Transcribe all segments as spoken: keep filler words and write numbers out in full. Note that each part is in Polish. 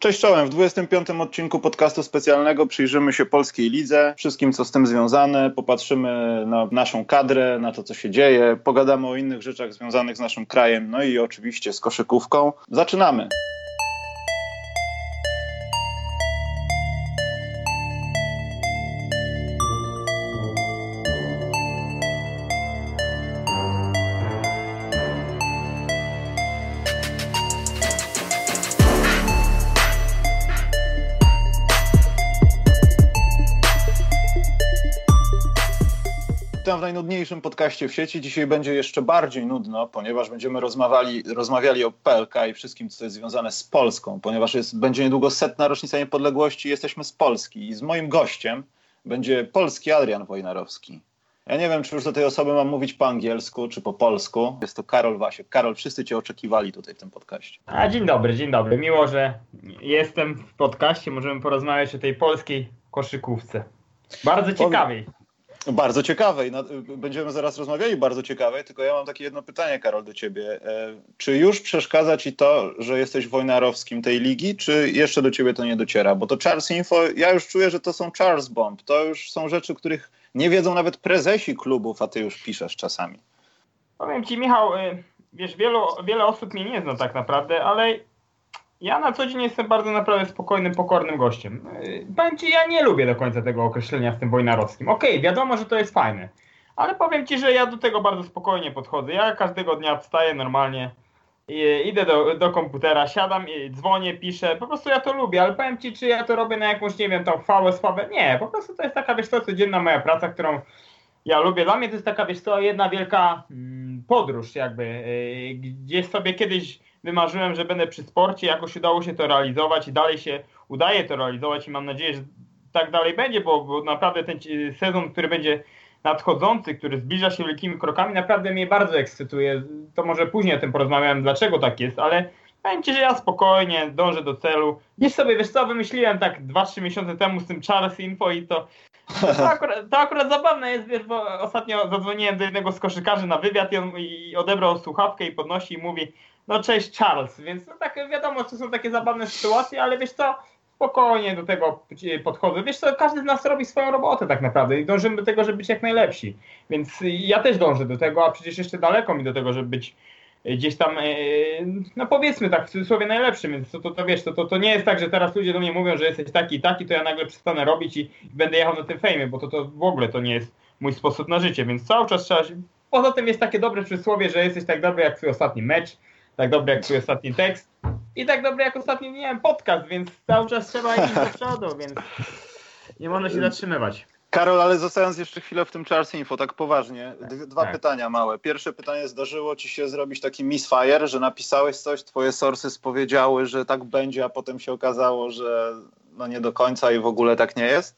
Cześć czołem, w dwudziestym piątym odcinku podcastu specjalnego przyjrzymy się polskiej lidze, wszystkim co z tym związane, popatrzymy na naszą kadrę, na to co się dzieje, pogadamy o innych rzeczach związanych z naszym krajem, no i oczywiście z koszykówką. Zaczynamy! Witam w najnudniejszym podcaście w sieci. Dzisiaj będzie jeszcze bardziej nudno, ponieważ będziemy rozmawiali, rozmawiali o P L K i wszystkim, co jest związane z Polską, ponieważ jest, będzie niedługo setna rocznica niepodległości, jesteśmy z Polski i z moim gościem będzie polski Adrian Wojnarowski. Ja nie wiem, czy już do tej osoby mam mówić po angielsku, czy po polsku. Jest to Karol Wasiek. Karol, wszyscy cię oczekiwali tutaj w tym podcaście. A dzień dobry, dzień dobry. Miło, że jestem w podcaście. Możemy porozmawiać o tej polskiej koszykówce. Bardzo ciekawej. Bardzo ciekawej. Będziemy zaraz rozmawiali bardzo ciekawej, tylko ja mam takie jedno pytanie, Karol, do ciebie. Czy już przeszkadza ci to, że jesteś Wojnarowskim tej ligi, czy jeszcze do ciebie to nie dociera? Bo to Charles Info, ja już czuję, że to są Charles Bomb. To już są rzeczy, których nie wiedzą nawet prezesi klubów, a ty już piszesz czasami. Powiem ci, Michał, wiesz, wielu, wiele osób mnie nie zna tak naprawdę, ale ja na co dzień jestem bardzo naprawdę spokojnym, pokornym gościem. Powiem ci, ja nie lubię do końca tego określenia z tym Wojnarowskim. Okej, okay, wiadomo, że to jest fajne, ale powiem ci, że ja do tego bardzo spokojnie podchodzę. Ja każdego dnia wstaję normalnie, idę do, do komputera, siadam, dzwonię, piszę. Po prostu ja to lubię, ale powiem ci, czy ja to robię na jakąś, nie wiem, tam chwałę, sławę. Nie, po prostu to jest taka, wiesz co, codzienna moja praca, którą ja lubię. Dla mnie to jest taka, wiesz co, jedna wielka mm, podróż jakby. Yy, gdzieś sobie kiedyś wymarzyłem, że będę przy sporcie, jakoś udało się to realizować i dalej się udaje to realizować i mam nadzieję, że tak dalej będzie, bo, bo naprawdę ten sezon, który będzie nadchodzący, który zbliża się wielkimi krokami, naprawdę mnie bardzo ekscytuje. To może później o tym porozmawiam, dlaczego tak jest, ale powiem ci, że ja spokojnie dążę do celu. Gdzieś sobie, wiesz co, wymyśliłem tak dwa trzy miesiące temu z tym Charles Info i to To akurat, to akurat zabawne jest, wiesz, bo ostatnio zadzwoniłem do jednego z koszykarzy na wywiad i on i odebrał słuchawkę i podnosi i mówi: no cześć Charles, więc no tak wiadomo, to są takie zabawne sytuacje, ale wiesz co, spokojnie do tego podchodzę. Wiesz co, każdy z nas robi swoją robotę tak naprawdę i dążymy do tego, żeby być jak najlepsi, więc ja też dążę do tego, a przecież jeszcze daleko mi do tego, żeby być gdzieś tam, no powiedzmy tak, w cudzysłowie najlepszym, więc to, to, to wiesz, to, to, to nie jest tak, że teraz ludzie do mnie mówią, że jesteś taki i taki, to ja nagle przestanę robić i, i będę jechał na tym fejmie, bo to, to w ogóle to nie jest mój sposób na życie, więc cały czas trzeba się... Poza tym jest takie dobre przysłowie, że jesteś tak dobry jak twój ostatni mecz, tak dobry jak twój ostatni tekst i tak dobry jak ostatni, nie wiem, podcast, więc cały czas trzeba iść do przodu, więc nie można się zatrzymywać. Karol, ale zostając jeszcze chwilę w tym Charles Info, tak poważnie, dwa tak. pytania małe. Pierwsze pytanie, zdarzyło ci się zrobić taki misfire, że napisałeś coś, twoje source powiedziały, że tak będzie, a potem się okazało, że no nie do końca i w ogóle tak nie jest?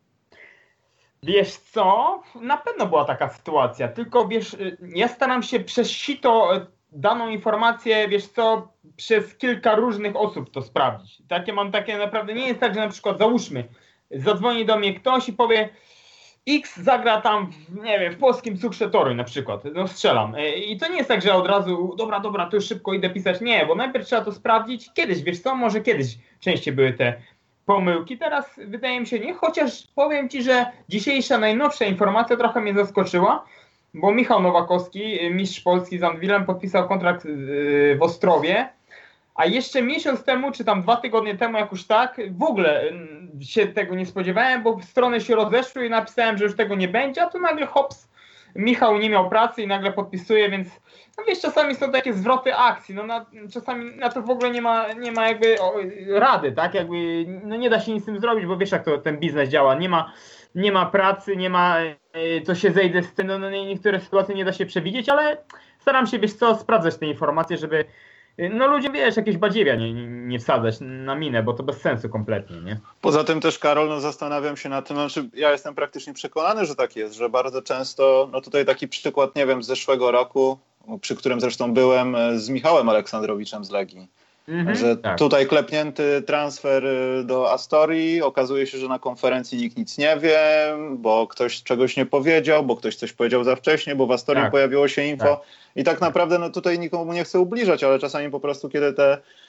Wiesz co, na pewno była taka sytuacja, tylko wiesz, ja staram się przez sito daną informację, wiesz co, przez kilka różnych osób to sprawdzić. Takie mam takie naprawdę, nie jest tak, że na przykład załóżmy, zadzwoni do mnie ktoś i powie: X zagra tam, w, nie wiem, w polskim Cukrze Toruń na przykład, no strzelam. I to nie jest tak, że od razu, dobra, dobra, to już szybko idę pisać. Nie, bo najpierw trzeba to sprawdzić. Kiedyś, wiesz co, może kiedyś częściej były te pomyłki. Teraz wydaje mi się nie, chociaż powiem ci, że dzisiejsza, najnowsza informacja trochę mnie zaskoczyła, bo Michał Nowakowski, mistrz Polski z Anwilem, podpisał kontrakt w Ostrowie. A jeszcze miesiąc temu, czy tam dwa tygodnie temu jakoś tak, w ogóle się tego nie spodziewałem, bo strony się rozeszły i napisałem, że już tego nie będzie, a tu nagle hops, Michał nie miał pracy i nagle podpisuje, więc no wiesz, czasami są takie zwroty akcji, no na, czasami na to w ogóle nie ma, nie ma jakby o, rady, tak, jakby no nie da się nic z tym zrobić, bo wiesz jak to ten biznes działa, nie ma, nie ma pracy, nie ma co się zejdzie z tym, no, no niektóre sytuacje nie da się przewidzieć, ale staram się, wiesz co, sprawdzać te informacje, żeby no ludzie, wiesz, jakieś badziewia nie, nie, nie wsadzać na minę, bo to bez sensu kompletnie, nie? Poza tym też, Karol, no zastanawiam się nad tym, znaczy ja jestem praktycznie przekonany, że tak jest, że bardzo często, no tutaj taki przykład, nie wiem, z zeszłego roku, przy którym zresztą byłem z Michałem Aleksandrowiczem z Legii, mm-hmm, że tak. Tutaj klepnięty transfer do Astorii, okazuje się, że na konferencji nikt nic nie wie, bo ktoś czegoś nie powiedział, bo ktoś coś powiedział za wcześnie, bo w Astorii tak. pojawiło się info tak. i tak naprawdę no tutaj nikomu nie chcę ubliżać, ale czasami po prostu kiedy te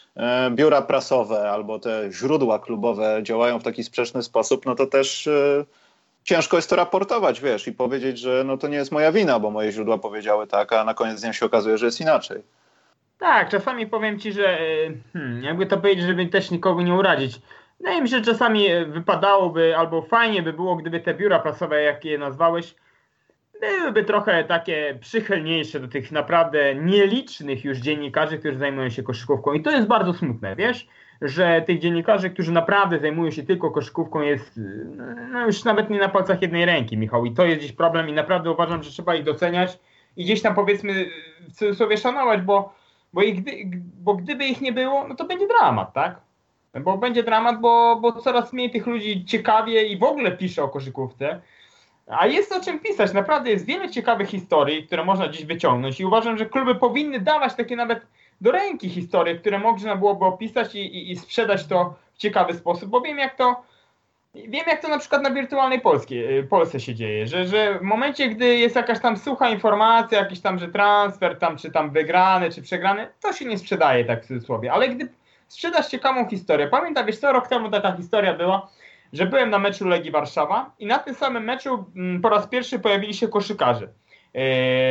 e, biura prasowe albo te źródła klubowe działają w taki sprzeczny sposób, no to też e, ciężko jest to raportować, wiesz, i powiedzieć, że no to nie jest moja wina, bo moje źródła powiedziały tak, a na koniec dnia się okazuje, że jest inaczej. Tak, czasami powiem ci, że hmm, jakby to powiedzieć, żeby też nikogo nie urazić. Wydaje mi się, że czasami wypadałoby, albo fajnie by było, gdyby te biura prasowe, jak je nazwałeś, byłyby trochę takie przychylniejsze do tych naprawdę nielicznych już dziennikarzy, którzy zajmują się koszykówką. I to jest bardzo smutne, wiesz, że tych dziennikarzy, którzy naprawdę zajmują się tylko koszykówką, jest no już nawet nie na palcach jednej ręki, Michał. I to jest gdzieś problem i naprawdę uważam, że trzeba ich doceniać i gdzieś tam, powiedzmy, w cudzysłowie szanować, bo, bo, ich, bo gdyby ich nie było, no to będzie dramat, tak? Bo będzie dramat, bo, bo coraz mniej tych ludzi ciekawie i w ogóle pisze o koszykówce. A jest o czym pisać. Naprawdę jest wiele ciekawych historii, które można dziś wyciągnąć i uważam, że kluby powinny dawać takie nawet do ręki historie, które można byłoby opisać i, i, i sprzedać to w ciekawy sposób, bo wiem jak to wiem jak to na przykład na wirtualnej Polskie, Polsce się dzieje, że, że w momencie, gdy jest jakaś tam sucha informacja, jakiś tam, że transfer tam, czy tam wygrany, czy przegrany, to się nie sprzedaje tak w cudzysłowie, ale gdy sprzedasz ciekawą historię, pamiętam, wiesz co, rok temu taka historia była, że byłem na meczu Legii Warszawa i na tym samym meczu m, po raz pierwszy pojawili się koszykarze. Yy,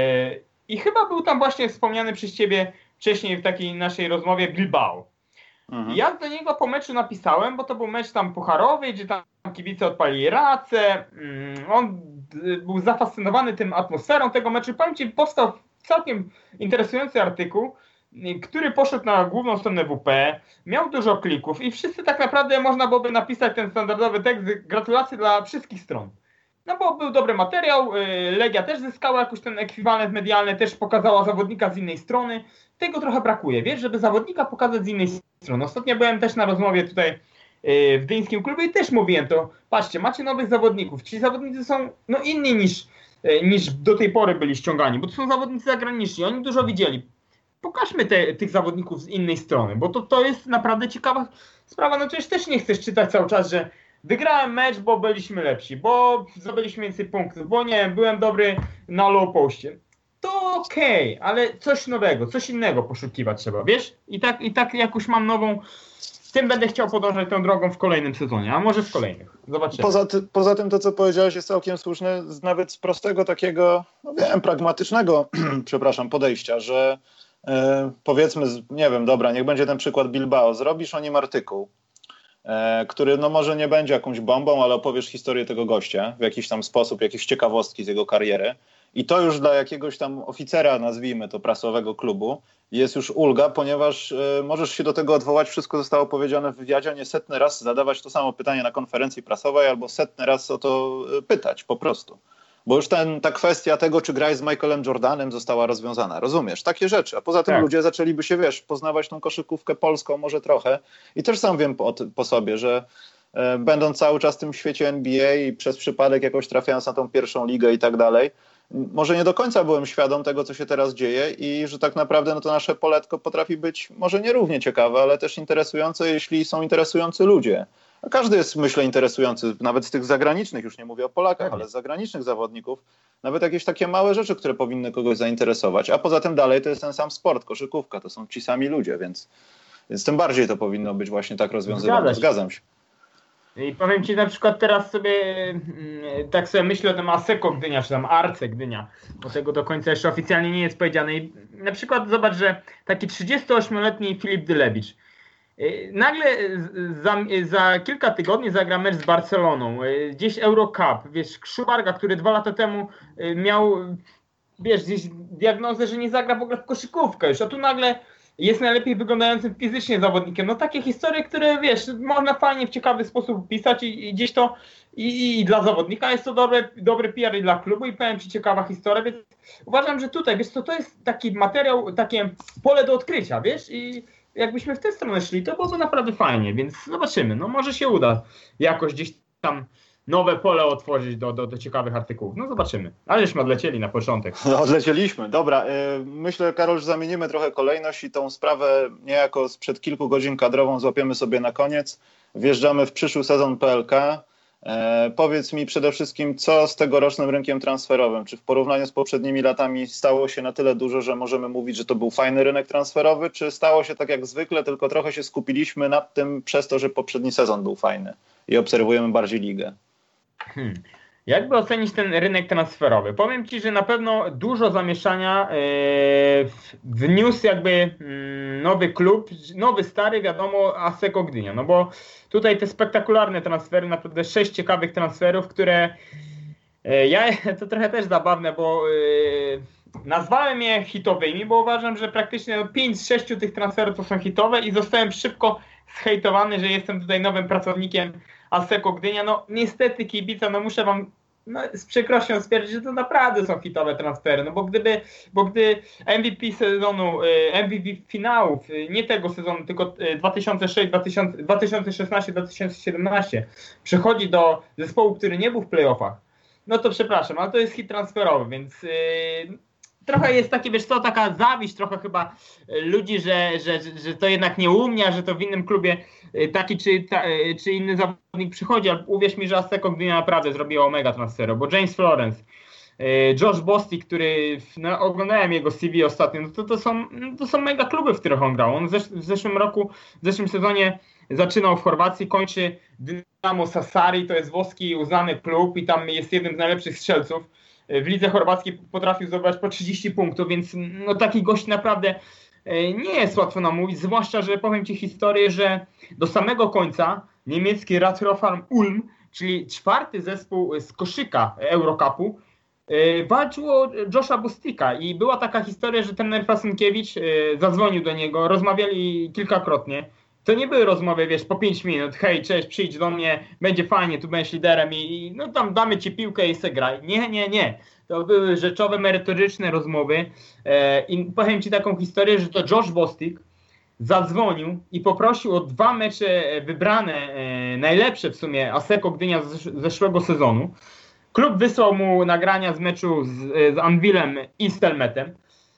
I chyba był tam właśnie wspomniany przez ciebie wcześniej w takiej naszej rozmowie Bilbao. Mhm. Ja do niego po meczu napisałem, bo to był mecz tam pucharowy, gdzie tam kibice odpalili racę. Yy, on yy, był zafascynowany tym atmosferą tego meczu. Powiem ci, powstał całkiem interesujący artykuł, który poszedł na główną stronę W P, miał dużo klików i wszyscy tak naprawdę można byłoby napisać ten standardowy tekst, gratulacje dla wszystkich stron. No bo był dobry materiał, Legia też zyskała jakiś ten ekwiwalent medialny, też pokazała zawodnika z innej strony. Tego trochę brakuje, wiesz, żeby zawodnika pokazać z innej strony. Ostatnio byłem też na rozmowie tutaj w Gdyńskim klubie i też mówiłem to, patrzcie, macie nowych zawodników, ci zawodnicy są no inni niż, niż do tej pory byli ściągani, bo to są zawodnicy zagraniczni, oni dużo widzieli. Pokażmy te, tych zawodników z innej strony, bo to, to jest naprawdę ciekawa sprawa. No przecież też nie chcesz czytać cały czas, że wygrałem mecz, bo byliśmy lepsi, bo zdobyliśmy więcej punktów, bo nie wiem, byłem dobry na low postie. To okej, okay, ale coś nowego, coś innego poszukiwać trzeba, wiesz? I tak, i tak jak już mam nową, tym będę chciał podążać tą drogą w kolejnym sezonie, a może w kolejnych. Zobaczymy. Poza, ty, poza tym to, co powiedziałeś, jest całkiem słuszne, nawet z prostego takiego, no wiem, pragmatycznego, przepraszam, podejścia, że e, powiedzmy, nie wiem, dobra, niech będzie ten przykład Bilbao, zrobisz o nim artykuł, e, który no może nie będzie jakąś bombą, ale opowiesz historię tego gościa w jakiś tam sposób, jakieś ciekawostki z jego kariery. I to już dla jakiegoś tam oficera, nazwijmy to, prasowego klubu, jest już ulga, ponieważ y, możesz się do tego odwołać, wszystko zostało powiedziane w wywiadzie, a nie setny raz zadawać to samo pytanie na konferencji prasowej albo setny raz o to y, pytać po prostu. Bo już ten, ta kwestia tego, czy graj z Michaelem Jordanem została rozwiązana. Rozumiesz? Takie rzeczy. A poza tym tak. Ludzie zaczęliby się, wiesz, poznawać tą koszykówkę polską może trochę. I też sam wiem po, po sobie, że y, będąc cały czas w tym świecie N B A i przez przypadek jakoś trafiając na tą pierwszą ligę i tak dalej, może nie do końca byłem świadom tego, co się teraz dzieje i że tak naprawdę no to nasze poletko potrafi być może nierównie ciekawe, ale też interesujące, jeśli są interesujący ludzie. A każdy jest, myślę, interesujący, nawet z tych zagranicznych, już nie mówię o Polakach, ale z zagranicznych zawodników, nawet jakieś takie małe rzeczy, które powinny kogoś zainteresować. A poza tym dalej to jest ten sam sport, koszykówka, to są ci sami ludzie, więc, więc tym bardziej to powinno być właśnie tak rozwiązywane. Zgadzam się. I powiem ci na przykład teraz sobie, tak sobie myślę o tym ASECO Gdynia, czy tam ARCE Gdynia, bo tego do końca jeszcze oficjalnie nie jest powiedziane. I na przykład zobacz, że taki trzydziestoośmioletni Filip Dylewicz nagle za, za kilka tygodni zagra mecz z Barceloną, gdzieś Eurocup, wiesz, Szubarga, który dwa lata temu miał, wiesz, gdzieś diagnozę, że nie zagra w ogóle w koszykówkę już, a tu nagle jest najlepiej wyglądającym fizycznie zawodnikiem. No takie historie, które wiesz, można fajnie w ciekawy sposób pisać i, i gdzieś to i, i dla zawodnika jest to dobry, dobry P R i dla klubu i powiem ci ciekawa historia, więc uważam, że tutaj, wiesz co, to jest taki materiał, takie pole do odkrycia, wiesz, i jakbyśmy w tę stronę szli, to byłoby naprawdę fajnie, więc zobaczymy, no może się uda jakoś gdzieś tam nowe pole otworzyć do, do, do ciekawych artykułów. No zobaczymy. Ale żeśmy odlecieli na początek. No, odlecieliśmy. Dobra. Yy, myślę, Karol, że zamienimy trochę kolejność i tą sprawę niejako sprzed kilku godzin kadrową złapiemy sobie na koniec. Wjeżdżamy w przyszły sezon P L K. E, powiedz mi przede wszystkim, co z tegorocznym rynkiem transferowym? Czy w porównaniu z poprzednimi latami stało się na tyle dużo, że możemy mówić, że to był fajny rynek transferowy, czy stało się tak jak zwykle, tylko trochę się skupiliśmy nad tym przez to, że poprzedni sezon był fajny i obserwujemy bardziej ligę? Hmm. Jakby ocenić ten rynek transferowy? Powiem Ci, że na pewno dużo zamieszania yy, wniósł jakby yy, nowy klub, nowy stary, wiadomo, Asseco Gdynia. No bo tutaj te spektakularne transfery, naprawdę sześć ciekawych transferów, które yy, ja, to trochę też zabawne, bo yy, nazwałem je hitowymi, bo uważam, że praktycznie pięć z sześciu tych transferów to są hitowe i zostałem szybko zhejtowany, że jestem tutaj nowym pracownikiem Asseco Gdynia. No niestety kibica, no muszę wam no, z przykrością stwierdzić, że to naprawdę są hitowe transfery, no bo gdyby, bo gdy M V P sezonu, M V P finałów, nie tego sezonu, tylko dwa tysiące szósty, dwa tysiące szesnasty, dwa tysiące siedemnasty przychodzi do zespołu, który nie był w playoffach, no to przepraszam, ale to jest hit transferowy, więc yy, trochę jest takie, wiesz co, taka zawiść trochę chyba ludzi, że, że, że to jednak nie u mnie, że to w innym klubie taki czy, ta, czy inny zawodnik przychodzi, ale uwierz mi, że Asseco Gdynia naprawdę zrobiło mega transferu, bo James Florence, Josh Bostic, który no, oglądałem jego C V ostatnio, no to, to, są, to są mega kluby, w których on grał. On w, zesz w zeszłym roku, w zeszłym sezonie zaczynał w Chorwacji, kończy Dinamo Sassari, to jest włoski uznany klub i tam jest jednym z najlepszych strzelców. W lidze chorwackiej potrafił zdobywać po trzydzieści punktów, więc no, taki gość naprawdę nie jest łatwo namówić, zwłaszcza, że powiem Ci historię, że do samego końca niemiecki Ratiofarm Ulm, czyli czwarty zespół z koszyka Eurocupu, walczył o Josha Bostika i była taka historia, że trener Fasenkiewicz zadzwonił do niego, rozmawiali kilkakrotnie. To nie były rozmowy, wiesz, po pięć minut, hej, cześć, przyjdź do mnie, będzie fajnie, tu będziesz liderem i, i no tam damy Ci piłkę i se graj. Nie, nie, nie. To były rzeczowe, merytoryczne rozmowy e, i powiem Ci taką historię, że to Josh Bostic zadzwonił i poprosił o dwa mecze wybrane, e, najlepsze w sumie Asseco Gdynia z zeszłego sezonu. Klub wysłał mu nagrania z meczu z, z Anvilem i Stelmetem.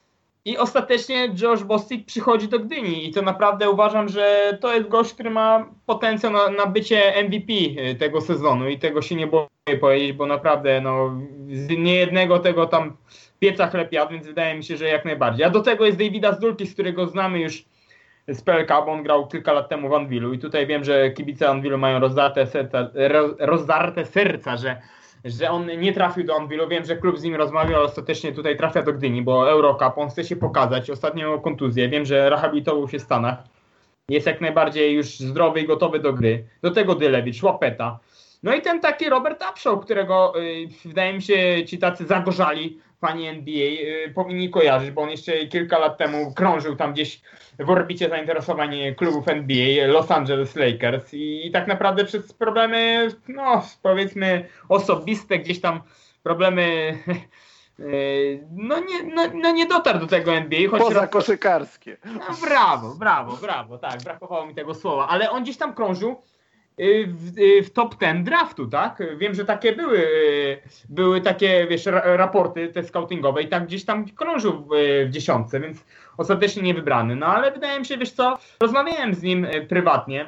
I ostatecznie Josh Bostic przychodzi do Gdyni i to naprawdę uważam, że to jest gość, który ma potencjał na, na bycie M V P tego sezonu i tego się nie boję powiedzieć, bo naprawdę no, z niejednego tego tam pieca chleb jadł, więc wydaje mi się, że jak najbardziej. A do tego jest Davida Zdulkis, którego znamy już z P L K, bo on grał kilka lat temu w Anvilu i tutaj wiem, że kibice Anvilu mają rozdarte serca, rozdarte serca, że że on nie trafił do Anvilu. Wiem, że klub z nim rozmawiał, ale ostatecznie tutaj trafia do Gdyni, bo Eurocup, on chce się pokazać. Ostatnio miał kontuzję. Wiem, że rehabilitował się w Stanach. Jest jak najbardziej już zdrowy i gotowy do gry. Do tego Dylewicz, Łapeta. No i ten taki Robert Upshaw, którego yy, wydaje mi się ci tacy zagorzali fani N B A yy, powinni kojarzyć, bo on jeszcze kilka lat temu krążył tam gdzieś w orbicie zainteresowań klubów N B A, Los Angeles Lakers i, i tak naprawdę przez problemy, no powiedzmy osobiste, gdzieś tam problemy, yy, no, nie, no, no nie dotarł do tego N B A. Choć Poza koszykarskie. No, brawo, brawo, brawo, tak, brakowało mi tego słowa, ale on gdzieś tam krążył W, w top ten draftu, tak? Wiem, że takie były, były takie, wiesz, raporty te scoutingowe i tak gdzieś tam krążył w, w dziesiątce, więc ostatecznie nie wybrany. No ale wydaje mi się, wiesz co, rozmawiałem z nim prywatnie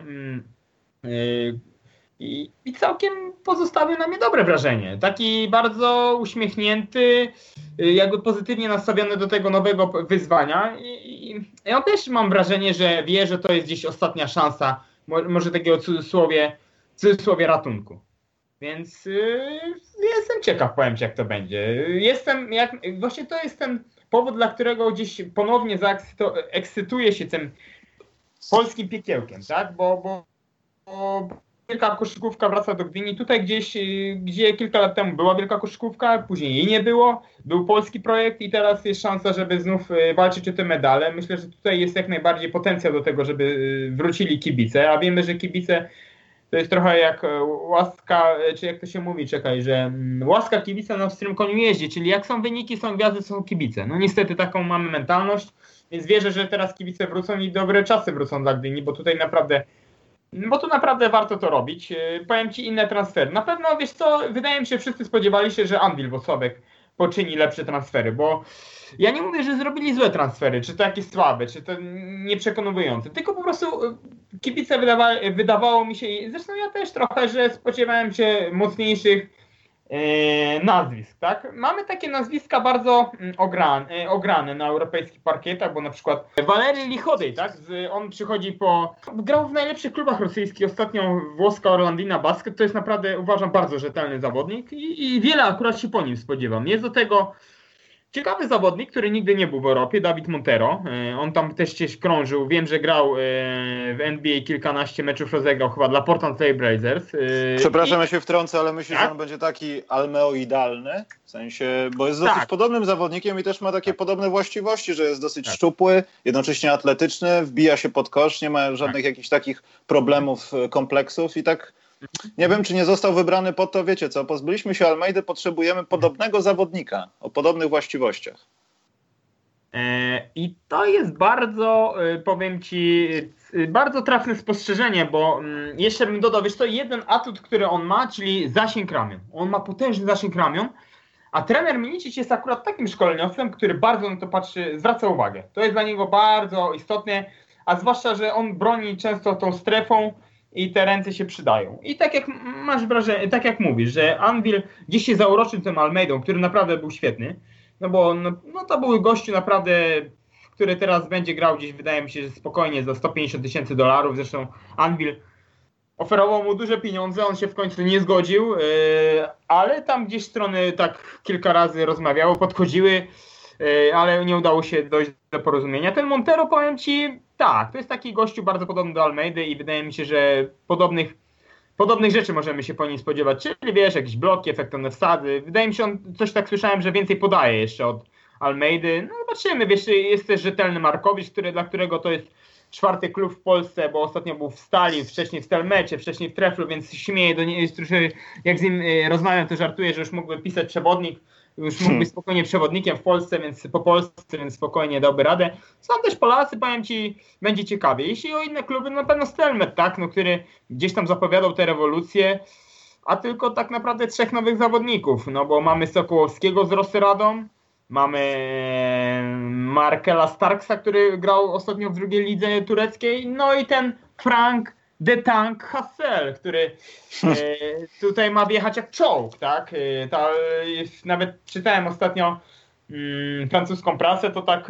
yy, i, i całkiem pozostawił na mnie dobre wrażenie. Taki bardzo uśmiechnięty, jakby pozytywnie nastawiony do tego nowego wyzwania i, i ja też mam wrażenie, że wie, że to jest gdzieś ostatnia szansa, może takiego cudzysłowie, cudzysłowie ratunku. Więc yy, jestem ciekaw, powiem Ci, jak to będzie. Jestem, jak, właśnie to jest ten powód, dla którego gdzieś ponownie zaekscytuję się tym polskim piekiełkiem, tak? Bo, bo, bo wielka koszykówka wraca do Gdyni. Tutaj gdzieś, gdzie kilka lat temu była wielka koszykówka, później jej nie było, był polski projekt i teraz jest szansa, żeby znów walczyć o te medale. Myślę, że tutaj jest jak najbardziej potencjał do tego, żeby wrócili kibice, a wiemy, że kibice to jest trochę jak łaska, czy jak to się mówi, czekaj, że łaska kibica na pstrym koniu jeździ, czyli jak są wyniki, są gwiazdy, są kibice. No niestety taką mamy mentalność, więc wierzę, że teraz kibice wrócą i dobre czasy wrócą dla Gdyni, bo tutaj naprawdę Bo tu naprawdę warto to robić. Powiem Ci inne transfery. Na pewno, wiesz co, wydaje mi się, wszyscy spodziewali się, że Anwil Włocławek poczyni lepsze transfery, bo ja nie mówię, że zrobili złe transfery, czy to jakieś słabe, czy to nieprzekonujące, tylko po prostu kibice wydawa wydawało mi się, zresztą ja też trochę, że spodziewałem się mocniejszych nazwisk, tak? Mamy takie nazwiska bardzo ograne, ograne na europejskich parkietach, bo na przykład Walery Lichodej, tak? On przychodzi po... Grał w najlepszych klubach rosyjskich, ostatnio włoska Orlandina Basket, to jest naprawdę, uważam, bardzo rzetelny zawodnik i, i wiele akurat się po nim spodziewam. Jest do tego ciekawy zawodnik, który nigdy nie był w Europie, David Montero. On tam też gdzieś krążył. Wiem, że grał w N B A kilkanaście meczów, rozegrał chyba dla Portland Trail Blazers. Przepraszam, ja się wtrącę, ale myślę, tak? że on będzie taki almeoidalny, w sensie, bo jest dosyć tak. podobnym zawodnikiem i też ma takie podobne właściwości, że jest dosyć tak. szczupły, jednocześnie atletyczny, wbija się pod kosz, nie ma żadnych tak. jakichś takich problemów, kompleksów i tak nie wiem, czy nie został wybrany po to, wiecie co, pozbyliśmy się Almeidy, potrzebujemy podobnego zawodnika o podobnych właściwościach. I to jest bardzo, powiem Ci, bardzo trafne spostrzeżenie, bo jeszcze bym dodał, wiesz co, jeden atut, który on ma, czyli zasięg ramion. On ma potężny zasięg ramion, a trener Milicic jest akurat takim szkoleniowcem, który bardzo na to patrzy, zwraca uwagę. To jest dla niego bardzo istotne, a zwłaszcza, że on broni często tą strefą i te ręce się przydają. I tak jak masz wrażenie, tak jak mówisz, że Anwil gdzieś się zauroczył tym Almeidą, który naprawdę był świetny, no bo no, no to był gościu naprawdę, który teraz będzie grał gdzieś, wydaje mi się, że spokojnie za sto pięćdziesiąt tysięcy dolarów. Zresztą Anwil oferował mu duże pieniądze, on się w końcu nie zgodził, yy, ale tam gdzieś strony tak kilka razy rozmawiały, podchodziły, yy, ale nie udało się dojść do porozumienia. Ten Montero, powiem Ci, tak, to jest taki gościu bardzo podobny do Almeidy i wydaje mi się, że podobnych, podobnych rzeczy możemy się po nim spodziewać, czyli wiesz, jakieś bloki, efektowne wsady. Wydaje mi się, on coś tak słyszałem, że więcej podaje jeszcze od Almeidy. No zobaczymy, wiesz, jest też rzetelny Markowicz, który, dla którego to jest czwarty klub w Polsce, bo ostatnio był w Stali, wcześniej w Stelmecie, wcześniej w Treflu, więc śmieję do niego, jak z nim rozmawiam, to żartuję, że już mógłby pisać przewodnik, już mógł być spokojnie przewodnikiem w Polsce, więc po Polsce, więc spokojnie dałby radę. Są też Polacy, powiem Ci, będzie ciekawie. Jeśli o inne kluby, na pewno Stelmet, tak, no, który gdzieś tam zapowiadał tę rewolucję, a tylko tak naprawdę trzech nowych zawodników, no bo mamy Sokołowskiego z Rosy Radom, mamy Markela Starksa, który grał ostatnio w drugiej lidze tureckiej, no i ten Frank The Tank Hassel, który e, tutaj ma wjechać jak czołg, tak? E, ta, e, nawet czytałem ostatnio mm, francuską prasę, to tak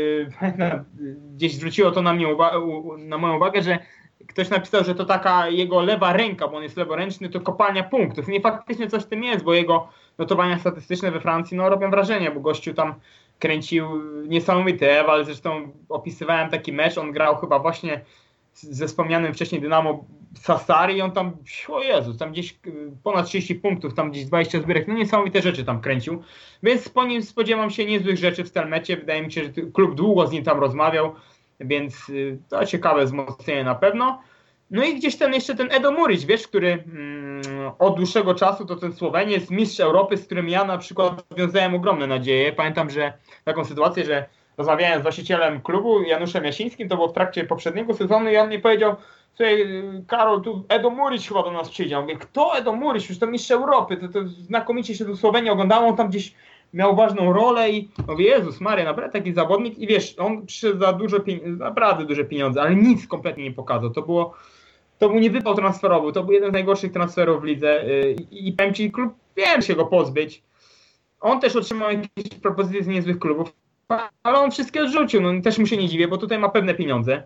e, gdzieś zwróciło to na, mnie uwa- u, na moją uwagę, że ktoś napisał, że to taka jego lewa ręka, bo on jest leworęczny, to kopalnia punktów. Nie, faktycznie coś w tym jest, bo jego notowania statystyczne we Francji no, robią wrażenie, bo gościu tam kręcił niesamowity Ewal. Zresztą opisywałem taki mecz, on grał chyba właśnie ze wspomnianym wcześniej Dynamo Sassari i on tam, o Jezus, tam gdzieś ponad trzydzieści punktów, tam gdzieś dwadzieścia zbiórek, no niesamowite rzeczy tam kręcił. Więc po nim spodziewam się niezłych rzeczy w Stelmecie. Wydaje mi się, że klub długo z nim tam rozmawiał, więc to ciekawe wzmocnienie na pewno. No i gdzieś ten jeszcze ten Edo Murić, wiesz, który mm, od dłuższego czasu to ten Słoweniec, mistrz Europy, z którym ja na przykład wiązałem ogromne nadzieje. Pamiętam, że taką sytuację, że rozmawiałem z właścicielem klubu, Januszem Jasińskim, to było w trakcie poprzedniego sezonu i on mi powiedział: słuchaj, Karol, tu Edo Murić chyba do nas przyjdzie. Ja mówię, kto Edo Murić? Już to mistrz Europy, to, to znakomicie się do Słowenii oglądało, on tam gdzieś miał ważną rolę i mówię, Jezus Maria, naprawdę taki zawodnik i wiesz, on przyszedł za dużo pieniędzy, naprawdę duże pieniądze, ale nic kompletnie nie pokazał. To było, to był nie wypał transferowy, to był jeden z najgorszych transferów w lidze i, i powiem Ci, klub wiem się go pozbyć. On też otrzymał jakieś propozycje z niezłych klubów, ale on wszystkie odrzucił, no też mu się nie dziwię, bo tutaj ma pewne pieniądze.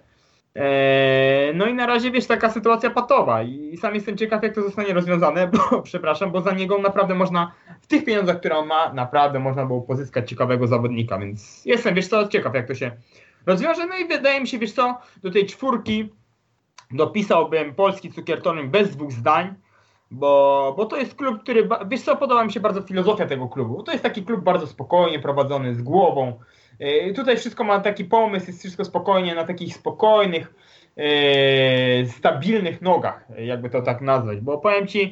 Eee, no i na razie, wiesz, taka sytuacja patowa i sam jestem ciekaw, jak to zostanie rozwiązane, bo przepraszam, bo za niego naprawdę można, w tych pieniądzach, które on ma, naprawdę można było pozyskać ciekawego zawodnika, więc jestem, wiesz co, ciekaw, jak to się rozwiąże. No i wydaje mi się, wiesz co, do tej czwórki dopisałbym polski cukiertonem bez dwóch zdań, bo, bo to jest klub, który, wiesz co, podoba mi się bardzo filozofia tego klubu. To jest taki klub bardzo spokojnie prowadzony, z głową. Yy, tutaj wszystko ma taki pomysł, jest wszystko spokojnie, na takich spokojnych, yy, stabilnych nogach, jakby to tak nazwać. Bo powiem Ci,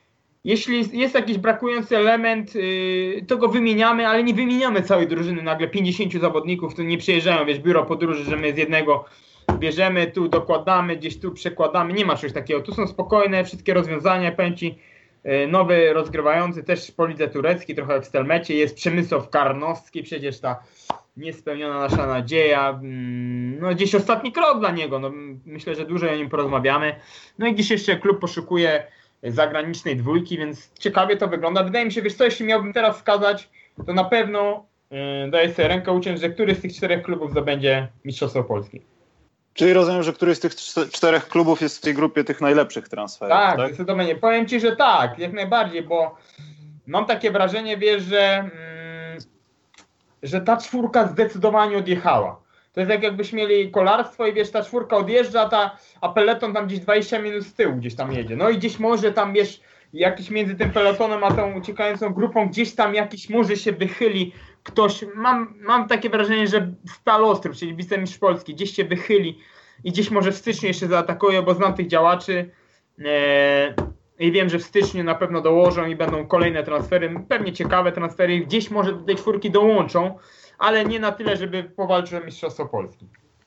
jeśli jest jakiś brakujący element, yy, to go wymieniamy, ale nie wymieniamy całej drużyny. Nagle pięćdziesięciu zawodników, tu nie przyjeżdżają, wiesz, biuro podróży, że my z jednego bierzemy, tu dokładamy, gdzieś tu przekładamy. Nie ma czegoś takiego. Tu są spokojne wszystkie rozwiązania, powiem Ci. nowy rozgrywający też po lidze tureckiej, trochę w Stelmecie, jest Przemysław Karnowski, przecież ta niespełniona nasza nadzieja, no gdzieś ostatni krok dla niego, no myślę, że dużo o nim porozmawiamy. No i gdzieś jeszcze klub poszukuje zagranicznej dwójki, więc ciekawie to wygląda. Wydaje mi się, wiesz co, jeśli miałbym teraz wskazać, to na pewno yy, daję sobie rękę uciąć, że któryś z tych czterech klubów zdobędzie Mistrzostwo Polski. Czyli rozumiem, że któryś z tych czterech klubów jest w tej grupie tych najlepszych transferów, tak? Tak, zdecydowanie. Powiem Ci, że tak, jak najbardziej, bo mam takie wrażenie, wiesz, że, mm, że ta czwórka zdecydowanie odjechała. To jest jak jakbyśmy mieli kolarstwo i wiesz, ta czwórka odjeżdża, ta, a peleton tam gdzieś dwadzieścia minut z tyłu gdzieś tam jedzie. No i gdzieś może tam, wiesz, jakiś między tym peletonem a tą uciekającą grupą gdzieś tam jakiś może się wychyli ktoś. Mam, mam takie wrażenie, że Stal Ostrów, czyli wicemistrz Polski, gdzieś się wychyli i gdzieś może w styczniu jeszcze zaatakuje, bo znam tych działaczy eee, i wiem, że w styczniu na pewno dołożą i będą kolejne transfery, pewnie ciekawe transfery, gdzieś może do tej czwórki dołączą, ale nie na tyle, żeby powalczyć o Mistrzostwo Polski.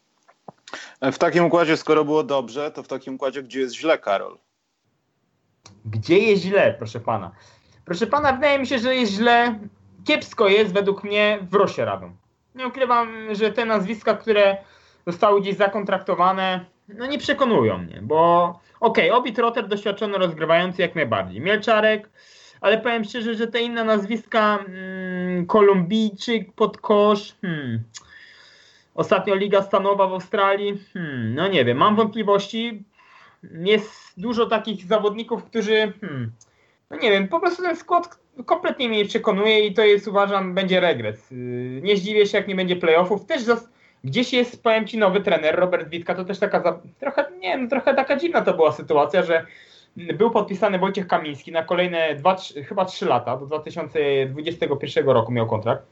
W takim układzie, skoro było dobrze, to w takim układzie, gdzie jest źle, Karol? Gdzie jest źle, proszę pana? Proszę pana, wydaje mi się, że jest źle, kiepsko jest według mnie w Rosie Radom. Nie ukrywam, że te nazwiska, które zostały gdzieś zakontraktowane, no nie przekonują mnie, bo okej, okay, Obi Trotter doświadczony rozgrywający jak najbardziej, Mielczarek, ale powiem szczerze, że te inne nazwiska, hmm, Kolumbijczyk pod kosz, hmm, ostatnio Liga Stanowa w Australii, hmm, no nie wiem, mam wątpliwości. Jest dużo takich zawodników, którzy, hmm, no nie wiem, po prostu ten skład kompletnie mnie nie przekonuje i to jest, uważam, będzie regres. Nie zdziwię się, jak nie będzie playoffów. Też zas- gdzieś jest, powiem Ci, nowy trener, Robert Witka, to też taka, za- trochę, nie wiem, trochę taka dziwna to była sytuacja, że był podpisany Wojciech Kamiński na kolejne dwa, trzy, chyba trzy lata, do dwa tysiące dwudziestego pierwszego roku miał kontrakt.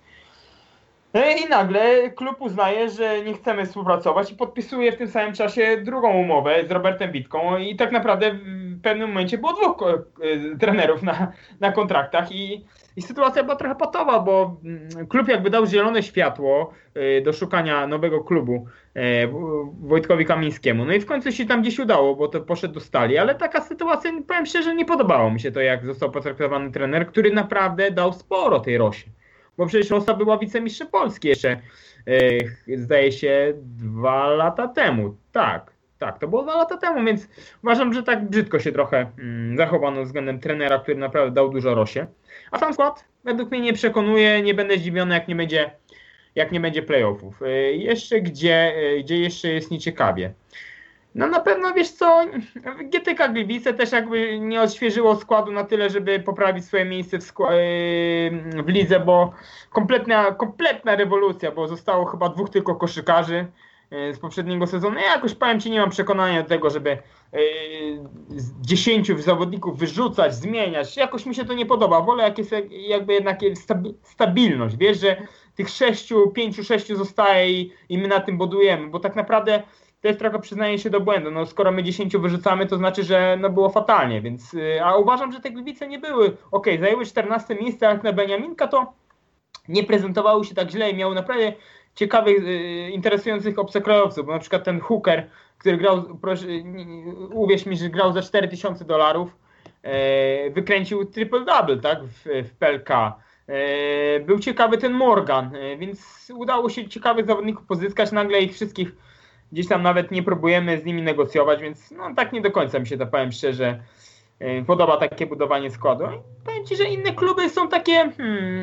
I nagle klub uznaje, że nie chcemy współpracować i podpisuje w tym samym czasie drugą umowę z Robertem Witką i tak naprawdę w pewnym momencie było dwóch trenerów na, na kontraktach i, i sytuacja była trochę patowa, bo klub jakby dał zielone światło do szukania nowego klubu Wojtkowi Kamińskiemu. No i w końcu się tam gdzieś udało, bo to poszedł do Stali, ale taka sytuacja, powiem szczerze, nie podobało mi się to, jak został potraktowany trener, który naprawdę dał sporo tej Rosie. Bo przecież Rosa była wicemistrzem Polski jeszcze, yy, zdaje się, dwa lata temu. Tak, tak, to było dwa lata temu, więc uważam, że tak brzydko się trochę yy, zachowano względem trenera, który naprawdę dał dużo Rosie. A sam skład według mnie nie przekonuje, nie będę zdziwiony, jak nie będzie, jak nie będzie playoffów. Yy, jeszcze gdzie, yy, gdzie jeszcze jest nieciekawie. No na pewno, wiesz co, G T K Gliwice też jakby nie odświeżyło składu na tyle, żeby poprawić swoje miejsce w, skła- yy, w lidze, bo kompletna, kompletna rewolucja, bo zostało chyba dwóch tylko koszykarzy yy, z poprzedniego sezonu. Ja jakoś, powiem Ci, nie mam przekonania do tego, żeby yy, z dziesięciu zawodników wyrzucać, zmieniać. Jakoś mi się to nie podoba. Wolę jak jest jakby jednak stabi- stabilność. Wiesz, że tych sześciu, pięciu, sześciu zostaje i, i my na tym budujemy, bo tak naprawdę to jest trochę przyznanie się do błędu. No skoro my dziesięciu wyrzucamy, to znaczy, że no było fatalnie, więc yy, a uważam, że te Gliwice nie były. Okej, okay, zajęły czternaste miejsce, jak na Beniaminka, to nie prezentowały się tak źle i miały naprawdę ciekawych, yy, interesujących obcokrajowców, bo na przykład ten Hooker, który grał, proszę, yy, uwierz mi, że grał za cztery tysiące dolarów, yy, wykręcił triple-double, tak, w, w P L K. Yy, był ciekawy ten Morgan, yy, więc udało się ciekawych zawodników pozyskać, nagle ich wszystkich gdzieś tam nawet nie próbujemy z nimi negocjować, więc no tak nie do końca mi się to, powiem szczerze, yy, podoba takie budowanie składu. I powiem Ci, że inne kluby są takie hmm,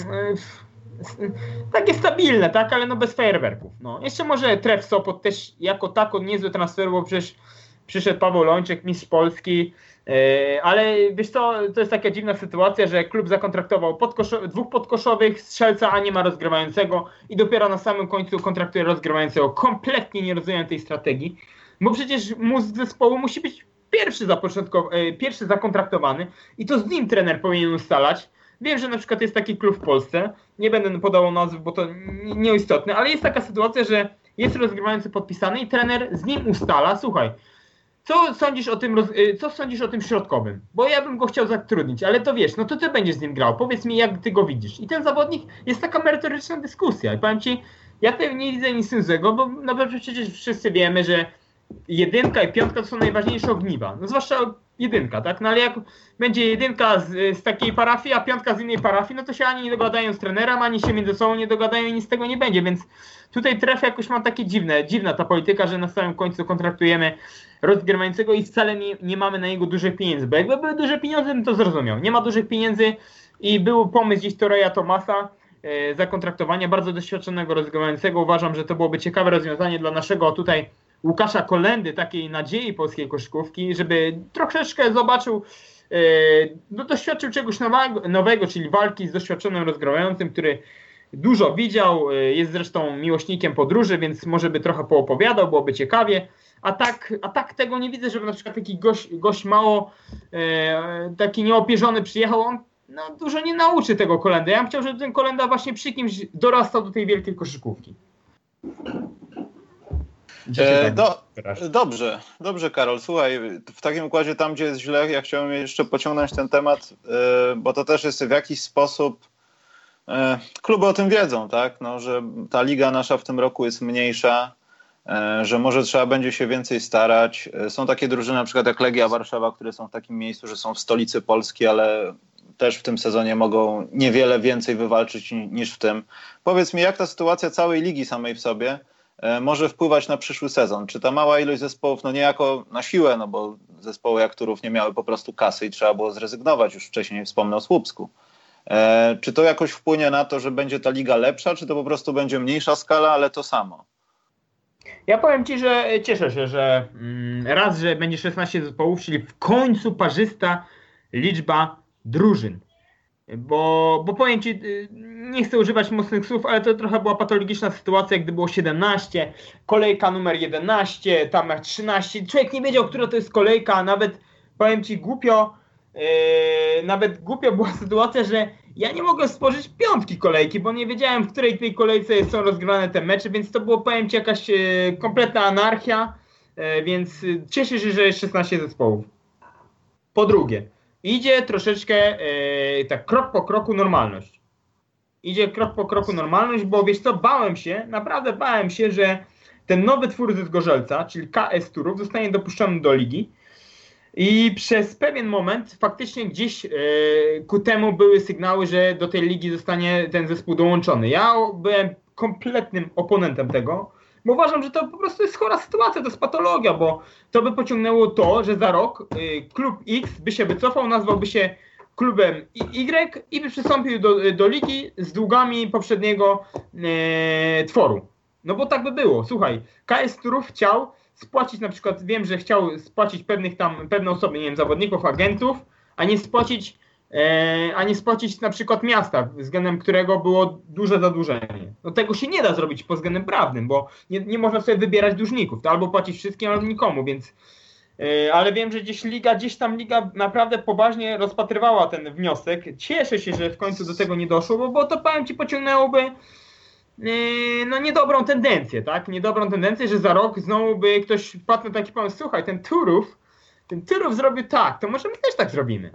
yy, takie stabilne, tak, ale no bez fajerwerków. No. Jeszcze może Tref Sopot też jako tako niezły transfer, bo przecież przyszedł Paweł Lończyk, mistrz Polski, yy, ale wiesz co, to jest taka dziwna sytuacja, że klub zakontraktował podkoszo- dwóch podkoszowych, strzelca, a nie ma rozgrywającego i dopiero na samym końcu kontraktuje rozgrywającego. Kompletnie nie rozumiem tej strategii, bo przecież mózg zespołu musi być pierwszy, zapoczątkow- yy, pierwszy zakontraktowany i to z nim trener powinien ustalać. Wiem, że na przykład jest taki klub w Polsce, nie będę podawał nazw, bo to nieistotne, ale jest taka sytuacja, że jest rozgrywający podpisany i trener z nim ustala, słuchaj, Co sądzisz o tym, co sądzisz o tym środkowym? Bo ja bym go chciał zatrudnić, ale to wiesz, no to ty będziesz z nim grał. Powiedz mi, jak ty go widzisz. I ten zawodnik, jest taka merytoryczna dyskusja. I powiem Ci, ja tutaj nie widzę nic złego, bo no przecież wszyscy wiemy, że jedynka i piątka to są najważniejsze ogniwa. No zwłaszcza jedynka, tak? No ale jak będzie jedynka z, z takiej parafii, a piątka z innej parafii, no to się ani nie dogadają z trenerem, ani się między sobą nie dogadają i nic z tego nie będzie, więc tutaj trefia jakoś mam takie dziwne, dziwna ta polityka, że na samym końcu kontraktujemy rozgrywającego i wcale nie, nie mamy na niego dużych pieniędzy, bo jakby były duże pieniądze, bym to zrozumiał. Nie ma dużych pieniędzy i był pomysł gdzieś Toreja Thomasa e, zakontraktowania bardzo doświadczonego rozgrywającego. Uważam, że to byłoby ciekawe rozwiązanie dla naszego tutaj Łukasza Kolendy, takiej nadziei polskiej koszykówki, żeby troszeczkę zobaczył, e, no, doświadczył czegoś nowego, nowego, czyli walki z doświadczonym rozgrywającym, który dużo widział, e, jest zresztą miłośnikiem podróży, więc może by trochę poopowiadał, byłoby ciekawie. A tak, a tak tego nie widzę, żeby na przykład taki gość, gość mało, e, taki nieopierzony przyjechał, on no, dużo nie nauczy tego Kolendy. Ja bym chciał, żeby ten Kolenda właśnie przy kimś dorastał do tej wielkiej koszykówki. E, do, dobrze, dobrze Karol, słuchaj, w takim układzie tam, gdzie jest źle, ja chciałem jeszcze pociągnąć ten temat, e, bo to też jest w jakiś sposób, e, kluby o tym wiedzą, tak, no, że ta liga nasza w tym roku jest mniejsza, e, że może trzeba będzie się więcej starać. E, są takie drużyny, na przykład jak Legia Warszawa, które są w takim miejscu, że są w stolicy Polski, ale też w tym sezonie mogą niewiele więcej wywalczyć niż w tym. Powiedz mi, jak ta sytuacja całej ligi samej w sobie może wpływać na przyszły sezon? Czy ta mała ilość zespołów, no niejako na siłę, no bo zespoły jak Turów nie miały po prostu kasy i trzeba było zrezygnować, już wcześniej wspomnę o Słupsku. E, czy to jakoś wpłynie na to, że będzie ta liga lepsza, czy to po prostu będzie mniejsza skala, ale to samo? Ja powiem Ci, że cieszę się, że mm, raz, że będzie szesnaście zespołów, czyli w końcu parzysta liczba drużyn. Bo, bo powiem Ci, nie chcę używać mocnych słów, ale to trochę była patologiczna sytuacja, gdy było siedemnaście, kolejka numer jedenaście, tam trzynaście, człowiek nie wiedział, która to jest kolejka, a nawet, powiem Ci, głupio, yy, nawet głupio była sytuacja, że ja nie mogłem stworzyć piątki kolejki, bo nie wiedziałem, w której tej kolejce są rozgrywane te mecze, więc to było, powiem Ci, jakaś yy, kompletna anarchia, yy, więc cieszę się, że jest szesnaście zespołów. Po drugie, idzie troszeczkę e, tak krok po kroku normalność. Idzie krok po kroku normalność, bo wiesz co, bałem się, naprawdę bałem się, że ten nowy twór ze Zgorzelca, czyli K S Turów, zostanie dopuszczony do ligi i przez pewien moment faktycznie gdzieś e, ku temu były sygnały, że do tej ligi zostanie ten zespół dołączony. Ja byłem kompletnym oponentem tego, bo uważam, że to po prostu jest chora sytuacja, to jest patologia, bo to by pociągnęło to, że za rok y, klub X by się wycofał, nazwałby się klubem Y i by przystąpił do, do ligi z długami poprzedniego y, tworu. No bo tak by było. Słuchaj, K S Turów chciał spłacić, na przykład wiem, że chciał spłacić pewnych tam, pewne osoby, nie wiem, zawodników, agentów, a nie spłacić a nie spłacić na przykład miasta, względem którego było duże zadłużenie. No tego się nie da zrobić pod względem prawnym, bo nie, nie można sobie wybierać dłużników. To albo płacić wszystkim, albo nikomu, więc yy, ale wiem, że gdzieś liga, gdzieś tam liga naprawdę poważnie rozpatrywała ten wniosek. Cieszę się, że w końcu do tego nie doszło, bo, bo to, powiem Ci, pociągnęłoby yy, no niedobrą tendencję, tak? Niedobrą tendencję, że za rok znowu by ktoś wpadł na taki pomysł, słuchaj, ten Turów, ten Turów zrobił tak, to może my też tak zrobimy.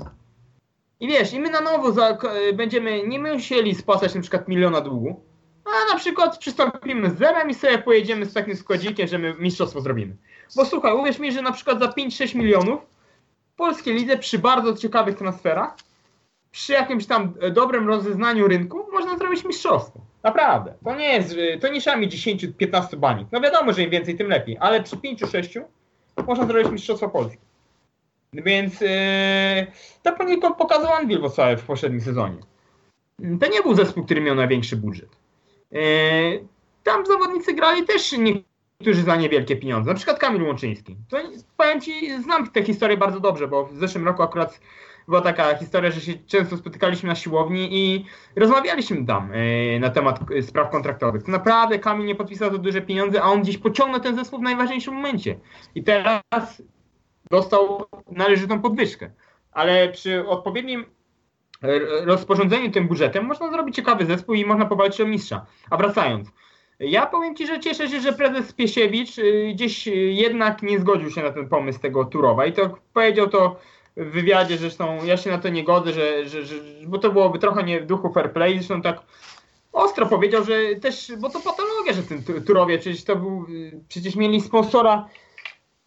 I wiesz, i my na nowo za, będziemy nie musieli spłacać na przykład miliona długu, a na przykład przystąpimy z zerem i sobie pojedziemy z takim składzikiem, że my mistrzostwo zrobimy. Bo słuchaj, uwierz mi, że na przykład za pięć sześć milionów w polskiej lidze przy bardzo ciekawych transferach, przy jakimś tam dobrym rozeznaniu rynku można zrobić mistrzostwo. Naprawdę. To nie jest, to nie trzeba mieć dziesięć piętnaście banik. No wiadomo, że im więcej, tym lepiej, ale przy pięciu sześciu można zrobić mistrzostwo Polski. Więc yy, to poniekąd pokazał Anwil w poprzednim sezonie. To nie był zespół, który miał największy budżet. Yy, tam zawodnicy grali też niektórzy za niewielkie pieniądze. Na przykład Kamil Łączyński. To, powiem Ci, znam tę historię bardzo dobrze, bo w zeszłym roku akurat była taka historia, że się często spotykaliśmy na siłowni i rozmawialiśmy tam yy, na temat spraw kontraktowych. To naprawdę Kamil nie podpisał za duże pieniądze, a on gdzieś pociągnął ten zespół w najważniejszym momencie. I teraz dostał należytą podwyżkę. Ale przy odpowiednim rozporządzeniu tym budżetem można zrobić ciekawy zespół i można powalczyć o mistrza. A wracając, ja powiem Ci, że cieszę się, że prezes Piesiewicz gdzieś jednak nie zgodził się na ten pomysł tego Turowa i to powiedział to w wywiadzie, zresztą ja się na to nie godzę, że, że, że, bo to byłoby trochę nie w duchu fair play, zresztą tak ostro powiedział, że też, bo to patologia, że ten Turowie, przecież to był, przecież mieli sponsora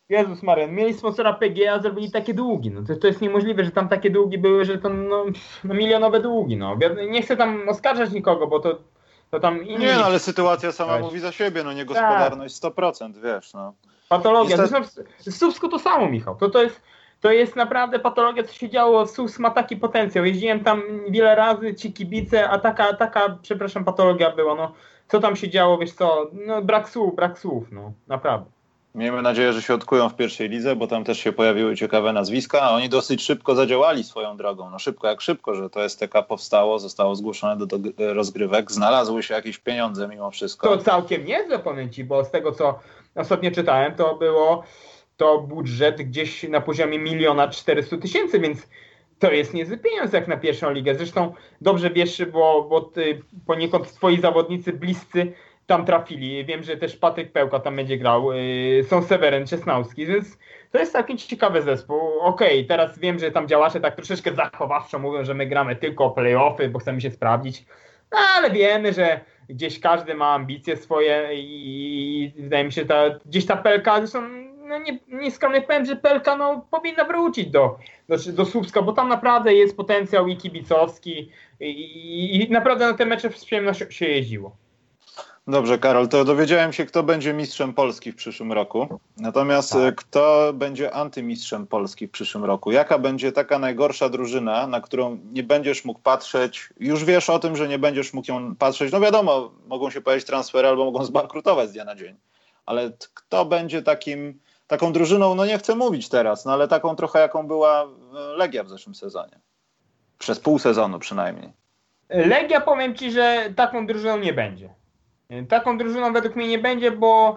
Jezus Maria, mieli sponsora P G A, zrobili takie długi. No to, to jest niemożliwe, że tam takie długi były, że to no, no milionowe długi. No. Nie chcę tam oskarżać nikogo, bo to, to tam inni... Nie, no ale sytuacja sama Weź. mówi za siebie, no niegospodarność sto procent, wiesz, no. Patologia. Jest Zresztą w Słupsku to samo, Michał. To, to, jest, to jest naprawdę patologia, co się działo. Słupsk ma taki potencjał. Jeździłem tam wiele razy, ci kibice, a taka, taka, przepraszam, patologia była. No, co tam się działo, wiesz co, no brak słów, brak słów, no, naprawdę. Miejmy nadzieję, że się odkują w pierwszej lidze, bo tam też się pojawiły ciekawe nazwiska, a oni dosyć szybko zadziałali swoją drogą. No szybko jak szybko, że to S T K powstało, zostało zgłoszone do, do rozgrywek, znalazły się jakieś pieniądze mimo wszystko. To całkiem niezłe, powiem ci, bo z tego, co ostatnio czytałem, to było to budżet gdzieś na poziomie miliona czterystu tysięcy, więc to jest niezły pieniądz jak na pierwszą ligę. Zresztą dobrze wiesz, bo, bo ty, poniekąd twoi zawodnicy bliscy tam trafili. Wiem, że też Patryk Pełka tam będzie grał. Yy, są Seweryn Czesnauski, więc to jest taki ciekawy zespół. Okej, okay, teraz wiem, że tam działacze tak troszeczkę zachowawczo mówią, że my gramy tylko o play-offy, bo chcemy się sprawdzić. No ale wiemy, że gdzieś każdy ma ambicje swoje i, i wydaje mi się, że ta, gdzieś ta P L K, zresztą no nie, nieskromnie powiem, że P L K no, powinna wrócić do, do, do Słupska, bo tam naprawdę jest potencjał i kibicowski i, i, i naprawdę na te mecze z przyjemnością się jeździło. Dobrze, Karol, to dowiedziałem się, kto będzie mistrzem Polski w przyszłym roku. Natomiast tak. Kto będzie antymistrzem Polski w przyszłym roku? Jaka będzie taka najgorsza drużyna, na którą nie będziesz mógł patrzeć? Już wiesz o tym, że nie będziesz mógł ją patrzeć. No wiadomo, mogą się pojawić transfery albo mogą zbankrutować z dnia na dzień. Ale kto będzie takim, taką drużyną, no nie chcę mówić teraz, no ale taką trochę jaką była Legia w zeszłym sezonie. Przez pół sezonu przynajmniej. Legia, powiem ci, że taką drużyną nie będzie. Taką drużyną według mnie nie będzie, bo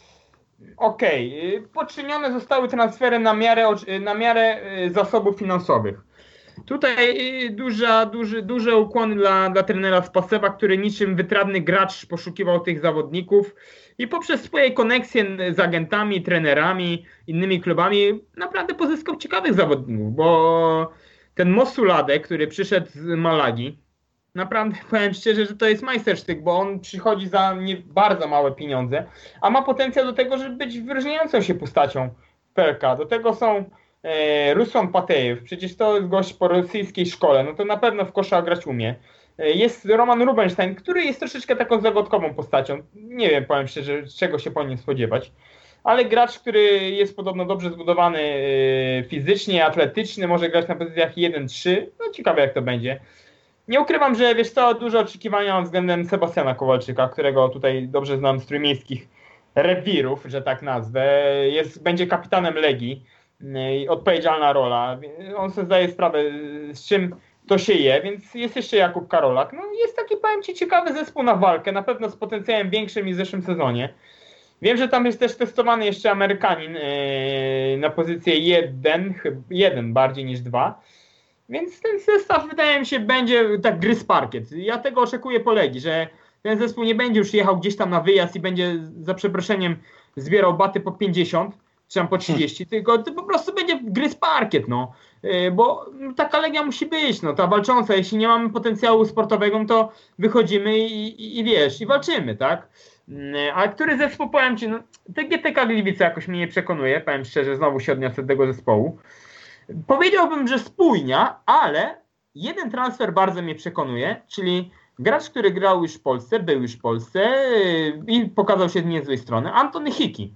okej, okay, poczynione zostały transfery na miarę, na miarę zasobów finansowych. Tutaj duża, duży, duże ukłony dla, dla trenera Spasewa, który niczym wytrawny gracz poszukiwał tych zawodników i poprzez swoje koneksje z agentami, trenerami, innymi klubami naprawdę pozyskał ciekawych zawodników, bo ten Mosulade, który przyszedł z Malagi, naprawdę powiem szczerze, że to jest majstersztyk, bo on przychodzi za nie bardzo małe pieniądze, a ma potencjał do tego, żeby być wyróżniającą się postacią w P L K. Do tego są e, Ruslan Patejew, przecież to jest gość po rosyjskiej szkole, no to na pewno w kosza grać umie. E, jest Roman Rubenstein, który jest troszeczkę taką zagadkową postacią. Nie wiem, powiem szczerze, czego się po nim spodziewać. Ale gracz, który jest podobno dobrze zbudowany e, fizycznie, atletyczny, może grać na pozycjach jeden trzy. No ciekawe jak to będzie. Nie ukrywam, że wiesz co, duże oczekiwania względem Sebastiana Kowalczyka, którego tutaj dobrze znam z trójmiejskich rewirów, że tak nazwę. Jest, będzie kapitanem Legii, odpowiedzialna rola. On sobie zdaje sprawę, z czym to się je, więc jest jeszcze Jakub Karolak. No jest taki, powiem ci, ciekawy zespół na walkę, na pewno z potencjałem większym niż w zeszłym sezonie. Wiem, że tam jest też testowany jeszcze Amerykanin na pozycję jeden, jeden bardziej niż dwa. Więc ten zestaw, wydaje mi się, będzie tak gry z parkiet. Ja tego oczekuję po Legii, że ten zespół nie będzie już jechał gdzieś tam na wyjazd i będzie za przeproszeniem zbierał baty po pięćdziesiąt, czy tam po trzydzieści, tylko to po prostu będzie gry z parkiet, no. Bo taka Legia musi być, no, ta walcząca. Jeśli nie mamy potencjału sportowego, to wychodzimy i, i, i wiesz, i walczymy, tak? A który zespół, powiem ci, no, T G T K Gliwice jakoś mnie nie przekonuje, powiem szczerze, znowu się odniosę do tego zespołu. Powiedziałbym, że spójnia, ale jeden transfer bardzo mnie przekonuje, czyli gracz, który grał już w Polsce, był już w Polsce i pokazał się z niezłej strony, Antony Hiki.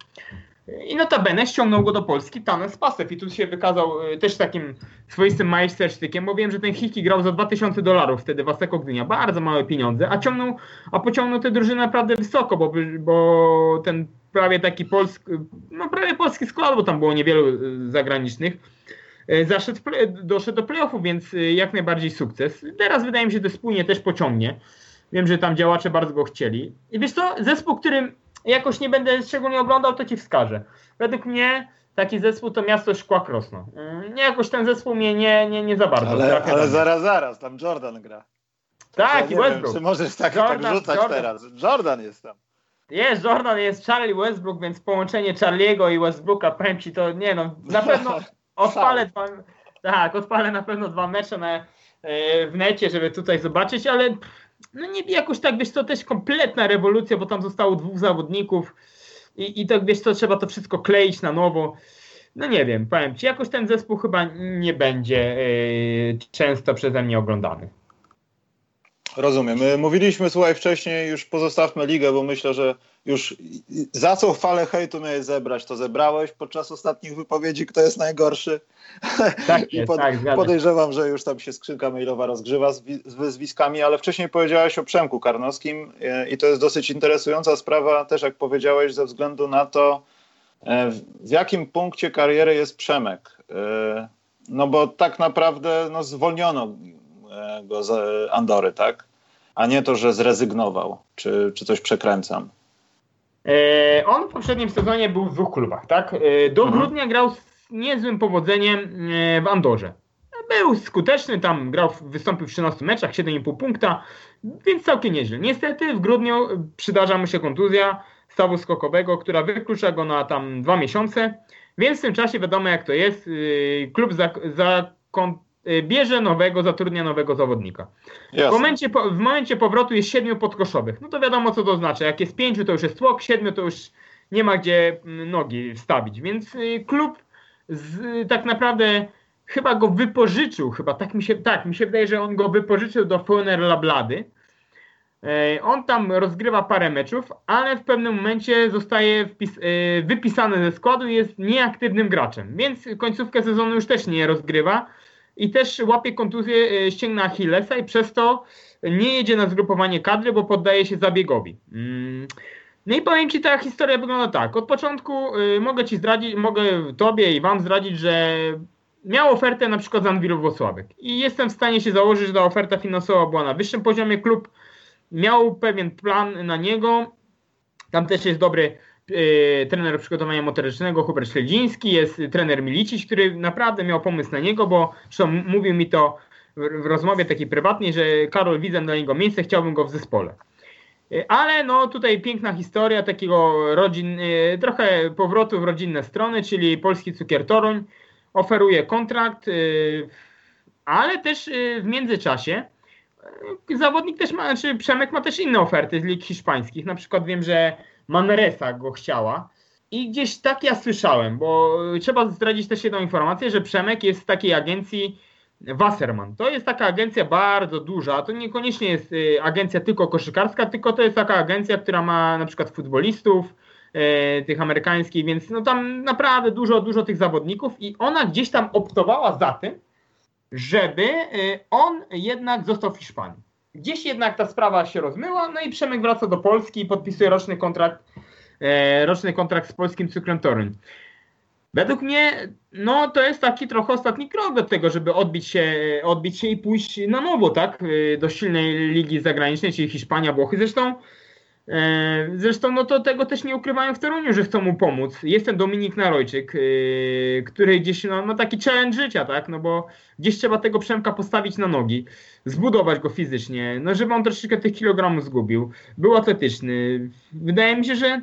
I notabene ściągnął go do Polski Tanes Spasew i tu się wykazał też takim swoistym majstersztykiem, bo wiem, że ten Hiki grał za dwa tysiące dolarów wtedy w Asseco Gdynia, bardzo małe pieniądze, a ciągnął, a pociągnął tę drużynę naprawdę wysoko, bo, bo ten prawie taki polski, no prawie polski skład, bo tam było niewielu zagranicznych, Zaszedł, doszedł do playoffów, więc jak najbardziej sukces. Teraz wydaje mi się, że to spójnie też pociągnie. Wiem, że tam działacze bardzo go chcieli. I wiesz co, zespół, którym jakoś nie będę szczególnie oglądał, to ci wskażę. Według mnie taki zespół to Miasto Szkła Krosno. Nie, jakoś ten zespół mnie nie, nie, nie za bardzo. Ale, ale zaraz, zaraz, tam Jordan gra. Tak, ja i Westbrook. Wiem, czy możesz tak, Jordan, tak rzucać Jordan. teraz? Jordan jest tam. Jest, Jordan jest Charlie Westbrook, więc połączenie Charliego i Westbrooka, powiem ci, to nie no, na pewno odpalę dwa, tak, odpalę na pewno dwa mecze na, w necie, żeby tutaj zobaczyć, ale no nie jakoś tak, wiesz, to też kompletna rewolucja, bo tam zostało dwóch zawodników. i, i tak wiesz co, trzeba to wszystko kleić na nowo. No nie wiem, powiem ci, jakoś ten zespół chyba nie będzie yy, często przeze mnie oglądany. Rozumiem. My mówiliśmy, słuchaj, wcześniej, już pozostawmy ligę, bo myślę, że już za co falę hejtu miałeś zebrać, to zebrałeś podczas ostatnich wypowiedzi, kto jest najgorszy. Tak jest, pod, tak, podejrzewam, że już tam się skrzynka mailowa rozgrzewa z, z wyzwiskami, ale wcześniej powiedziałeś o Przemku Karnowskim i to jest dosyć interesująca sprawa, też jak powiedziałeś, ze względu na to, w jakim punkcie kariery jest Przemek. No bo tak naprawdę no, zwolniono go z Andory, tak? A nie to, że zrezygnował. Czy, czy coś przekręcam? E, on w poprzednim sezonie był w dwóch klubach, tak? E, do mhm. grudnia grał z niezłym powodzeniem e, w Andorze. Był skuteczny, tam grał, wystąpił w trzynastu meczach, siedem i pół punkta, więc całkiem nieźle. Niestety w grudniu przydarza mu się kontuzja stawu skokowego, która wyklucza go na tam dwa miesiące, więc w tym czasie wiadomo jak to jest, e, klub za, za bierze nowego, zatrudnia nowego zawodnika. W momencie, w momencie powrotu jest siedmiu podkoszowych. No to wiadomo, co to znaczy. Jak jest pięciu, to już jest tłok, siedmiu to już nie ma gdzie nogi wstawić. Więc klub z, tak naprawdę chyba go wypożyczył. Chyba tak mi się, tak, mi się wydaje, że on go wypożyczył do Feuner Lablady. On tam rozgrywa parę meczów, ale w pewnym momencie zostaje wpis, wypisany ze składu i jest nieaktywnym graczem. Więc końcówkę sezonu już też nie rozgrywa. I też łapie kontuzję ścięgna Achillesa i przez to nie jedzie na zgrupowanie kadry, bo poddaje się zabiegowi. No i powiem ci, ta historia wygląda tak. Od początku mogę ci zdradzić, mogę tobie i wam zdradzić, że miał ofertę na przykład z Anwilu Włocławek. I jestem w stanie się założyć, że ta oferta finansowa była na wyższym poziomie. Klub miał pewien plan na niego. Tam też jest dobry trener przygotowania motorycznego Hubert Śledziński, jest trener Milicic, który naprawdę miał pomysł na niego, bo zresztą mówił mi to w rozmowie takiej prywatnej, że Karol, widzę dla niego miejsce, chciałbym go w zespole. Ale no tutaj piękna historia takiego rodzin, trochę powrotu w rodzinne strony, czyli Polski Cukier Toruń oferuje kontrakt, ale też w międzyczasie zawodnik też ma, czy Przemek ma też inne oferty z lig hiszpańskich, na przykład wiem, że Manresa go chciała i gdzieś tak ja słyszałem, bo trzeba zdradzić też jedną informację, że Przemek jest w takiej agencji Wasserman. To jest taka agencja bardzo duża, to niekoniecznie jest agencja tylko koszykarska, tylko to jest taka agencja, która ma na przykład futbolistów e, tych amerykańskich, więc no tam naprawdę dużo, dużo tych zawodników i ona gdzieś tam optowała za tym, żeby on jednak został w Hiszpanii. Gdzieś jednak ta sprawa się rozmyła, no i Przemek wraca do Polski i podpisuje roczny kontrakt, e, roczny kontrakt z Polskim Cukrem Toruń. Według mnie, no to jest taki trochę ostatni krok do tego, żeby odbić się, odbić się i pójść na nowo, tak, do silnej ligi zagranicznej, czyli Hiszpania, Włochy. Zresztą, e, zresztą no to tego też nie ukrywają w Toruniu, że chcą mu pomóc. Jest ten Dominik Narojczyk, e, który gdzieś no, ma taki challenge życia, tak, no bo gdzieś trzeba tego Przemka postawić na nogi, zbudować go fizycznie, no żeby on troszeczkę tych kilogramów zgubił. Był atletyczny. Wydaje mi się, że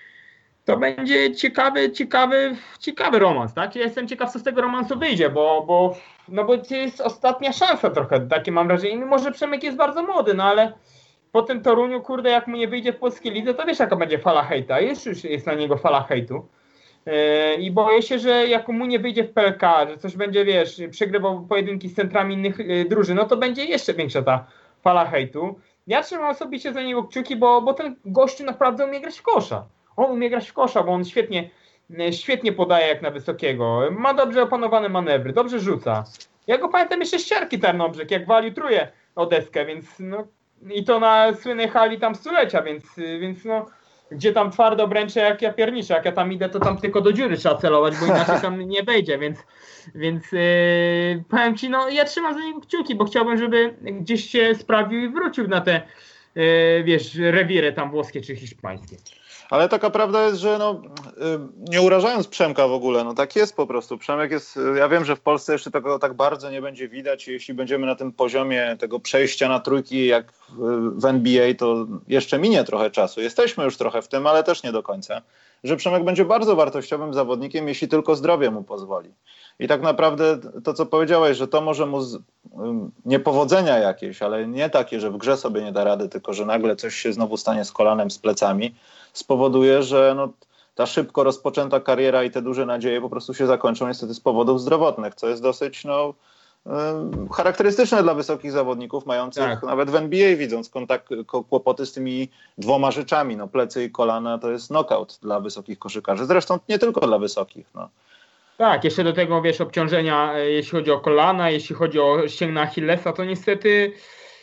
to będzie ciekawy, ciekawy, ciekawy romans, tak? Ja jestem ciekaw, co z tego romansu wyjdzie, bo, bo, no bo to jest ostatnia szansa trochę, takie mam wrażenie. Mimo, że Przemek jest bardzo młody, no ale po tym Toruniu, kurde, jak mu nie wyjdzie w polskiej lidze, to wiesz, jaka będzie fala hejta. Jest już jest na niego fala hejtu. Yy, I boję się, że jak mu nie wyjdzie w P L K, że coś będzie, wiesz, przegrywał pojedynki z centrami innych yy, drużyn, no to będzie jeszcze większa ta fala hejtu. Ja trzymam osobiście za niego kciuki, bo, bo ten gościu naprawdę umie grać w kosza. On umie grać w kosza, bo on świetnie, świetnie podaje jak na wysokiego. Ma dobrze opanowane manewry, dobrze rzuca. Ja go pamiętam jeszcze z Siarki Tarnobrzeg, jak waliutruje o deskę, więc no i to na słynnej hali tam stulecia, więc, więc no gdzie tam twardo obręcze jak ja pierniczę, jak ja tam idę, to tam tylko do dziury trzeba celować, bo inaczej tam nie wejdzie, więc, więc yy, powiem ci, no ja trzymam za niego kciuki, bo chciałbym, żeby gdzieś się sprawił i wrócił na te, yy, wiesz, rewiry tam włoskie czy hiszpańskie. Ale taka prawda jest, że no, nie urażając Przemka w ogóle, no tak jest po prostu. Przemek jest, ja wiem, że w Polsce jeszcze tego tak bardzo nie będzie widać. Jeśli będziemy na tym poziomie tego przejścia na trójki jak w N B A, to jeszcze minie trochę czasu. Jesteśmy już trochę w tym, ale też nie do końca. Że Przemek będzie bardzo wartościowym zawodnikiem, jeśli tylko zdrowie mu pozwoli. I tak naprawdę to, co powiedziałeś, że to może mu z, niepowodzenia jakieś, ale nie takie, że w grze sobie nie da rady, tylko że nagle coś się znowu stanie z kolanem, z plecami, spowoduje, że no, ta szybko rozpoczęta kariera i te duże nadzieje po prostu się zakończą niestety z powodów zdrowotnych, co jest dosyć no, charakterystyczne dla wysokich zawodników, mających tak. nawet w N B A, widząc kontakt, kłopoty z tymi dwoma rzeczami, no plecy i kolana, to jest knockout dla wysokich koszykarzy, zresztą nie tylko dla wysokich. No. Tak, jeszcze do tego, wiesz, obciążenia, jeśli chodzi o kolana, jeśli chodzi o ścięgna Achillesa, to niestety,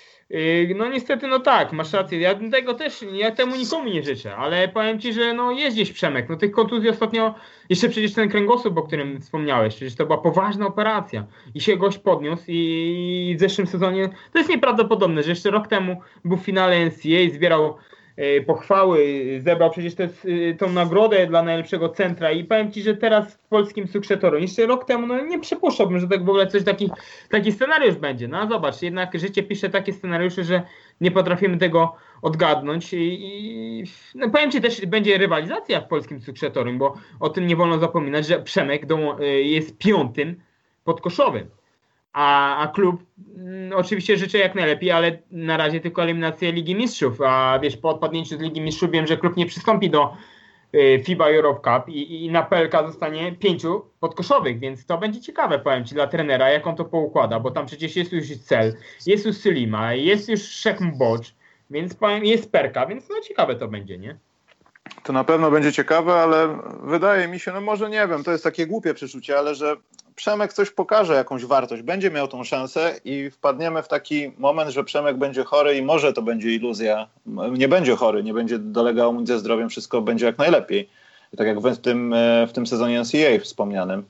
no niestety, no tak, masz rację, ja tego też, ja temu nikomu nie życzę, ale powiem Ci, że no jest gdzieś Przemek, no tych kontuzji ostatnio, jeszcze przecież ten kręgosłup, o którym wspomniałeś, przecież to była poważna operacja i się gość podniósł i w zeszłym sezonie, to jest nieprawdopodobne, że jeszcze rok temu był w finale N C A A, zbierał pochwały, zebrał przecież te, tą nagrodę dla najlepszego centra i powiem Ci, że teraz w polskim cukrze-toru, jeszcze rok temu, no nie przypuszczałbym, że tak w ogóle coś taki, taki scenariusz będzie. No zobacz, jednak życie pisze takie scenariusze, że nie potrafimy tego odgadnąć i, i no powiem Ci, też będzie rywalizacja w polskim cukrze-toru, bo o tym nie wolno zapominać, że Przemek do, jest piątym podkoszowym. A, a klub m, oczywiście życzę jak najlepiej, ale na razie tylko eliminację Ligi Mistrzów, a wiesz, po odpadnięciu z Ligi Mistrzów wiem, że klub nie przystąpi do y, FIBA Europe Cup i, i na P L K zostanie pięciu podkoszowych, więc to będzie ciekawe, powiem Ci, dla trenera, jak on to poukłada, bo tam przecież jest już Cel, jest już Sylima, jest już Szekm Bocz, więc powiem, jest Perka, więc no ciekawe to będzie, nie? To na pewno będzie ciekawe, ale wydaje mi się, no może nie wiem, to jest takie głupie przeczucie, ale że Przemek coś pokaże, jakąś wartość, będzie miał tą szansę i wpadniemy w taki moment, że Przemek będzie chory i może to będzie iluzja. Nie będzie chory, nie będzie dolegało mu ze zdrowiem, wszystko będzie jak najlepiej. Tak jak w tym, w tym sezonie N C A A wspomnianym,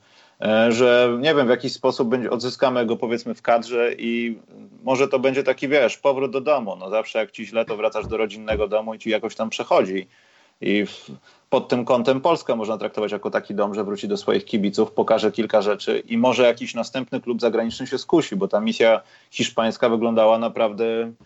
że nie wiem, w jakiś sposób będzie, odzyskamy go powiedzmy w kadrze i może to będzie taki, wiesz, powrót do domu. No zawsze jak ci źle, to wracasz do rodzinnego domu i ci jakoś tam przechodzi. I w, pod tym kątem Polskę można traktować jako taki dom, że wróci do swoich kibiców, pokaże kilka rzeczy i może jakiś następny klub zagraniczny się skusi, bo ta misja hiszpańska wyglądała naprawdę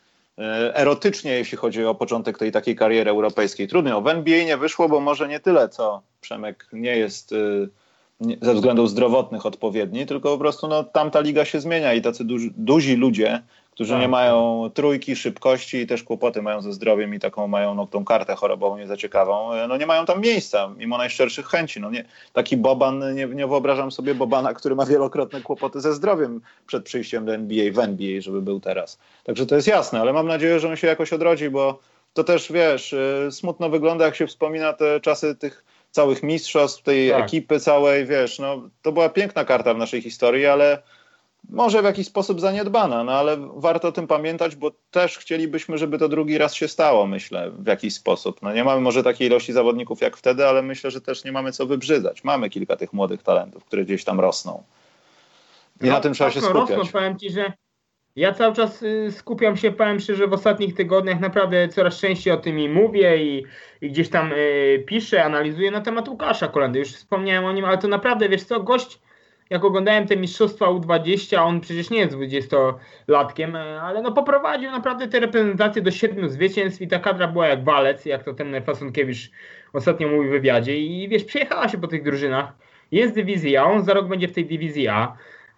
e, erotycznie, jeśli chodzi o początek tej takiej kariery europejskiej. Trudno, w N B A nie wyszło, bo może nie tyle, co Przemek nie jest e, nie, ze względów zdrowotnych odpowiedni, tylko po prostu no, tamta liga się zmienia i tacy duży, duzi ludzie, którzy tak, nie mają trójki, szybkości i też kłopoty mają ze zdrowiem i taką mają no, tą kartę chorobową nie za ciekawą, no nie mają tam miejsca, mimo najszczerszych chęci. No, nie, taki Boban, nie, nie wyobrażam sobie Bobana, który ma wielokrotne kłopoty ze zdrowiem przed przyjściem do N B A, w N B A, żeby był teraz. Także to jest jasne, ale mam nadzieję, że on się jakoś odrodzi, bo to też, wiesz, smutno wygląda, jak się wspomina te czasy tych całych mistrzostw, tej tak. ekipy całej, wiesz, no to była piękna karta w naszej historii, ale może w jakiś sposób zaniedbana, no ale warto o tym pamiętać, bo też chcielibyśmy, żeby to drugi raz się stało, myślę, w jakiś sposób. No nie mamy może takiej ilości zawodników jak wtedy, ale myślę, że też nie mamy co wybrzydzać. Mamy kilka tych młodych talentów, które gdzieś tam rosną. I no, na tym trzeba tak, się skupiać. Rosną, powiem Ci, że ja cały czas y, skupiam się, powiem szczerze, w ostatnich tygodniach naprawdę coraz częściej o tym i mówię i, i gdzieś tam y, piszę, analizuję na temat Łukasza Kolendy. Już wspomniałem o nim, ale to naprawdę, wiesz co, gość, jak oglądałem te mistrzostwa U dwadzieścia, on przecież nie jest dwudziestolatkiem, ale no poprowadził naprawdę te reprezentacje do siedmiu zwycięstw i ta kadra była jak walec, jak to ten Fasunkiewicz ostatnio mówił w wywiadzie i wiesz, przejechała się po tych drużynach. Jest dywizja A, on za rok będzie w tej dywizji A.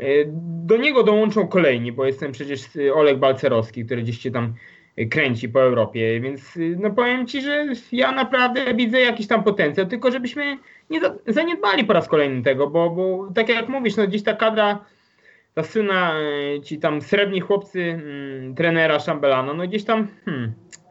Do niego dołączą kolejni, bo jestem przecież Oleg Balcerowski, który gdzieś się tam kręci po Europie, więc no powiem Ci, że ja naprawdę widzę jakiś tam potencjał, tylko żebyśmy nie zaniedbali po raz kolejny tego, bo, bo tak jak mówisz, no gdzieś ta kadra, ta syna, ci tam srebrni chłopcy mm, trenera Szambelana, no gdzieś tam hmm,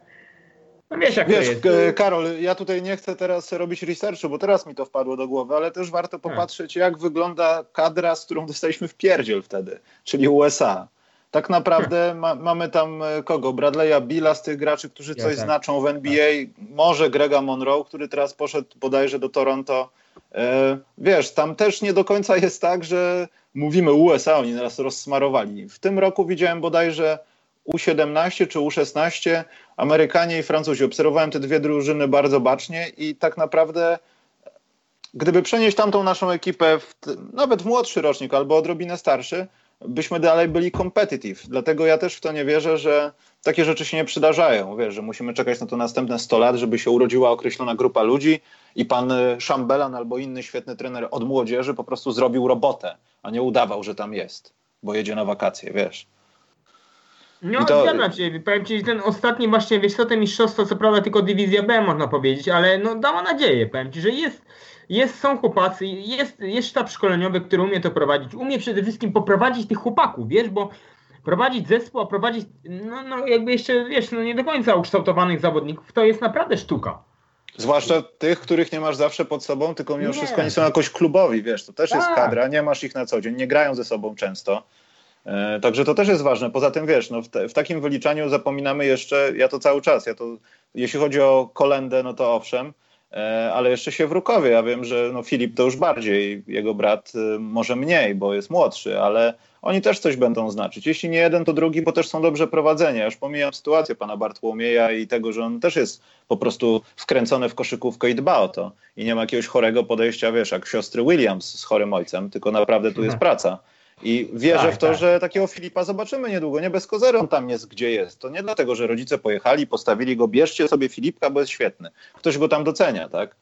no wiesz jak wiesz, to jest. Karol, ja tutaj nie chcę teraz robić researchu, bo teraz mi to wpadło do głowy, ale też warto popatrzeć, jak wygląda kadra, z którą dostaliśmy w pierdziel wtedy, czyli U S A. Tak naprawdę ma, mamy tam kogo? Bradley'a Billa z tych graczy, którzy ja coś tak. znaczą w N B A. Tak. Może Grega Monroe, który teraz poszedł bodajże do Toronto. E, wiesz, tam też nie do końca jest tak, że mówimy U S A, oni nas rozsmarowali. W tym roku widziałem bodajże U siedemnaście czy U szesnaście, Amerykanie i Francuzi. Obserwowałem te dwie drużyny bardzo bacznie i tak naprawdę gdyby przenieść tamtą naszą ekipę w, nawet w młodszy rocznik albo odrobinę starszy, byśmy dalej byli competitive. Dlatego ja też w to nie wierzę, że takie rzeczy się nie przydarzają. Wiesz, że musimy czekać na to następne sto lat, żeby się urodziła określona grupa ludzi i pan Szambelan albo inny świetny trener od młodzieży po prostu zrobił robotę, a nie udawał, że tam jest, bo jedzie na wakacje, wiesz. No, to... zgadzam się. Powiem ci, że ten ostatni właśnie, wiesz co, te mistrzostwo, co prawda tylko dywizja B można powiedzieć, ale no dało nadzieję. Powiem ci, że jest, jest, są chłopacy, jest, jest sztab szkoleniowy, który umie to prowadzić. Umie przede wszystkim poprowadzić tych chłopaków, wiesz, bo prowadzić zespół, a prowadzić, no, no jakby jeszcze, wiesz, no nie do końca ukształtowanych zawodników, to jest naprawdę sztuka. Zwłaszcza tych, których nie masz zawsze pod sobą, tylko mimo Nie. wszystko oni są jakoś klubowi, wiesz, to też Tak. jest kadra, nie masz ich na co dzień, nie grają ze sobą często. E, także to też jest ważne. Poza tym, wiesz, no w, te, w takim wyliczaniu zapominamy jeszcze, ja to cały czas, ja to, jeśli chodzi o Kolendę, no to owszem, e, ale jeszcze Siewrukowie, ja wiem, że no Filip to już bardziej, jego brat e, może mniej, bo jest młodszy, ale oni też coś będą znaczyć. Jeśli nie jeden, to drugi, bo też są dobrze prowadzeni. Ja już pomijam sytuację pana Bartłomieja i tego, że on też jest po prostu wkręcony w koszykówkę i dba o to. I nie ma jakiegoś chorego podejścia, wiesz, jak siostry Williams z chorym ojcem, tylko naprawdę tu jest praca. I wierzę Tak, w to, tak. że takiego Filipa zobaczymy niedługo. Nie bez kozery on tam jest, gdzie jest. To nie dlatego, że rodzice pojechali, postawili go, bierzcie sobie Filipka, bo jest świetny. Ktoś go tam docenia, tak?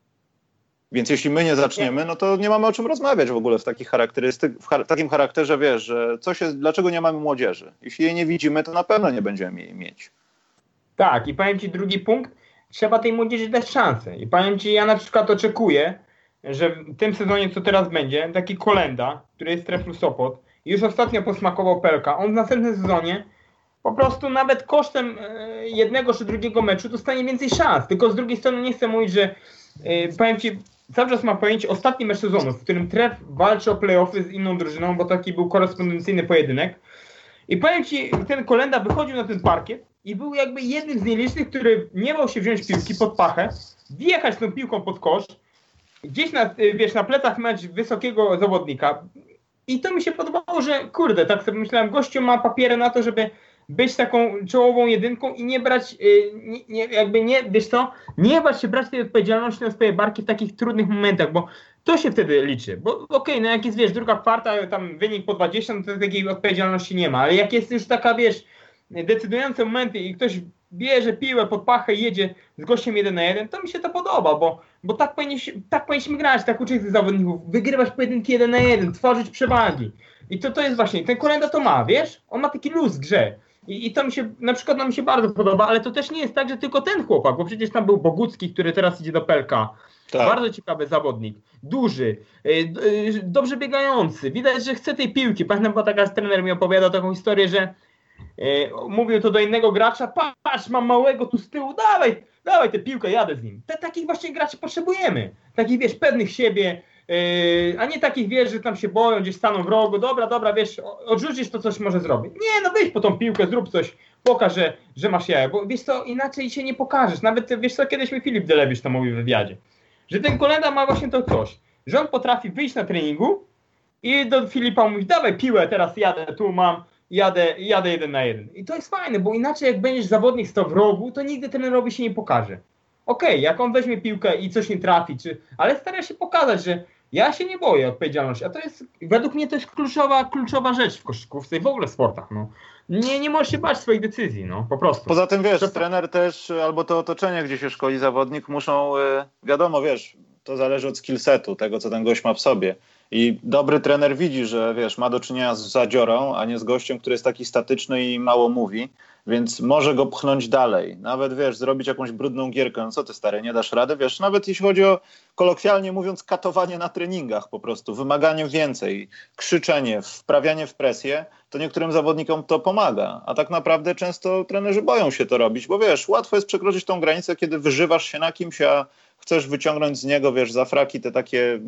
Więc jeśli my nie zaczniemy, no to nie mamy o czym rozmawiać w ogóle w, takich charakterystyk, w, char- w takim charakterze, wiesz, że coś jest, dlaczego nie mamy młodzieży? Jeśli jej nie widzimy, to na pewno nie będziemy jej mieć. Tak, i powiem ci drugi punkt, trzeba tej młodzieży dać szansę. I powiem ci, ja na przykład oczekuję, że w tym sezonie, co teraz będzie, taki Kolenda, który jest Treflu Sopot, już ostatnio posmakował Pelka, on w następnym sezonie po prostu nawet kosztem e, jednego czy drugiego meczu dostanie więcej szans. Tylko z drugiej strony nie chcę mówić, że e, powiem ci, cały czas mam pojęcie ostatni mecz sezonu, w którym Tref walczy o play-offy z inną drużyną, bo taki był korespondencyjny pojedynek. I powiem ci, ten Kolenda wychodził na ten parkiet i był jakby jednym z nielicznych, który nie bał się wziąć piłki pod pachę, wjechać tą piłką pod kosz, gdzieś na, wiesz, na plecach mecz wysokiego zawodnika. I to mi się podobało, że kurde, tak sobie myślałem, gościu ma papiery na to, żeby być taką czołową jedynką i nie brać, yy, nie, nie, jakby nie, wiesz co, nie bać się brać tej odpowiedzialności na swoje barki w takich trudnych momentach, bo to się wtedy liczy. Bo okej, okay, no jak jest, wiesz, druga kwarta, tam wynik po dwadzieścia, no to takiej odpowiedzialności nie ma, ale jak jest już taka, wiesz, decydujące momenty i ktoś bierze piłę pod pachę i jedzie z gościem jeden na jeden, to mi się to podoba, bo, bo tak, powinniś, tak powinniśmy grać, tak uczyć tych zawodników, wygrywać pojedynki jeden na jeden, tworzyć przewagi. I to, to jest właśnie, ten Kolenda to ma, wiesz, on ma taki luz w grze. I, I to mi się, na przykład nam się bardzo podoba, ale to też nie jest tak, że tylko ten chłopak, bo przecież tam był Bogucki, który teraz idzie do Pelka. Tak. Bardzo ciekawy zawodnik, duży, yy, yy, dobrze biegający, widać, że chce tej piłki. Pamiętam, bo taka trener mi opowiadał taką historię, że yy, mówił to do innego gracza, patrz, mam małego tu z tyłu, dawaj, dawaj tę piłkę, jadę z nim. Te, takich właśnie graczy potrzebujemy, takich, wiesz, pewnych siebie, Yy, a nie takich, wiesz, że tam się boją, gdzieś staną w rogu, dobra, dobra, wiesz, odrzucisz, to coś może zrobić. Nie, no wyjdź po tą piłkę, zrób coś, pokaż, że, że masz jaja, bo wiesz co, inaczej się nie pokażesz. Nawet, wiesz co, kiedyś mi Filip Delewicz to mówił w wywiadzie, że ten Kolenda ma właśnie to coś, że on potrafi wyjść na treningu i do Filipa mówić, dawaj piłę, teraz jadę, tu mam, jadę, jadę jeden na jeden. I to jest fajne, bo inaczej jak będziesz zawodnik stał w rogu, to nigdy trenerowi się nie pokaże. Okej, okay, jak on weźmie piłkę i coś nie trafi, czy, ale stara się pokazać, że ja się nie boję odpowiedzialności, a to jest, według mnie to jest kluczowa, kluczowa rzecz w koszykówce i w ogóle w sportach, no. Nie, nie możesz się bać swoich decyzji, no, po prostu. Poza tym, wiesz, to... trener też, albo to otoczenie, gdzie się szkoli zawodnik, muszą, wiadomo, wiesz, to zależy od skillsetu, tego, co ten gość ma w sobie. I dobry trener widzi, że, wiesz, ma do czynienia z zadziorą, a nie z gościem, który jest taki statyczny i mało mówi, więc może go pchnąć dalej. Nawet, wiesz, zrobić jakąś brudną gierkę. No co ty, stary, nie dasz rady? Wiesz, nawet jeśli chodzi o, kolokwialnie mówiąc, katowanie na treningach po prostu, wymaganie więcej, krzyczenie, wprawianie w presję, to niektórym zawodnikom to pomaga. A tak naprawdę często trenerzy boją się to robić, bo wiesz, łatwo jest przekroczyć tą granicę, kiedy wyżywasz się na kimś, a chcesz wyciągnąć z niego, wiesz, za fraki te takie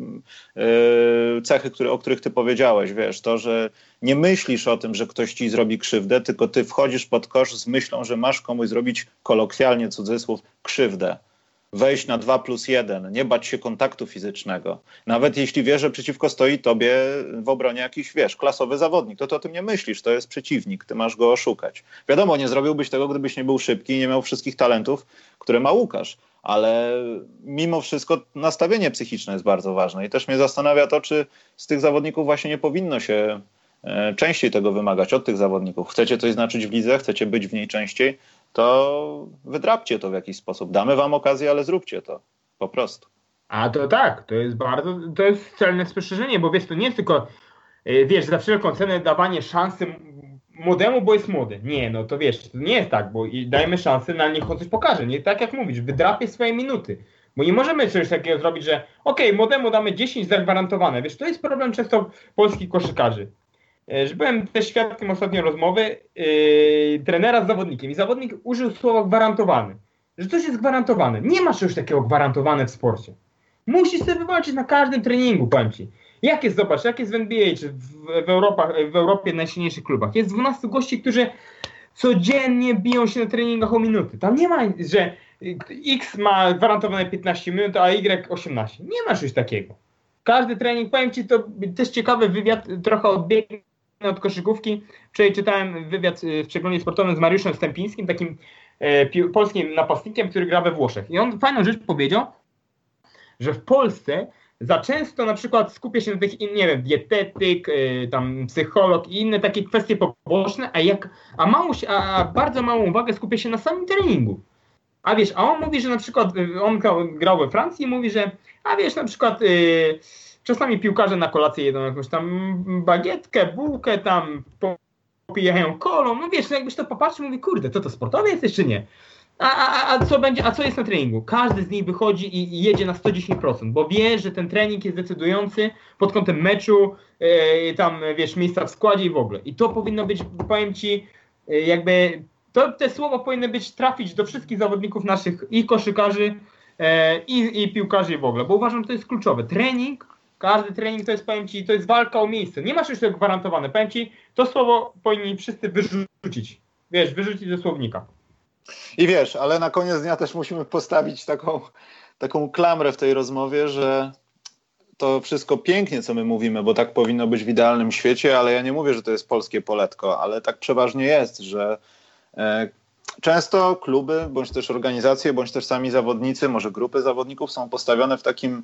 yy, cechy, które, o których ty powiedziałeś, wiesz, to, że nie myślisz o tym, że ktoś ci zrobi krzywdę, tylko ty wchodzisz pod kosz z myślą, że masz komuś zrobić, kolokwialnie cudzysłów, krzywdę. Wejść na dwa plus jeden, nie bać się kontaktu fizycznego. Nawet jeśli wiesz, że przeciwko stoi tobie w obronie jakiś, wiesz, klasowy zawodnik, to ty o tym nie myślisz, to jest przeciwnik, ty masz go oszukać. Wiadomo, nie zrobiłbyś tego, gdybyś nie był szybki i nie miał wszystkich talentów, które ma Łukasz. Ale mimo wszystko nastawienie psychiczne jest bardzo ważne i też mnie zastanawia to, czy z tych zawodników właśnie nie powinno się e, częściej tego wymagać od tych zawodników. Chcecie coś znaczyć w lidze, chcecie być w niej częściej, to wydrapcie to w jakiś sposób. Damy wam okazję, ale zróbcie to. Po prostu. A to tak, to jest bardzo, to jest celne spostrzeżenie, bo wiesz, to nie jest tylko, wiesz, za wszelką cenę dawanie szansy młodemu, bo jest młody. Nie, no to wiesz, to nie jest tak, bo i dajmy szansę, na niech on coś pokaże. Nie tak jak mówisz, wydrapie swoje minuty. Bo nie możemy czegoś takiego zrobić, że okej, okay, młodemu damy dziesięć zagwarantowane. Wiesz, to jest problem często polskich koszykarzy. Że byłem też świadkiem ostatnio rozmowy yy, trenera z zawodnikiem i zawodnik użył słowa gwarantowany. Że coś jest gwarantowane. Nie ma czegoś takiego gwarantowane w sporcie. Musisz sobie wywalczyć na każdym treningu, powiem ci. Jak jest, zobacz, jak jest w N B A, czy w, w, Europach, w Europie, w najsilniejszych klubach. Jest dwunastu gości, którzy codziennie biją się na treningach o minuty. Tam nie ma, że X ma gwarantowane piętnaście minut, a Y osiemnaście. Nie ma czegoś takiego. Każdy trening, powiem ci, to też ciekawy wywiad, trochę odbiegnę od koszykówki. Wczoraj czytałem wywiad w przeglądzie sportowym z Mariuszem Stępińskim, takim e, pi- polskim napastnikiem, który gra we Włoszech. I on fajną rzecz powiedział, że w Polsce za często na przykład skupia się na tych, nie wiem, dietetyk, yy, tam psycholog i inne takie kwestie poboczne, a, jak, a, mało się, a bardzo małą uwagę skupia się na samym treningu. A wiesz, a on mówi, że na przykład, on grał we Francji i mówi, że a wiesz, na przykład yy, czasami piłkarze na kolację jedzą jakąś tam bagietkę, bułkę, tam popijają kolą, no wiesz, jakbyś to popatrzył, mówi, kurde, to to sportowy jesteś czy nie? A, a, a co będzie, a co jest na treningu? Każdy z nich wychodzi i, i jedzie na sto dziesięć procent, bo wie, że ten trening jest decydujący pod kątem meczu, yy, tam wiesz, miejsca w składzie i w ogóle. I to powinno być, powiem ci, yy, jakby to, te słowa powinny być, trafić do wszystkich zawodników naszych i koszykarzy, yy, i, i piłkarzy i w ogóle, bo uważam, że to jest kluczowe. Trening, każdy trening to jest, powiem ci, to jest walka o miejsce. Nie masz już tego gwarantowane. Powiem ci, to słowo powinni wszyscy wyrzucić. Wiesz, wyrzucić ze słownika. I wiesz, ale na koniec dnia też musimy postawić taką, taką klamrę w tej rozmowie, że to wszystko pięknie, co my mówimy, bo tak powinno być w idealnym świecie, ale ja nie mówię, że to jest polskie poletko, ale tak przeważnie jest, że e, często kluby, bądź też organizacje, bądź też sami zawodnicy, może grupy zawodników są postawione w takim,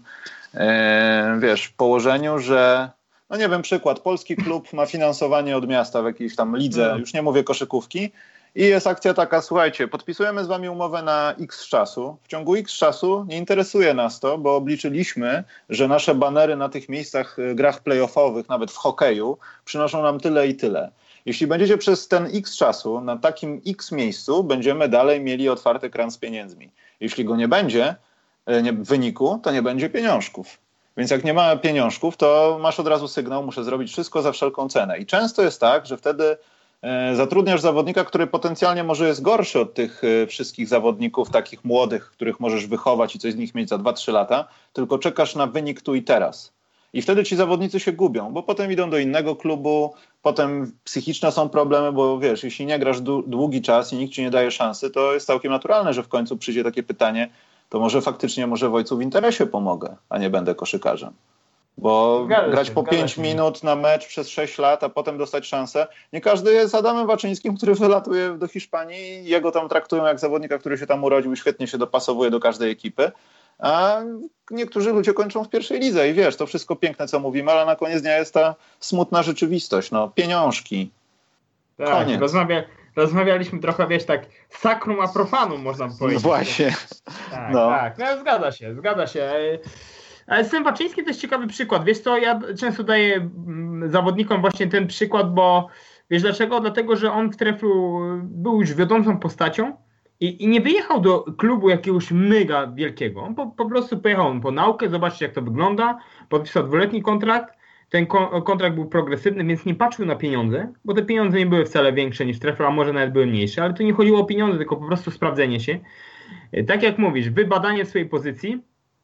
e, wiesz, położeniu, że no nie wiem, przykład, polski klub ma finansowanie od miasta w jakiejś tam lidze, no. Już nie mówię koszykówki, i jest akcja taka, słuchajcie, podpisujemy z wami umowę na X czasu. W ciągu X czasu nie interesuje nas to, bo obliczyliśmy, że nasze banery na tych miejscach, grach play-offowych, nawet w hokeju, przynoszą nam tyle i tyle. Jeśli będziecie przez ten X czasu na takim X miejscu, będziemy dalej mieli otwarty kran z pieniędzmi. Jeśli go nie będzie, nie, w wyniku, to nie będzie pieniążków. Więc jak nie ma pieniążków, to masz od razu sygnał, muszę zrobić wszystko za wszelką cenę. I często jest tak, że wtedy zatrudniasz zawodnika, który potencjalnie może jest gorszy od tych wszystkich zawodników takich młodych, których możesz wychować i coś z nich mieć za dwa trzy lata, tylko czekasz na wynik tu i teraz. I wtedy ci zawodnicy się gubią, bo potem idą do innego klubu, potem psychiczne są problemy, bo wiesz, jeśli nie grasz długi czas i nikt ci nie daje szansy, to jest całkiem naturalne, że w końcu przyjdzie takie pytanie, to może faktycznie, może w ojcu w interesie pomogę, a nie będę koszykarzem. Bo zgadza grać się, po pięć minut na mecz przez sześć lat, a potem dostać szansę. Nie każdy jest Adamem Waczyńskim, który wylatuje do Hiszpanii i jego tam traktują jak zawodnika, który się tam urodził i świetnie się dopasowuje do każdej ekipy. A niektórzy ludzie kończą w pierwszej lidze i wiesz, to wszystko piękne, co mówimy, ale na koniec dnia jest ta smutna rzeczywistość. No, pieniążki. Tak, koniec. Rozmawia, rozmawialiśmy trochę, wiesz, tak sacrum a profanum, można powiedzieć. No właśnie. Tak, no. tak. No, zgadza się, zgadza się. Ale z tym Waczyńskim to jest ciekawy przykład. Wiesz co, ja często daję zawodnikom właśnie ten przykład, bo wiesz dlaczego? Dlatego, że on w Treflu był już wiodącą postacią i, i nie wyjechał do klubu jakiegoś mega wielkiego. On po, po prostu pojechał po naukę, zobaczyć jak to wygląda, podpisał dwuletni kontrakt. Ten ko- kontrakt był progresywny, więc nie patrzył na pieniądze, bo te pieniądze nie były wcale większe niż Treflu, a może nawet były mniejsze, ale tu nie chodziło o pieniądze, tylko po prostu sprawdzenie się. Tak jak mówisz, wybadanie swojej pozycji.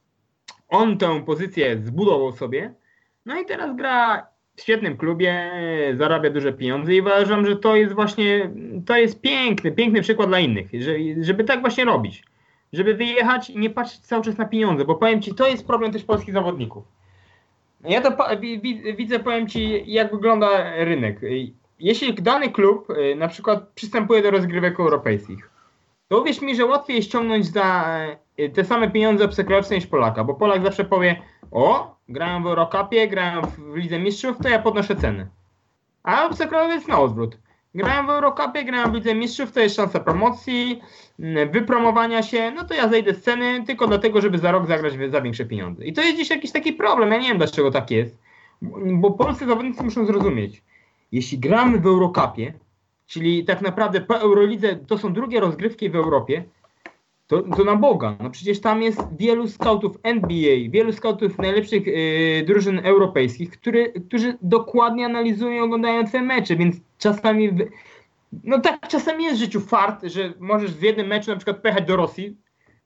On tę pozycję zbudował sobie, no i teraz gra w świetnym klubie, zarabia duże pieniądze i uważam, że to jest właśnie, to jest piękny, piękny przykład dla innych, że, żeby tak właśnie robić, żeby wyjechać i nie patrzeć cały czas na pieniądze, bo powiem Ci, to jest problem też polskich zawodników. Ja to pa- widzę, powiem Ci, jak wygląda rynek. Jeśli dany klub na przykład przystępuje do rozgrywek europejskich, to uwierz mi, że łatwiej jest ściągnąć za te same pieniądze obcokrajowce niż Polaka, bo Polak zawsze powie, o, grają w Eurocupie, grają w Lidze Mistrzów, to ja podnoszę ceny. A obcokrajowiec jest na odwrót. Grają w Eurocupie, grają w Lidze Mistrzów, to jest szansa promocji, wypromowania się, no to ja zejdę z ceny tylko dlatego, żeby za rok zagrać za większe pieniądze. I to jest dziś jakiś taki problem, ja nie wiem dlaczego tak jest, bo polscy zawodnicy muszą zrozumieć, jeśli gramy w Eurocupie, czyli tak naprawdę po Eurolidze to są drugie rozgrywki w Europie, to, to na Boga. No przecież tam jest wielu skautów N B A, wielu skautów najlepszych yy, drużyn europejskich, który, którzy dokładnie analizują i oglądają te mecze, więc czasami, w, no tak czasami jest w życiu fart, że możesz w jednym meczu na przykład pojechać do Rosji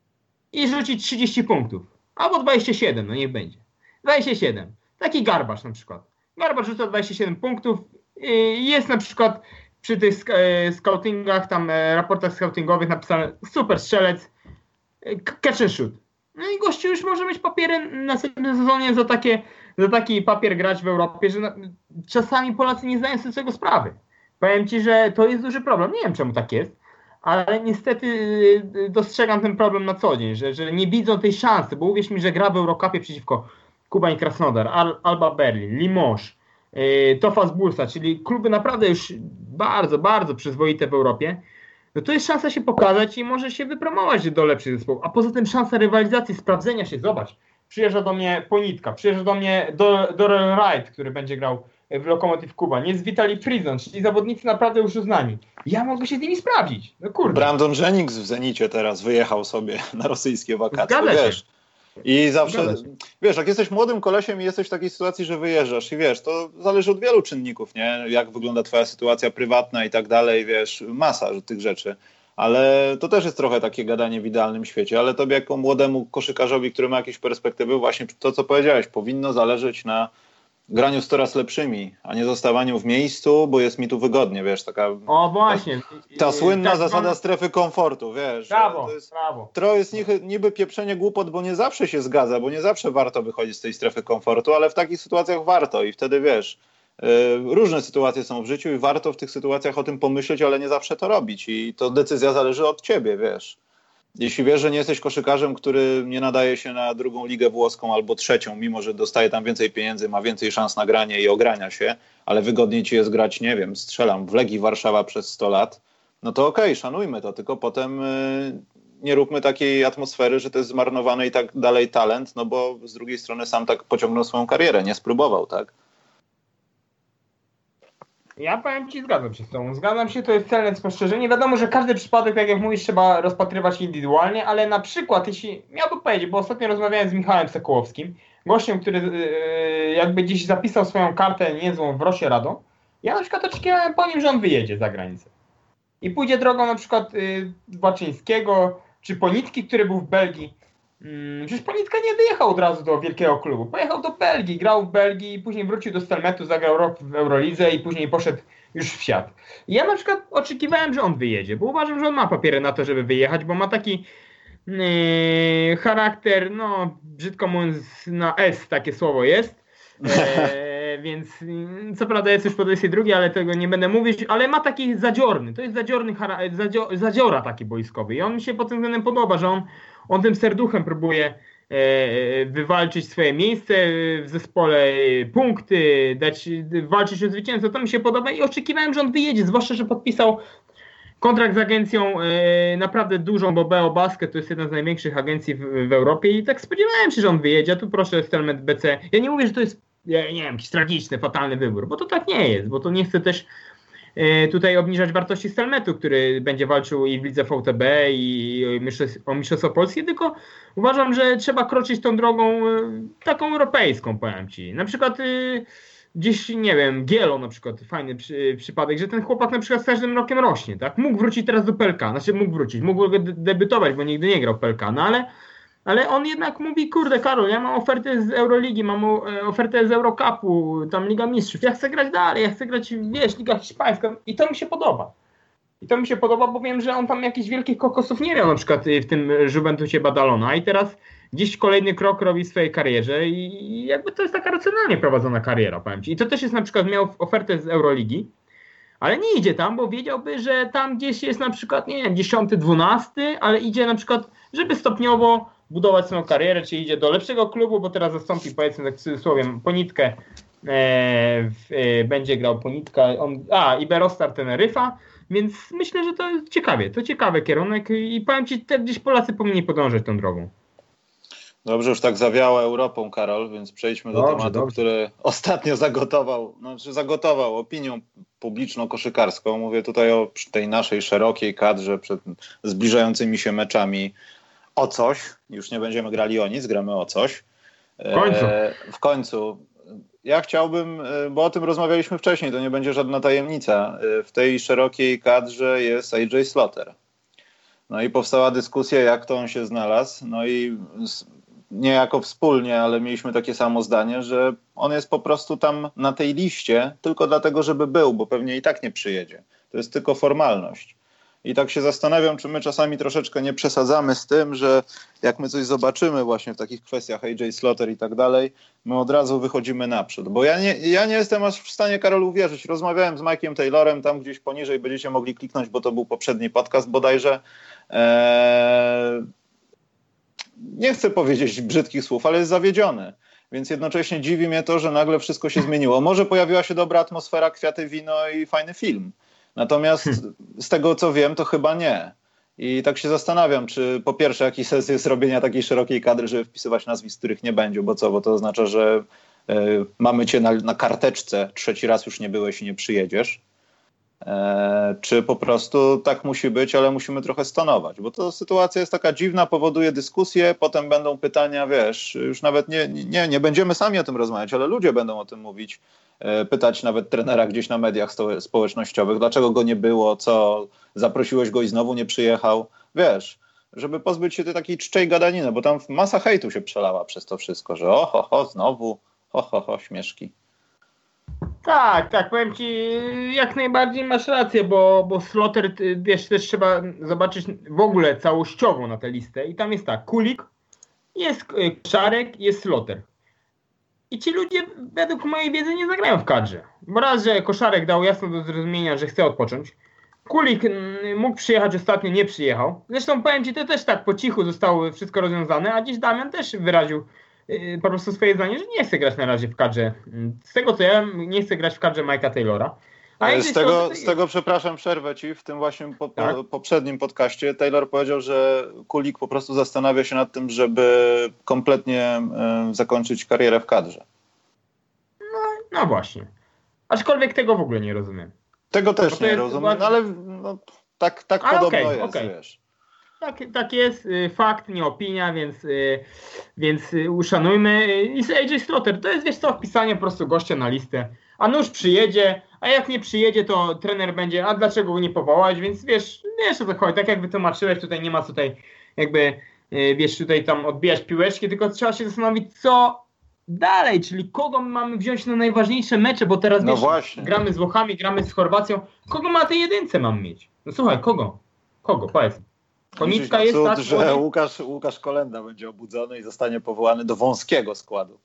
i rzucić trzydzieści punktów, albo dwadzieścia siedem, no niech będzie. dwadzieścia siedem. Taki Garbasz na przykład. Garbasz rzuca dwadzieścia siedem punktów, yy, jest na przykład przy tych scoutingach, tam raportach scoutingowych napisane super strzelec, catch and shoot. No i gościu już może mieć papiery na następnym sezonie za, takie, za taki papier grać w Europie, że na, czasami Polacy nie zdają sobie z tego sprawy. Powiem Ci, że to jest duży problem. Nie wiem czemu tak jest, ale niestety dostrzegam ten problem na co dzień, że, że nie widzą tej szansy, bo uwierz mi, że gra w Eurocupie przeciwko Kubań Krasnodar, Al, Alba Berlin, Limoges, Tofas Bursa, czyli kluby naprawdę już bardzo, bardzo przyzwoite w Europie, no to jest szansa się pokazać i może się wypromować do lepszych zespołów. A poza tym szansa rywalizacji, sprawdzenia się. Zobacz, przyjeżdża do mnie Ponitka, przyjeżdża do mnie Dorel Wright, który będzie grał w Lokomotiv Kuba, jest Vitali Prizon, czyli zawodnicy naprawdę już uznani. Ja mogę się z nimi sprawdzić. No kurde. Brandon Jennings w Zenicie teraz wyjechał sobie na rosyjskie wakacje. Zgadza wiesz. się. I zawsze, wiesz, jak jesteś młodym kolesiem i jesteś w takiej sytuacji, że wyjeżdżasz i wiesz, to zależy od wielu czynników, nie? Jak wygląda twoja sytuacja prywatna i tak dalej, wiesz, masa tych rzeczy. Ale to też jest trochę takie gadanie w idealnym świecie, ale tobie jako młodemu koszykarzowi, który ma jakieś perspektywy, właśnie to, co powiedziałeś, powinno zależeć na graniu z coraz lepszymi, a nie zostawaniu w miejscu, bo jest mi tu wygodnie, wiesz, taka... O właśnie. Ta, ta słynna tak, zasada no... strefy komfortu, wiesz. Brawo, to jest, brawo. To jest niby, niby pieprzenie głupot, bo nie zawsze się zgadza, bo nie zawsze warto wychodzić z tej strefy komfortu, ale w takich sytuacjach warto i wtedy, wiesz, yy, różne sytuacje są w życiu i warto w tych sytuacjach o tym pomyśleć, ale nie zawsze to robić i to decyzja zależy od ciebie, wiesz. Jeśli wiesz, że nie jesteś koszykarzem, który nie nadaje się na drugą ligę włoską albo trzecią, mimo że dostaje tam więcej pieniędzy, ma więcej szans na granie i ogrania się, ale wygodniej ci jest grać, nie wiem, strzelam, w Legii Warszawa przez sto lat, no to okej, okay, szanujmy to, tylko potem yy, nie róbmy takiej atmosfery, że to jest zmarnowany i tak dalej talent, no bo z drugiej strony sam tak pociągnął swoją karierę, nie spróbował, tak? Ja powiem Ci, zgadzam się z Tobą. Zgadzam się, to jest celne spostrzeżenie. Wiadomo, że każdy przypadek, tak jak mówisz, trzeba rozpatrywać indywidualnie, ale na przykład, jeśli miałbym powiedzieć, bo ostatnio rozmawiałem z Michałem Sokołowskim, gościem, który yy, jakby gdzieś zapisał swoją kartę niezłą w Rosie Radom, ja na przykład oczekiwałem po nim, że on wyjedzie za granicę. I pójdzie drogą na przykład yy, Baczyńskiego, czy Ponitki, który był w Belgii. Hmm, przecież Ponitka nie wyjechał od razu do wielkiego klubu. Pojechał do Belgii, grał w Belgii i później wrócił do Stelmetu, zagrał rok w Eurolidze i później poszedł już w świat. I ja na przykład oczekiwałem, że on wyjedzie, bo uważam, że on ma papiery na to, żeby wyjechać, bo ma taki yy, charakter, no brzydko mówiąc na S takie słowo jest. E, więc co prawda jest już po dwudziestej drugiej, ale tego nie będę mówić, ale ma taki zadziorny, to jest zadziorny zadzio, zadziora taki boiskowy i on mi się pod tym względem podoba, że on, on tym serduchem próbuje e, wywalczyć swoje miejsce w zespole, punkty, dać, walczyć o zwycięstwo, to mi się podoba i oczekiwałem, że on wyjedzie, zwłaszcza, że podpisał kontrakt z agencją e, naprawdę dużą, bo B O Basket to jest jedna z największych agencji w, w Europie i tak spodziewałem się, że on wyjedzie, a tu proszę Stelmet B C. Ja nie mówię, że to jest, ja nie wiem, jakiś tragiczny, fatalny wybór, bo to tak nie jest, bo to nie chcę też e, tutaj obniżać wartości Stelmetu, który będzie walczył i w lidze V T B i o mistrzostwo Polskie, tylko uważam, że trzeba kroczyć tą drogą e, taką europejską, powiem Ci. Na przykład... E, Gdzieś, nie wiem, Gielo na przykład, fajny przy, przypadek, że ten chłopak na przykład z każdym rokiem rośnie, tak? Mógł wrócić teraz do P L K, znaczy mógł wrócić, mógł de- debiutować, bo nigdy nie grał w P L K, no ale, ale on jednak mówi, kurde Karol, ja mam ofertę z Euroligi, mam ofertę z Eurocupu, tam Liga Mistrzów, ja chcę grać dalej, ja chcę grać, wiesz, Liga Hiszpańska i to mi się podoba. I to mi się podoba, bo wiem, że on tam jakichś wielkich kokosów nie miał na przykład w tym Juventusie Badalona i teraz gdzieś kolejny krok robi w swojej karierze i jakby to jest taka racjonalnie prowadzona kariera, powiem Ci. I to też jest na przykład, miał ofertę z Euroligi, ale nie idzie tam, bo wiedziałby, że tam gdzieś jest na przykład, nie wiem, dziesiąty, dwunasty, ale idzie na przykład, żeby stopniowo budować swoją karierę, czy idzie do lepszego klubu, bo teraz zastąpi, powiedzmy tak w cudzysłowie, Ponitkę, e, w, e, będzie grał Ponitka, on, a Iberostar Teneryfa, więc myślę, że to jest ciekawie, to ciekawy kierunek i powiem Ci, te gdzieś Polacy powinni podążać tą drogą. Dobrze, już tak zawiała Europą, Karol, więc przejdźmy do Dobrze, tematu, dobrze. który ostatnio zagotował, znaczy zagotował opinią publiczną koszykarską. Mówię tutaj o tej naszej szerokiej kadrze przed zbliżającymi się meczami o coś. Już nie będziemy grali o nic, gramy o coś. W końcu. E, w końcu. Ja chciałbym, bo o tym rozmawialiśmy wcześniej, to nie będzie żadna tajemnica. W tej szerokiej kadrze jest A J Slaughter. No i powstała dyskusja, jak to on się znalazł. No i niejako wspólnie, ale mieliśmy takie samo zdanie, że on jest po prostu tam na tej liście tylko dlatego, żeby był, bo pewnie i tak nie przyjedzie. To jest tylko formalność. I tak się zastanawiam, czy my czasami troszeczkę nie przesadzamy z tym, że jak my coś zobaczymy właśnie w takich kwestiach A J Slaughter i tak dalej, my od razu wychodzimy naprzód. Bo ja nie, ja nie jestem aż w stanie, Karol, uwierzyć. Rozmawiałem z Mike'iem Taylorem, tam gdzieś poniżej będziecie mogli kliknąć, bo to był poprzedni podcast bodajże. Eee, nie chcę powiedzieć brzydkich słów, ale jest zawiedziony. Więc jednocześnie dziwi mnie to, że nagle wszystko się zmieniło. Może pojawiła się dobra atmosfera, kwiaty, wino i fajny film. Natomiast hmm. z tego, co wiem, to chyba nie. I tak się zastanawiam, czy po pierwsze jaki sens jest robienia takiej szerokiej kadry, żeby wpisywać nazwisk, których nie będzie, bo co? Bo to oznacza, że y, mamy cię na, na karteczce, trzeci raz już nie byłeś i nie przyjedziesz. E, czy po prostu tak musi być, ale musimy trochę stonować, bo to sytuacja jest taka dziwna, powoduje dyskusję, potem będą pytania, wiesz, już nawet nie, nie, nie będziemy sami o tym rozmawiać, ale ludzie będą o tym mówić, e, pytać nawet trenera gdzieś na mediach sto- społecznościowych, dlaczego go nie było, co, zaprosiłeś go i znowu nie przyjechał, wiesz, żeby pozbyć się tej takiej czczej gadaniny, bo tam masa hejtu się przelała przez to wszystko, że o, ho, ho, znowu, ho, ho, ho, śmieszki. Tak, tak, powiem ci, jak najbardziej masz rację, bo, bo Slaughter, wiesz, też trzeba zobaczyć w ogóle całościowo na tę listę i tam jest tak, Kulik, jest Koszarek, jest Slaughter. I ci ludzie według mojej wiedzy nie zagrają w kadrze, bo raz, że Koszarek dał jasno do zrozumienia, że chce odpocząć, Kulik mógł przyjechać ostatnio, nie przyjechał, zresztą powiem ci, to też tak po cichu zostało wszystko rozwiązane, a dziś Damian też wyraził po prostu swoje zdanie, że nie chce grać na razie w kadrze. Z tego co ja nie chcę grać w kadrze Mike'a Taylora. A z, tego, to... z tego, przepraszam, przerwę ci, w tym właśnie po, tak? po, poprzednim podcaście Taylor powiedział, że Kulik po prostu zastanawia się nad tym, żeby kompletnie y, zakończyć karierę w kadrze. No, no właśnie. Aczkolwiek tego w ogóle nie rozumiem. Tego też nie rozumiem, bardzo... no, ale no, tak, tak ale podobno okay, jest, okay. wiesz. Tak, tak jest, fakt, nie opinia, więc, więc uszanujmy. I A J Slaughter to jest, wiesz co, wpisanie po prostu gościa na listę. A nóż przyjedzie, a jak nie przyjedzie, to trener będzie, a dlaczego go nie powołać, więc wiesz, wiesz o co chodzi, tak jak wytłumaczyłeś, tutaj nie ma tutaj jakby, wiesz, tutaj tam odbijać piłeczki, tylko trzeba się zastanowić, co dalej, czyli kogo mamy wziąć na najważniejsze mecze, bo teraz no wiesz, właśnie. gramy z Włochami, gramy z Chorwacją, kogo ma tej jedynce mam mieć? No słuchaj, kogo? Kogo? Powiedz. Koniczka jest cud, tak, że Łukasz, Łukasz Kolenda będzie obudzony i zostanie powołany do wąskiego składu.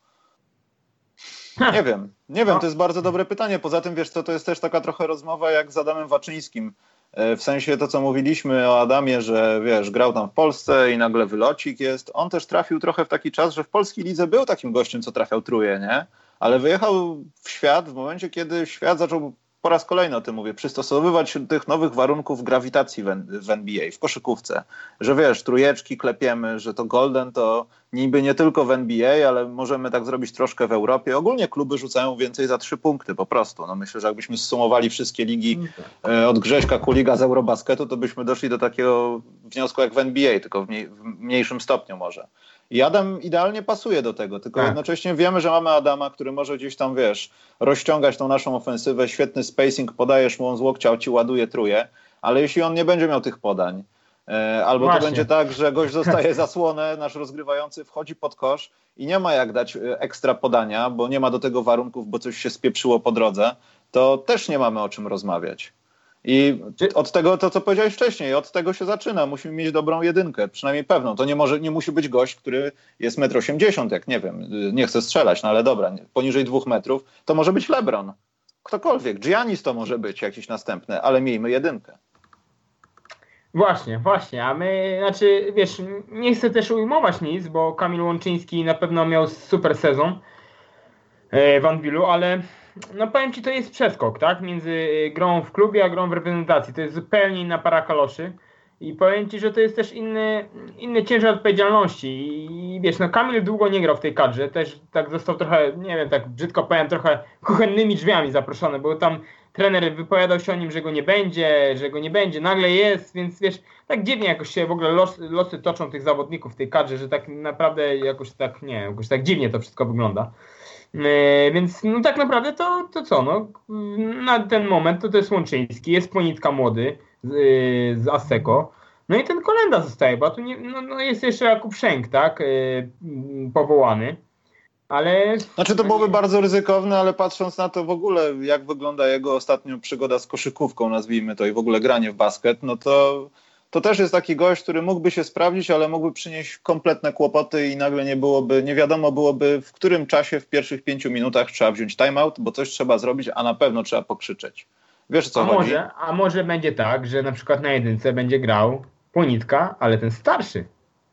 Ha. Nie wiem, nie wiem, to jest bardzo dobre pytanie. Poza tym, wiesz co, to jest też taka trochę rozmowa jak z Adamem Waczyńskim. W sensie to, co mówiliśmy o Adamie, że wiesz, grał tam w Polsce i nagle wylocik jest. On też trafił trochę w taki czas, że w polskiej lidze był takim gościem, co trafiał truje, nie? Ale wyjechał w świat w momencie, kiedy świat zaczął, po raz kolejny o tym mówię, przystosowywać się do tych nowych warunków grawitacji w, w N B A, w koszykówce. Że wiesz, trójeczki klepiemy, że to golden to niby nie tylko w N B A, ale możemy tak zrobić troszkę w Europie. Ogólnie kluby rzucają więcej za trzy punkty po prostu. No myślę, że jakbyśmy zsumowali wszystkie ligi e, od Grześka Kuliga z Eurobasketu, to byśmy doszli do takiego wniosku jak w N B A, tylko w, mniej, w mniejszym stopniu może. I Adam idealnie pasuje do tego, tylko tak. Jednocześnie wiemy, że mamy Adama, który może gdzieś tam, wiesz, rozciągać tą naszą ofensywę, świetny spacing, podajesz mu on z łokcia, on ci ładuje, truje, ale jeśli on nie będzie miał tych podań, e, albo Właśnie. To będzie tak, że gość dostaje zasłonę, nasz rozgrywający wchodzi pod kosz i nie ma jak dać ekstra podania, bo nie ma do tego warunków, bo coś się spieprzyło po drodze, to też nie mamy o czym rozmawiać. I od tego, to co powiedziałeś wcześniej, od tego się zaczyna. Musimy mieć dobrą jedynkę, przynajmniej pewną. To nie może, nie musi być gość, który jest metr osiemdziesiąt, jak nie wiem, nie chcę strzelać, no ale dobra, poniżej dwóch metrów, to może być LeBron. Ktokolwiek, Giannis to może być jakiś następny, ale miejmy jedynkę. Właśnie, właśnie, a my, znaczy, wiesz, nie chcę też ujmować nic, bo Kamil Łączyński na pewno miał super sezon w Anwilu, ale no powiem ci, to jest przeskok, tak? Między grą w klubie a grą w reprezentacji. To jest zupełnie inna para kaloszy. I powiem Ci, że to jest też inny, inny ciężar odpowiedzialności. I wiesz, no Kamil długo nie grał w tej kadrze, też tak został trochę, nie wiem, tak brzydko powiem, trochę kuchennymi drzwiami zaproszony, bo tam trener wypowiadał się o nim, że go nie będzie, że go nie będzie, nagle jest, więc wiesz, tak dziwnie jakoś się w ogóle los, losy toczą tych zawodników w tej kadrze, że tak naprawdę jakoś tak, nie jakoś tak dziwnie to wszystko wygląda. Yy, więc no tak naprawdę to, to co, no, na ten moment to, to jest Łączyński, jest Ponitka młody z, yy, z Asseco, no i ten Kolenda zostaje, bo tu nie, no, no jest jeszcze Jakub Szęk, tak, yy, powołany, ale... Znaczy to byłoby bardzo ryzykowne, ale patrząc na to w ogóle, jak wygląda jego ostatnio przygoda z koszykówką, nazwijmy to, i w ogóle granie w basket, no to... To też jest taki gość, który mógłby się sprawdzić, ale mógłby przynieść kompletne kłopoty i nagle nie byłoby, nie wiadomo byłoby, w którym czasie w pierwszych pięciu minutach trzeba wziąć timeout, bo coś trzeba zrobić, a na pewno trzeba pokrzyczeć. Wiesz, co a chodzi? Może, a może będzie tak, że na przykład na jedynce będzie grał Ponitka, ale ten starszy.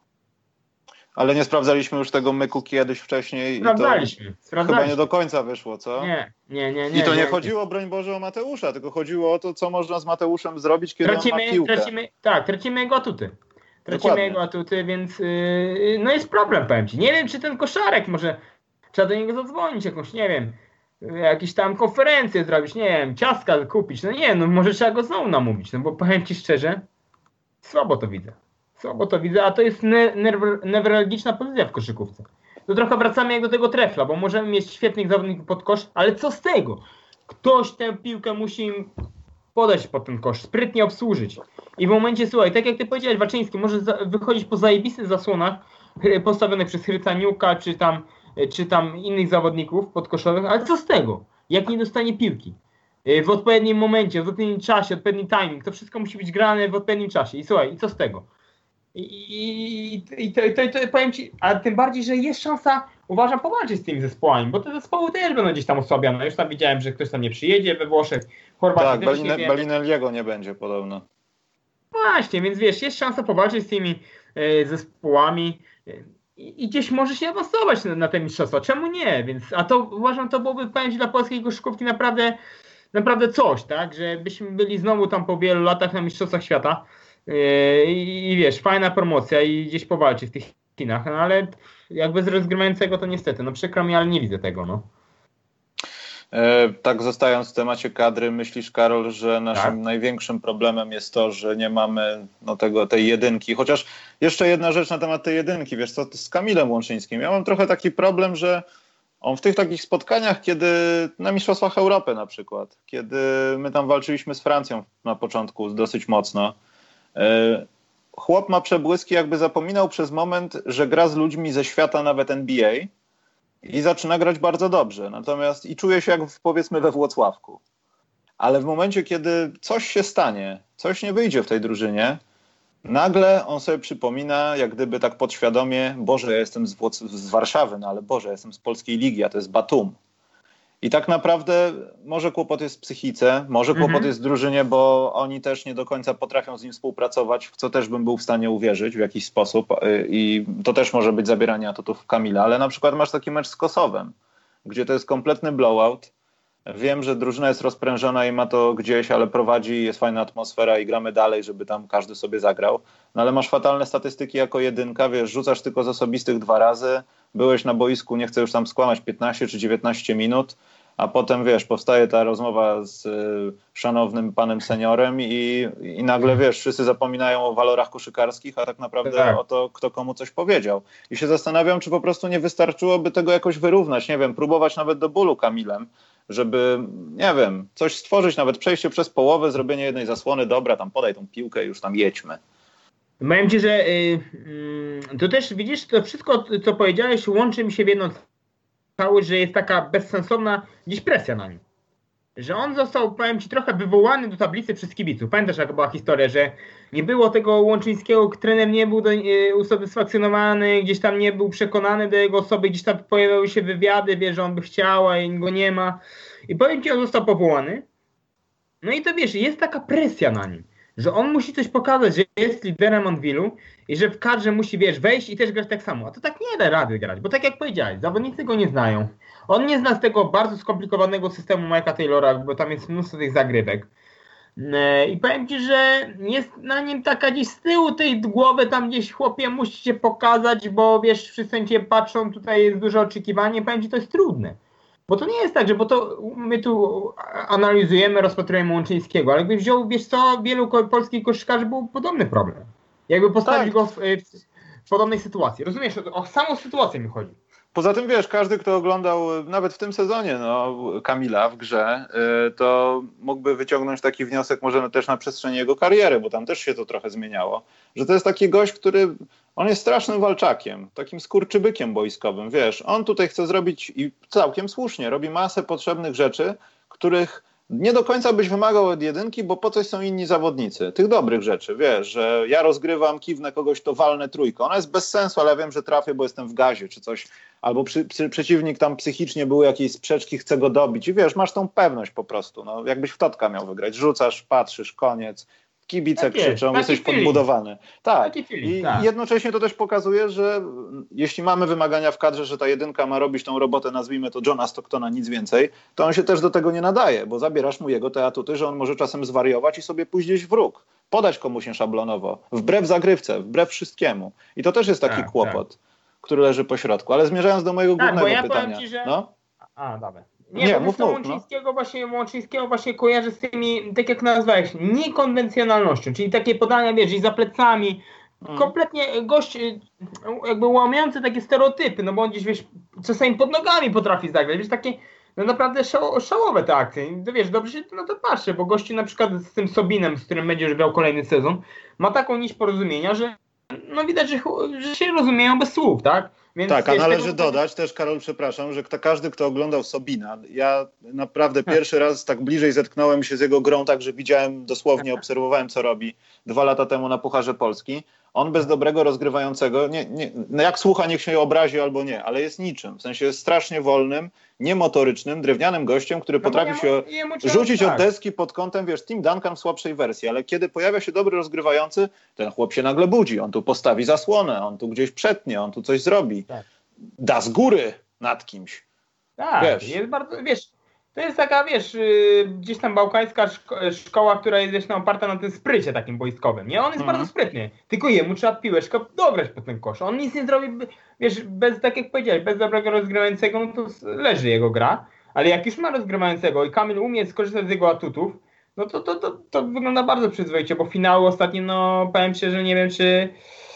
Ale nie sprawdzaliśmy już tego myku kiedyś wcześniej. Sprawdzaliśmy. I to sprawdzaliśmy. chyba nie do końca wyszło, co? Nie, nie, nie. nie I to nie, nie chodziło, broń Boże, o Mateusza, tylko chodziło o to, co można z Mateuszem zrobić, kiedy tracimy, on ma piłkę. Tracimy, tak, tracimy jego atuty. Tracimy Dokładnie. jego atuty, więc yy, no jest problem, powiem Ci. Nie wiem, czy ten Koszarek, może trzeba do niego zadzwonić, jakąś, nie wiem, jakieś tam konferencję zrobić, nie wiem, ciastka kupić, no nie, no może trzeba go znowu namówić, no bo powiem Ci szczerze, słabo to widzę. Słabo to widzę, a to jest ne- nerw- newralgiczna pozycja w koszykówce. To trochę wracamy jak do tego trefla, bo możemy mieć świetnych zawodników pod kosz, ale co z tego? Ktoś tę piłkę musi im podać pod ten kosz, sprytnie obsłużyć. I w momencie, słuchaj, tak jak Ty powiedziałeś, Waczyński może za- wychodzić po zajebistych zasłonach y, postawionych przez Hrycaniuka, czy tam, y, czy tam innych zawodników podkoszowych, ale co z tego? Jak nie dostanie piłki? Y, w odpowiednim momencie, w odpowiednim czasie, odpowiedni timing, to wszystko musi być grane w odpowiednim czasie. I słuchaj, i co z tego? I, i, i to, to, to powiem Ci, a tym bardziej, że jest szansa, uważam, powalczyć z tymi zespołami, bo te zespoły też będą gdzieś tam osłabione. Już tam widziałem, że ktoś tam nie przyjedzie we Włoszech, Chorwacji Tak, też Beline, nie Belinelliego nie będzie podobno. Właśnie, więc wiesz, jest szansa powalczyć z tymi e, zespołami e, i, i gdzieś może się awansować na, na te mistrzostwa. Czemu nie? Więc, a to uważam, to byłoby, powiem Ci, dla polskiej koszykówki naprawdę, naprawdę coś, tak? Żebyśmy byli znowu tam po wielu latach na mistrzostwach świata. I, I wiesz, fajna promocja i gdzieś powalczy w tych Chinach, no ale jak bez rozgrywającego to niestety, no przykro mi, ale nie widzę tego, no. E, tak zostając w temacie kadry, myślisz, Karol, że naszym Tak. największym problemem jest to, że nie mamy no, tego, tej jedynki, chociaż jeszcze jedna rzecz na temat tej jedynki, wiesz co, z Kamilem Łączyńskim, ja mam trochę taki problem, że on w tych takich spotkaniach, kiedy na Mistrzostwach Europy na przykład, kiedy my tam walczyliśmy z Francją na początku dosyć mocno, chłop ma przebłyski, jakby zapominał przez moment, że gra z ludźmi ze świata nawet N B A i zaczyna grać bardzo dobrze. Natomiast i czuje się jak w, powiedzmy we Włocławku. Ale w momencie, kiedy coś się stanie, coś nie wyjdzie w tej drużynie, nagle on sobie przypomina, jak gdyby tak podświadomie, Boże, ja jestem z, Włoc- z Warszawy, no ale Boże, ja jestem z polskiej ligi, a to jest Batum. I tak naprawdę może kłopot jest w psychice, może kłopot Mhm. jest w drużynie, bo oni też nie do końca potrafią z nim współpracować, w co też bym był w stanie uwierzyć w jakiś sposób i to też może być zabieranie atutów Kamila, ale na przykład masz taki mecz z Kosowem, gdzie to jest kompletny blowout. Wiem, że drużyna jest rozprężona i ma to gdzieś, ale prowadzi, jest fajna atmosfera i gramy dalej, żeby tam każdy sobie zagrał. No ale masz fatalne statystyki jako jedynka, wiesz, rzucasz tylko z osobistych dwa razy, byłeś na boisku, nie chcę już tam skłamać, piętnaście czy dziewiętnaście minut, a potem, wiesz, powstaje ta rozmowa z y, szanownym panem seniorem i, i nagle, wiesz, wszyscy zapominają o walorach koszykarskich, a tak naprawdę Tak. o to, kto komu coś powiedział. I się zastanawiam, czy po prostu nie wystarczyłoby tego jakoś wyrównać, nie wiem, próbować nawet do bólu Kamilem, żeby, nie wiem, coś stworzyć, nawet przejście przez połowę, zrobienie jednej zasłony, dobra, tam podaj tą piłkę i już tam jedźmy. Powiem Ci, że y, y, to też widzisz, to wszystko, co powiedziałeś, łączy mi się w jedną całość, że jest taka bezsensowna gdzieś presja na nim. Że on został, powiem Ci, trochę wywołany do tablicy przez kibiców. Pamiętasz, jaka była historia, że nie było tego Łączyńskiego, trener nie był do, y, usatysfakcjonowany, gdzieś tam nie był przekonany do jego osoby, gdzieś tam pojawiały się wywiady, wie, że on by chciał, a go nie ma. I powiem Ci, on został powołany. No i to wiesz, jest taka presja na nim, że on musi coś pokazać, że jest liderem Anwilu i że w kadrze musi, wiesz, wejść i też grać tak samo. A to tak nie da rady grać, bo tak jak powiedziałeś, zawodnicy go nie znają. On nie zna z tego bardzo skomplikowanego systemu Mike'a Taylora, bo tam jest mnóstwo tych zagrywek. I powiem ci, że jest na nim taka gdzieś z tyłu tej głowy, tam gdzieś chłopie musi się pokazać, bo wiesz, wszyscy cię patrzą, tutaj jest duże oczekiwanie, powiem ci, to jest trudne. Bo to nie jest tak, że bo to my tu analizujemy, rozpatrujemy Łączyńskiego, ale jakbyś wziął, wiesz co, wielu polskich koszykarzy był podobny problem. Jakby postawił tak. go w, w podobnej sytuacji. Rozumiesz, o samą sytuację mi chodzi. Poza tym wiesz, każdy, kto oglądał nawet w tym sezonie no, Kamila w grze, yy, to mógłby wyciągnąć taki wniosek może też na przestrzeni jego kariery, bo tam też się to trochę zmieniało, że to jest taki gość, który, on jest strasznym walczakiem, takim skurczybykiem boiskowym, wiesz, on tutaj chce zrobić i całkiem słusznie, robi masę potrzebnych rzeczy, których nie do końca byś wymagał od jedynki, bo po coś są inni zawodnicy. Tych dobrych rzeczy, wiesz, że ja rozgrywam, kiwnę kogoś, to walnę trójkę. Ona jest bez sensu, ale ja wiem, że trafię, bo jestem w gazie, czy coś. Albo przy, przy, przeciwnik tam psychicznie były jakieś sprzeczki, chce go dobić. I wiesz, masz tą pewność po prostu. No, jakbyś w totka miał wygrać. Rzucasz, patrzysz, koniec. Kibice tak krzyczą, jest, jesteś feeling. podbudowany. Tak. Feeling, I tak. jednocześnie to też pokazuje, że jeśli mamy wymagania w kadrze, że ta jedynka ma robić tą robotę, nazwijmy to Johna Stocktona, nic więcej, to on się też do tego nie nadaje, bo zabierasz mu jego te atuty, że on może czasem zwariować i sobie pójść gdzieś w róg. Podać komuś szablonowo, wbrew zagrywce, wbrew wszystkiemu. I to też jest taki tak, kłopot, tak. który leży po środku. Ale zmierzając do mojego tak, głównego bo ja pytania. Powiem ci, że... no? A, dobra. Nie, nie bo mów, to mów, Łączyńskiego, no. właśnie, Łączyńskiego właśnie kojarzy z tymi, tak jak nazwałeś, niekonwencjonalnością, czyli takie podania, wiesz, i za plecami, mm. kompletnie gość jakby łamiący takie stereotypy, no bo on gdzieś, wiesz, czasami pod nogami potrafi zagrać, wiesz, takie no naprawdę szał, szałowe te akcje, to wiesz, dobrze się na to patrzy, bo gości na przykład z tym Sobinem, z którym będziesz grał kolejny sezon, ma taką nić porozumienia, że no widać, że, że się rozumieją bez słów, tak? Więc tak, a należy tego... dodać też, Karol, przepraszam, że kto, każdy, kto oglądał Sobina, ja naprawdę pierwszy raz tak bliżej zetknąłem się z jego grą, tak, że widziałem dosłownie, obserwowałem, co robi dwa lata temu na Pucharze Polski. On bez dobrego rozgrywającego, nie, nie, no jak słucha, niech się obrazi albo nie, ale jest niczym. W sensie jest strasznie wolnym, niemotorycznym, drewnianym gościem, który no potrafi się rzucić tak. od deski pod kątem, wiesz, Tim Duncan w słabszej wersji, ale kiedy pojawia się dobry rozgrywający, ten chłop się nagle budzi, on tu postawi zasłonę, on tu gdzieś przetnie, on tu coś zrobi. Tak. Da z góry nad kimś. Tak, wiesz. jest bardzo, wiesz, to jest taka, wiesz, yy, gdzieś tam bałkańska szko- szkoła, która jest, wiesz, no, oparta na tym sprycie takim wojskowym, nie? On jest mhm. bardzo sprytny, tylko jemu trzeba piłeczkę dograć po ten kosz. On nic nie zrobi, wiesz, bez, tak jak powiedziałeś, bez dobrego rozgrywającego, no to leży jego gra, ale jak już ma rozgrywającego i Kamil umie skorzystać z jego atutów, no to, to, to, to wygląda bardzo przyzwoicie, bo finały ostatnie, no, powiem się, że nie wiem, czy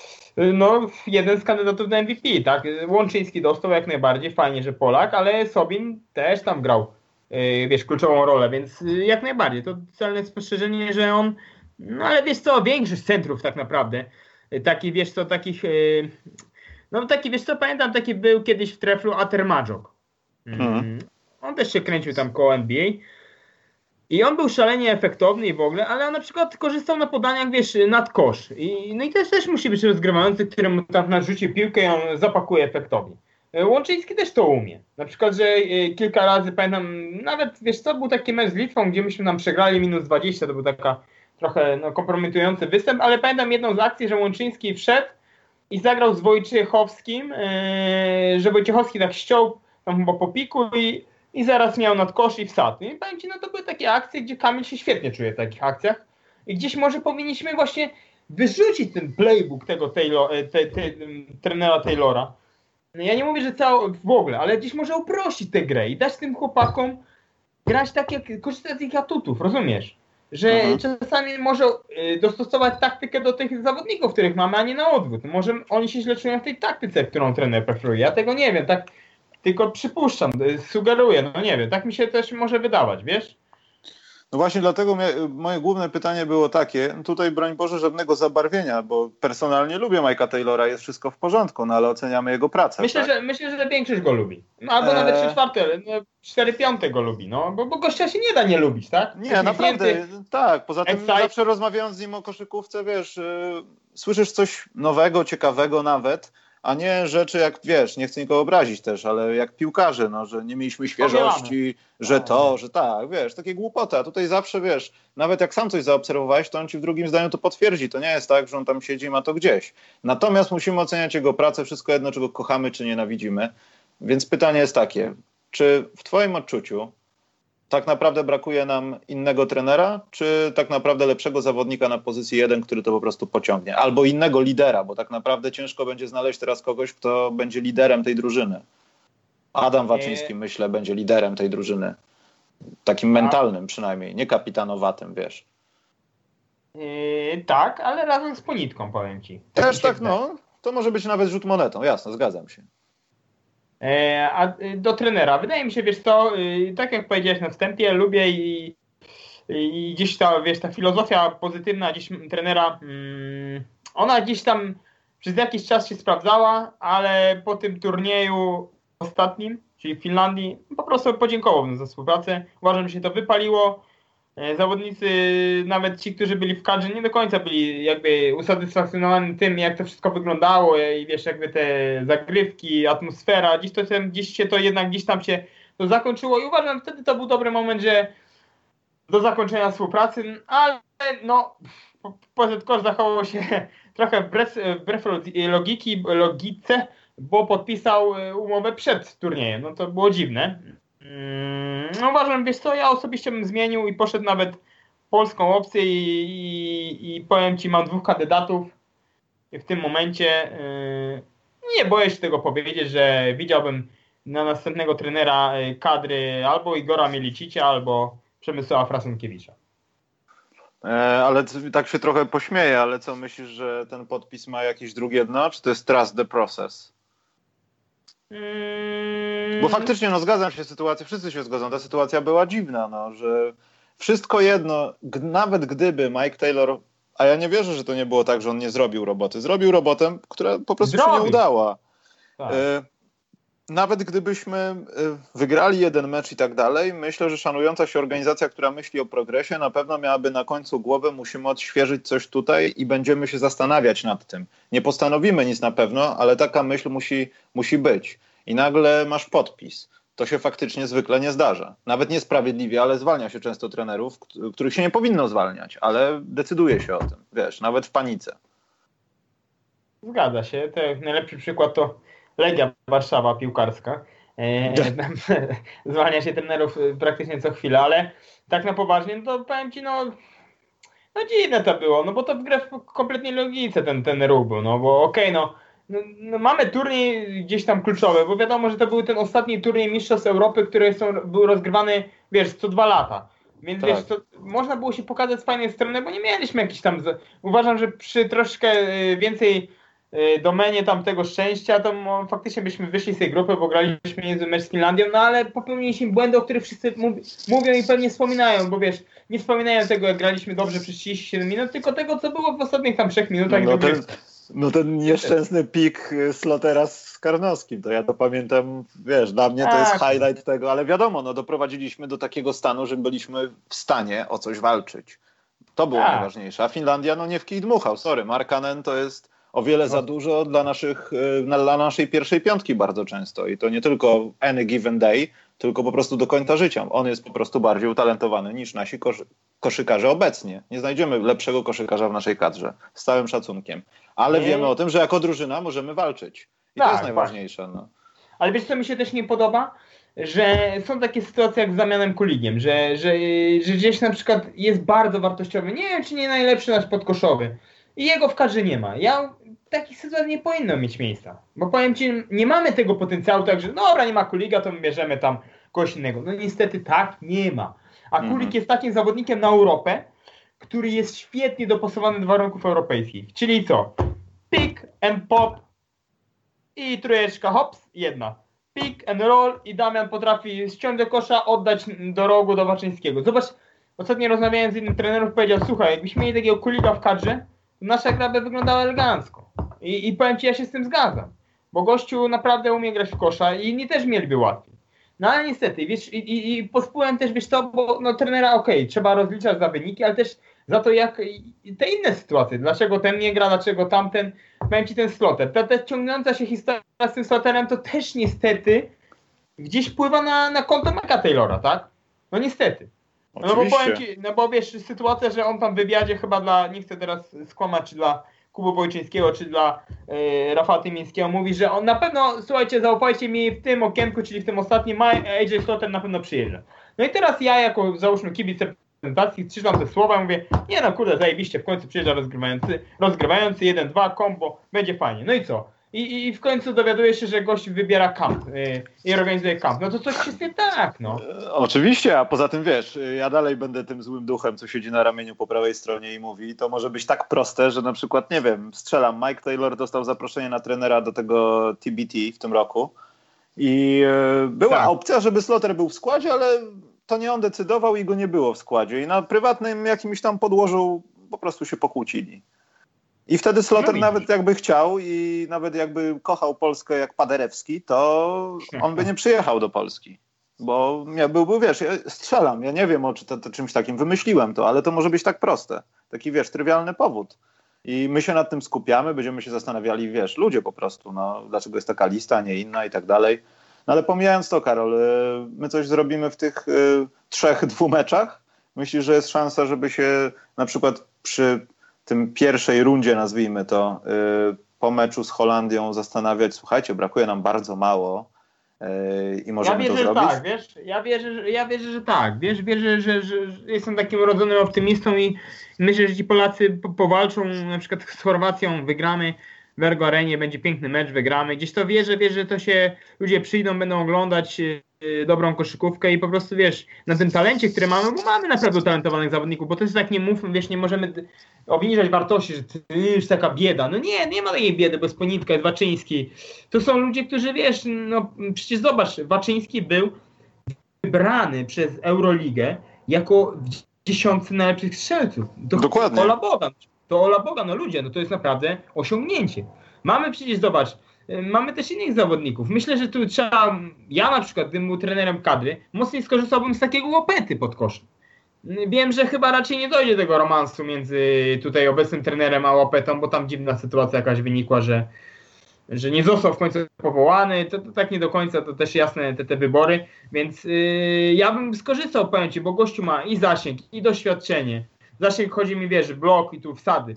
no, jeden z kandydatów do M V P, tak? Łączyński dostał jak najbardziej, fajnie, że Polak, ale Sobin też tam grał, yy, wiesz, kluczową rolę, więc yy, jak najbardziej. To celne spostrzeżenie, że on, no ale wiesz co, większość centrów tak naprawdę, yy, taki, wiesz co, takich, yy, no taki, wiesz co, pamiętam, taki był kiedyś w treflu Ater Majok. Yy. Hmm. On też się kręcił tam koło N B A. I on był szalenie efektowny i w ogóle, ale on na przykład korzystał na podaniach, wiesz, nad kosz. I, no i też, też musi być rozgrywający, któremu tam narzuci piłkę i on zapakuje efektownie. Łączyński też to umie. Na przykład, że kilka razy, pamiętam, nawet, wiesz co, był taki mecz z Litwą, gdzie myśmy tam przegrali minus dwadzieścia, to był taka trochę no, kompromitujący występ, ale pamiętam jedną z akcji, że Łączyński wszedł i zagrał z Wojciechowskim, yy, że Wojciechowski tak ściął tam chyba po piku i I zaraz miał nad kosz i wsadł. I powiem ci, no to były takie akcje, gdzie Kamil się świetnie czuje w takich akcjach. I gdzieś może powinniśmy właśnie wyrzucić ten playbook tego Taylor, te, te, trenera Taylora. Ja nie mówię, że cało, w ogóle, ale gdzieś może uprościć tę grę i dać tym chłopakom grać tak, jak korzystać z ich atutów, rozumiesz? Że mhm. czasami może dostosować taktykę do tych zawodników, których mamy, a nie na odwrót. Może oni się źle czują w tej taktyce, którą trener preferuje. Ja tego nie wiem, tak tylko przypuszczam, sugeruję, no nie wiem, tak mi się też może wydawać, wiesz? No właśnie dlatego moje główne pytanie było takie, tutaj broń Boże żadnego zabarwienia, bo personalnie lubię Mike'a Taylora, jest wszystko w porządku, no ale oceniamy jego pracę. Myślę, tak? że, myślę że większość go lubi. No, albo eee... nawet trzy czwarte, cztery piąte go lubi, no, bo, bo gościa się nie da nie lubić, tak? Nie, Coś naprawdę, tak, poza tym excite. Zawsze rozmawiając z nim o koszykówce, wiesz, yy, słyszysz coś nowego, ciekawego nawet, a nie rzeczy jak, wiesz, nie chcę nikogo obrazić też, ale jak piłkarze, no, że nie mieliśmy świeżości, że to, że tak, wiesz, takie głupoty, a tutaj zawsze, wiesz, nawet jak sam coś zaobserwowałeś, to on ci w drugim zdaniu to potwierdzi, to nie jest tak, że on tam siedzi i ma to gdzieś. Natomiast musimy oceniać jego pracę, wszystko jedno, czy go kochamy, czy nienawidzimy, więc pytanie jest takie, czy w twoim odczuciu tak naprawdę brakuje nam innego trenera, czy tak naprawdę lepszego zawodnika na pozycji jeden, który to po prostu pociągnie? Albo innego lidera, bo tak naprawdę ciężko będzie znaleźć teraz kogoś, kto będzie liderem tej drużyny. Adam Waczyński, myślę, będzie liderem tej drużyny. Takim mentalnym przynajmniej, nie kapitanowatym, wiesz. Yy, tak, ale razem z Ponitką, powiem ci. Też tak, no. To może być nawet rzut monetą, jasno, zgadzam się. Yy, a do trenera, wydaje mi się, wiesz co, yy, tak jak powiedziałeś na wstępie, lubię i, i gdzieś ta, wiesz, ta filozofia pozytywna gdzieś trenera, yy, ona gdzieś tam przez jakiś czas się sprawdzała, ale po tym turnieju ostatnim, czyli w Finlandii, po prostu podziękowałbym za współpracę. Uważam, że się to wypaliło. Zawodnicy, nawet ci, którzy byli w kadrze, nie do końca byli jakby usatysfakcjonowani tym, jak to wszystko wyglądało i wiesz, jakby te zagrywki, atmosfera, gdzieś, to, gdzieś się to jednak gdzieś tam się to zakończyło i uważam, że wtedy to był dobry moment, że do zakończenia współpracy, ale no P Z K zachował się trochę wbrew, wbrew logiki, logice, bo podpisał umowę przed turniejem, no to było dziwne. No uważam, wiesz co, ja osobiście bym zmienił i poszedł nawet w polską opcję i, i, i powiem ci, mam dwóch kandydatów w tym momencie. Yy, nie boję się tego powiedzieć, że widziałbym na następnego trenera kadry albo Igora Mielicicia, albo Przemysława Frasunkiewicza. E, ale tak się trochę pośmieję, ale co, myślisz, że ten podpis ma jakieś drugie dno, czy to jest trust the process? Bo faktycznie, no zgadzam się, sytuacja, wszyscy się zgodzą, ta sytuacja była dziwna, no, że wszystko jedno, g- nawet gdyby Mike Taylor, a ja nie wierzę, że to nie było tak, że on nie zrobił roboty, zrobił robotę, która po prostu Zrobił. się nie udała. Tak. E, nawet gdybyśmy e, wygrali jeden mecz i tak dalej, myślę, że szanująca się organizacja, która myśli o progresie, na pewno miałaby na końcu głowę, musimy odświeżyć coś tutaj i będziemy się zastanawiać nad tym. Nie postanowimy nic na pewno, ale taka myśl musi, musi być. I nagle masz podpis. To się faktycznie zwykle nie zdarza. Nawet niesprawiedliwie, ale zwalnia się często trenerów, których się nie powinno zwalniać, ale decyduje się o tym, wiesz, nawet w panice. Zgadza się. To najlepszy przykład to Legia Warszawa piłkarska. E, zwalnia się trenerów praktycznie co chwilę, ale tak na poważnie, no to powiem ci, no, no dziwne to było, no bo to wbrew kompletnej logice ten, ten ruch był, no bo okej, okay, no, no, no mamy turniej gdzieś tam kluczowy, bo wiadomo, że to był ten ostatni turniej Mistrzostw Europy, który są, był rozgrywany, wiesz, co dwa lata. Więc tak. Wiesz, to można było się pokazać z fajnej strony, bo nie mieliśmy jakichś tam... Z... Uważam, że przy troszkę więcej domenie tam tego szczęścia, to no, faktycznie byśmy wyszli z tej grupy, bo graliśmy niezły mecz z Finlandią, no ale popełniliśmy błędy, o których wszyscy mów, mówią i pewnie wspominają, bo wiesz, nie wspominają tego, jak graliśmy dobrze przez trzydzieści siedem minut, tylko tego, co było w ostatnich tam trzech minutach. No, ten, no ten nieszczęsny pik Slotera z Karnowskim, to ja to pamiętam, wiesz, dla mnie to tak. Jest highlight tego, ale wiadomo, no doprowadziliśmy do takiego stanu, że byliśmy w stanie o coś walczyć. To było tak. Najważniejsze, a Finlandia no nie w kij dmuchał, sorry, Markkanen to jest o wiele no. za dużo dla, naszych, dla naszej pierwszej piątki bardzo często. I to nie tylko any given day, tylko po prostu do końca życia. On jest po prostu bardziej utalentowany niż nasi koszy- koszykarze obecnie. Nie znajdziemy lepszego koszykarza w naszej kadrze. Z całym szacunkiem. Ale nie. wiemy o tym, że jako drużyna możemy walczyć. I tak, to jest najważniejsze. No. Ale wiesz, co mi się też nie podoba? Że są takie sytuacje jak z Damianem Kuligiem, że, że, że gdzieś na przykład jest bardzo wartościowy. Nie wiem, czy nie najlepszy nasz podkoszowy. I jego w kadrze nie ma. Ja takich sytuacji nie powinno mieć miejsca. Bo powiem ci, nie mamy tego potencjału, tak, że dobra, nie ma Kuliga, to my bierzemy tam kogoś innego. No niestety tak nie ma. A Kulik mm. jest takim zawodnikiem na Europę, który jest świetnie dopasowany do warunków europejskich. Czyli co? Pick and pop i trójeczka hops, jedna. Pick and roll i Damian potrafi ściąć do kosza, oddać do rogu do Waczyńskiego. Zobacz, ostatnio rozmawiałem z innym trenerem, powiedział, słuchaj, jakbyśmy mieli takiego Kuliga w kadrze, nasza gra by wyglądała elegancko. I, I powiem ci, ja się z tym zgadzam. Bo gościu naprawdę umie grać w kosza i inni też mieliby łatwiej. No ale niestety, wiesz, i, i, i pod wpływem też, wiesz to, bo no, trenera okej, okay, trzeba rozliczać za wyniki, ale też za to, jak te inne sytuacje. Dlaczego ten nie gra, dlaczego tamten, powiem ci ten Sloter. Ta, ta ciągnąca się historia z tym Sloterem to też niestety gdzieś wpływa na, na konto Mike'a Taylora, tak? No niestety. No bo powiem ci, no bo wiesz, sytuacja, że on tam w wywiadzie chyba dla, nie chcę teraz skłamać, czy dla Kuby Wojczyńskiego, czy dla yy, Rafała Tymińskiego mówi, że on na pewno, słuchajcie, zaufajcie mi w tym okienku, czyli w tym ostatnim, A J Sloter na pewno przyjeżdża. No i teraz ja jako, załóżmy, kibic reprezentacji, czytam te słowa, mówię, nie no kurde, zajebiście, w końcu przyjeżdża rozgrywający, rozgrywający, jeden, dwa, kombo, będzie fajnie. No i co? I, I w końcu dowiaduje się, że gość wybiera kamp yy, i organizuje kamp. No to coś jest nie tak, no. Oczywiście, a poza tym wiesz, ja dalej będę tym złym duchem, co siedzi na ramieniu po prawej stronie i mówi, to może być tak proste, że na przykład, nie wiem, strzelam, Mike Taylor dostał zaproszenie na trenera do tego T B T w tym roku i yy, była tak. opcja, żeby Slaughter był w składzie, ale to nie on decydował i go nie było w składzie i na prywatnym jakimś tam podłożu po prostu się pokłócili. I wtedy Slaughter no nawet jakby chciał i nawet jakby kochał Polskę jak Paderewski, to on by nie przyjechał do Polski. Bo ja byłby, wiesz, ja strzelam, ja nie wiem o czy to, to czymś takim, wymyśliłem to, ale to może być tak proste. Taki, wiesz, trywialny powód. I my się nad tym skupiamy, będziemy się zastanawiali, wiesz, ludzie po prostu, no, dlaczego jest taka lista, a nie inna i tak dalej. No ale pomijając to, Karol, my coś zrobimy w tych y, trzech dwumeczach? Myślisz, że jest szansa, żeby się na przykład przy tym pierwszej rundzie, nazwijmy to, yy, po meczu z Holandią zastanawiać, słuchajcie, brakuje nam bardzo mało yy, i możemy ja wierzę, to zrobić? Tak, wiesz, ja wierzę, że, ja wierzę, że tak. Wiesz, wierzę, że, że, że jestem takim urodzonym optymistą i myślę, że ci Polacy po, powalczą, na przykład z Chorwacją wygramy w Ergo Arenie, będzie piękny mecz, wygramy. Gdzieś to wierzę, wierzę, że to się ludzie przyjdą, będą oglądać yy, dobrą koszykówkę i po prostu, wiesz, na tym talencie, który mamy, bo mamy naprawdę utalentowanych zawodników, bo to jest tak, nie mówmy, wiesz, nie możemy obniżać wartości, że to jest taka bieda. No nie, nie ma takiej biedy, bo jest Ponitka, jest Waczyński. To są ludzie, którzy, wiesz, no przecież zobacz, Waczyński był wybrany przez Euroligę jako w dziesiątce najlepszych strzelców. To Dokładnie. Ola Bogan. To Ola Bogan, no ludzie, no to jest naprawdę osiągnięcie. Mamy przecież, zobacz, mamy też innych zawodników. Myślę, że tu trzeba, ja na przykład, gdybym był trenerem kadry, mocniej skorzystałbym z takiego Łopety pod koszem. Wiem, że chyba raczej nie dojdzie tego romansu między tutaj obecnym trenerem a Łopetą, bo tam dziwna sytuacja jakaś wynikła, że, że nie został w końcu powołany. To, to tak nie do końca, to też jasne te, te wybory. Więc yy, ja bym skorzystał, powiem ci, bo gościu ma i zasięg, i doświadczenie. Zasięg, chodzi mi, wiesz, blok i tu wsady.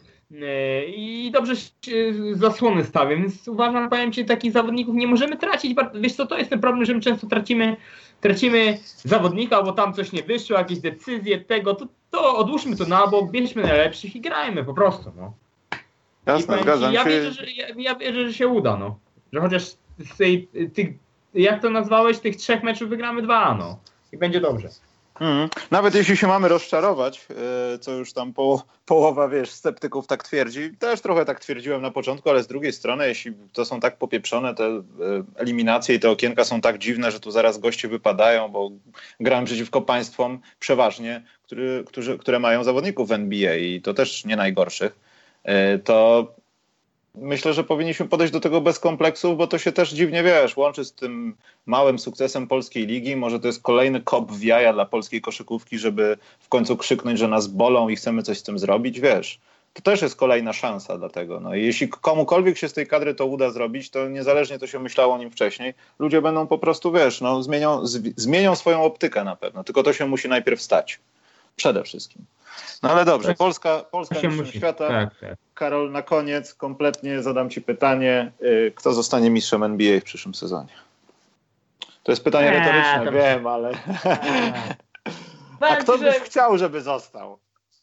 I dobrze zasłony stawię, więc uważam, powiem ci, takich zawodników nie możemy tracić. Wiesz co, to jest ten problem, że my często tracimy, tracimy zawodnika, bo tam coś nie wyszło, jakieś decyzje tego, to, to odłóżmy to na bok, bierzmy najlepszych i grajmy po prostu, no. Jasne, zgadzam ja się. Wierzę, że, ja, ja wierzę, że się uda, no. Że chociaż z tej, tych, jak to nazwałeś, tych trzech meczów wygramy dwa, no. I będzie dobrze. Mm. Nawet jeśli się mamy rozczarować, yy, co już tam po, połowa, wiesz, sceptyków tak twierdzi, też trochę tak twierdziłem na początku, ale z drugiej strony, jeśli to są tak popieprzone te yy, eliminacje i te okienka są tak dziwne, że tu zaraz goście wypadają, bo grałem przeciwko państwom przeważnie, który, którzy, które mają zawodników w N B A i to też nie najgorszych, yy, to myślę, że powinniśmy podejść do tego bez kompleksów, bo to się też dziwnie, wiesz, łączy z tym małym sukcesem polskiej ligi. Może to jest kolejny kop w jaja dla polskiej koszykówki, żeby w końcu krzyknąć, że nas bolą i chcemy coś z tym zrobić, wiesz. To też jest kolejna szansa dla tego. No i jeśli komukolwiek się z tej kadry to uda zrobić, to niezależnie to się myślało o nim wcześniej, ludzie będą po prostu, wiesz, no zmienią, z- zmienią swoją optykę na pewno. Tylko to się musi najpierw stać. Przede wszystkim. No ale dobrze, Polska, Polska mistrzem świata. Tak, tak. Karol, na koniec kompletnie zadam ci pytanie, kto zostanie mistrzem N B A w przyszłym sezonie? To jest pytanie eee, retoryczne, to... wiem, ale... A kto byś że... chciał, żeby został?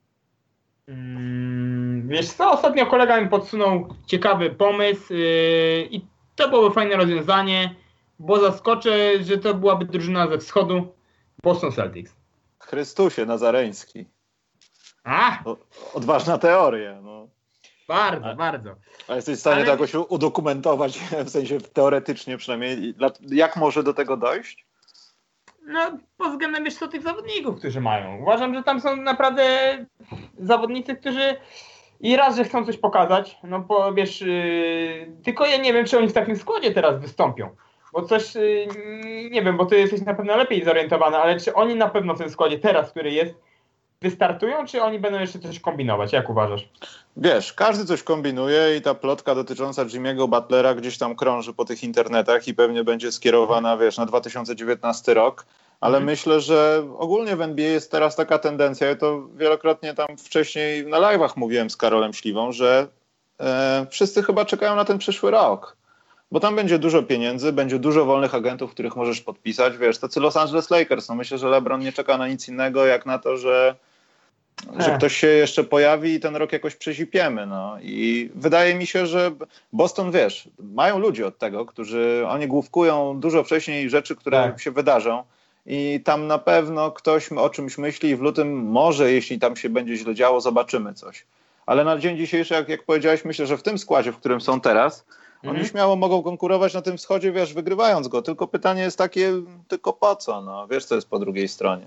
Hmm, wiesz co, ostatnio kolega mi podsunął ciekawy pomysł yy, i to byłoby fajne rozwiązanie, bo zaskoczę, że to byłaby drużyna ze wschodu, Boston Celtics. Chrystusie Nazareński. A? O, odważna teoria. No. Bardzo, a, bardzo. A jesteś w stanie Ale... to jakoś udokumentować, w sensie teoretycznie przynajmniej, jak może do tego dojść? No, pod względem, wiesz co, tych zawodników, którzy mają. Uważam, że tam są naprawdę zawodnicy, którzy i raz, że chcą coś pokazać, no bo wiesz, yy, tylko ja nie wiem, czy oni w takim składzie teraz wystąpią. Bo coś, yy, nie wiem, bo ty jesteś na pewno lepiej zorientowany, ale czy oni na pewno w tym składzie teraz, który jest, wystartują, czy oni będą jeszcze coś kombinować? Jak uważasz? Wiesz, każdy coś kombinuje i ta plotka dotycząca Jimmy'ego Butlera gdzieś tam krąży po tych internetach i pewnie będzie skierowana, wiesz, na dwa tysiące dziewiętnasty rok, ale mhm. myślę, że ogólnie w N B A jest teraz taka tendencja, ja to wielokrotnie tam wcześniej na live'ach mówiłem z Karolem Śliwą, że e, wszyscy chyba czekają na ten przyszły rok. Bo tam będzie dużo pieniędzy, będzie dużo wolnych agentów, których możesz podpisać, wiesz, tacy Los Angeles Lakers, no myślę, że LeBron nie czeka na nic innego, jak na to, że, że ktoś się jeszcze pojawi i ten rok jakoś przezipiemy, no. I wydaje mi się, że Boston, wiesz, mają ludzi od tego, którzy, oni główkują dużo wcześniej rzeczy, które tak. się wydarzą i tam na pewno ktoś o czymś myśli i w lutym może, jeśli tam się będzie źle działo, zobaczymy coś. Ale na dzień dzisiejszy, jak, jak powiedziałeś, myślę, że w tym składzie, w którym są teraz, oni mm. śmiało mogą konkurować na tym wschodzie, wiesz, wygrywając go. Tylko pytanie jest takie, tylko po co? No, wiesz, co jest po drugiej stronie.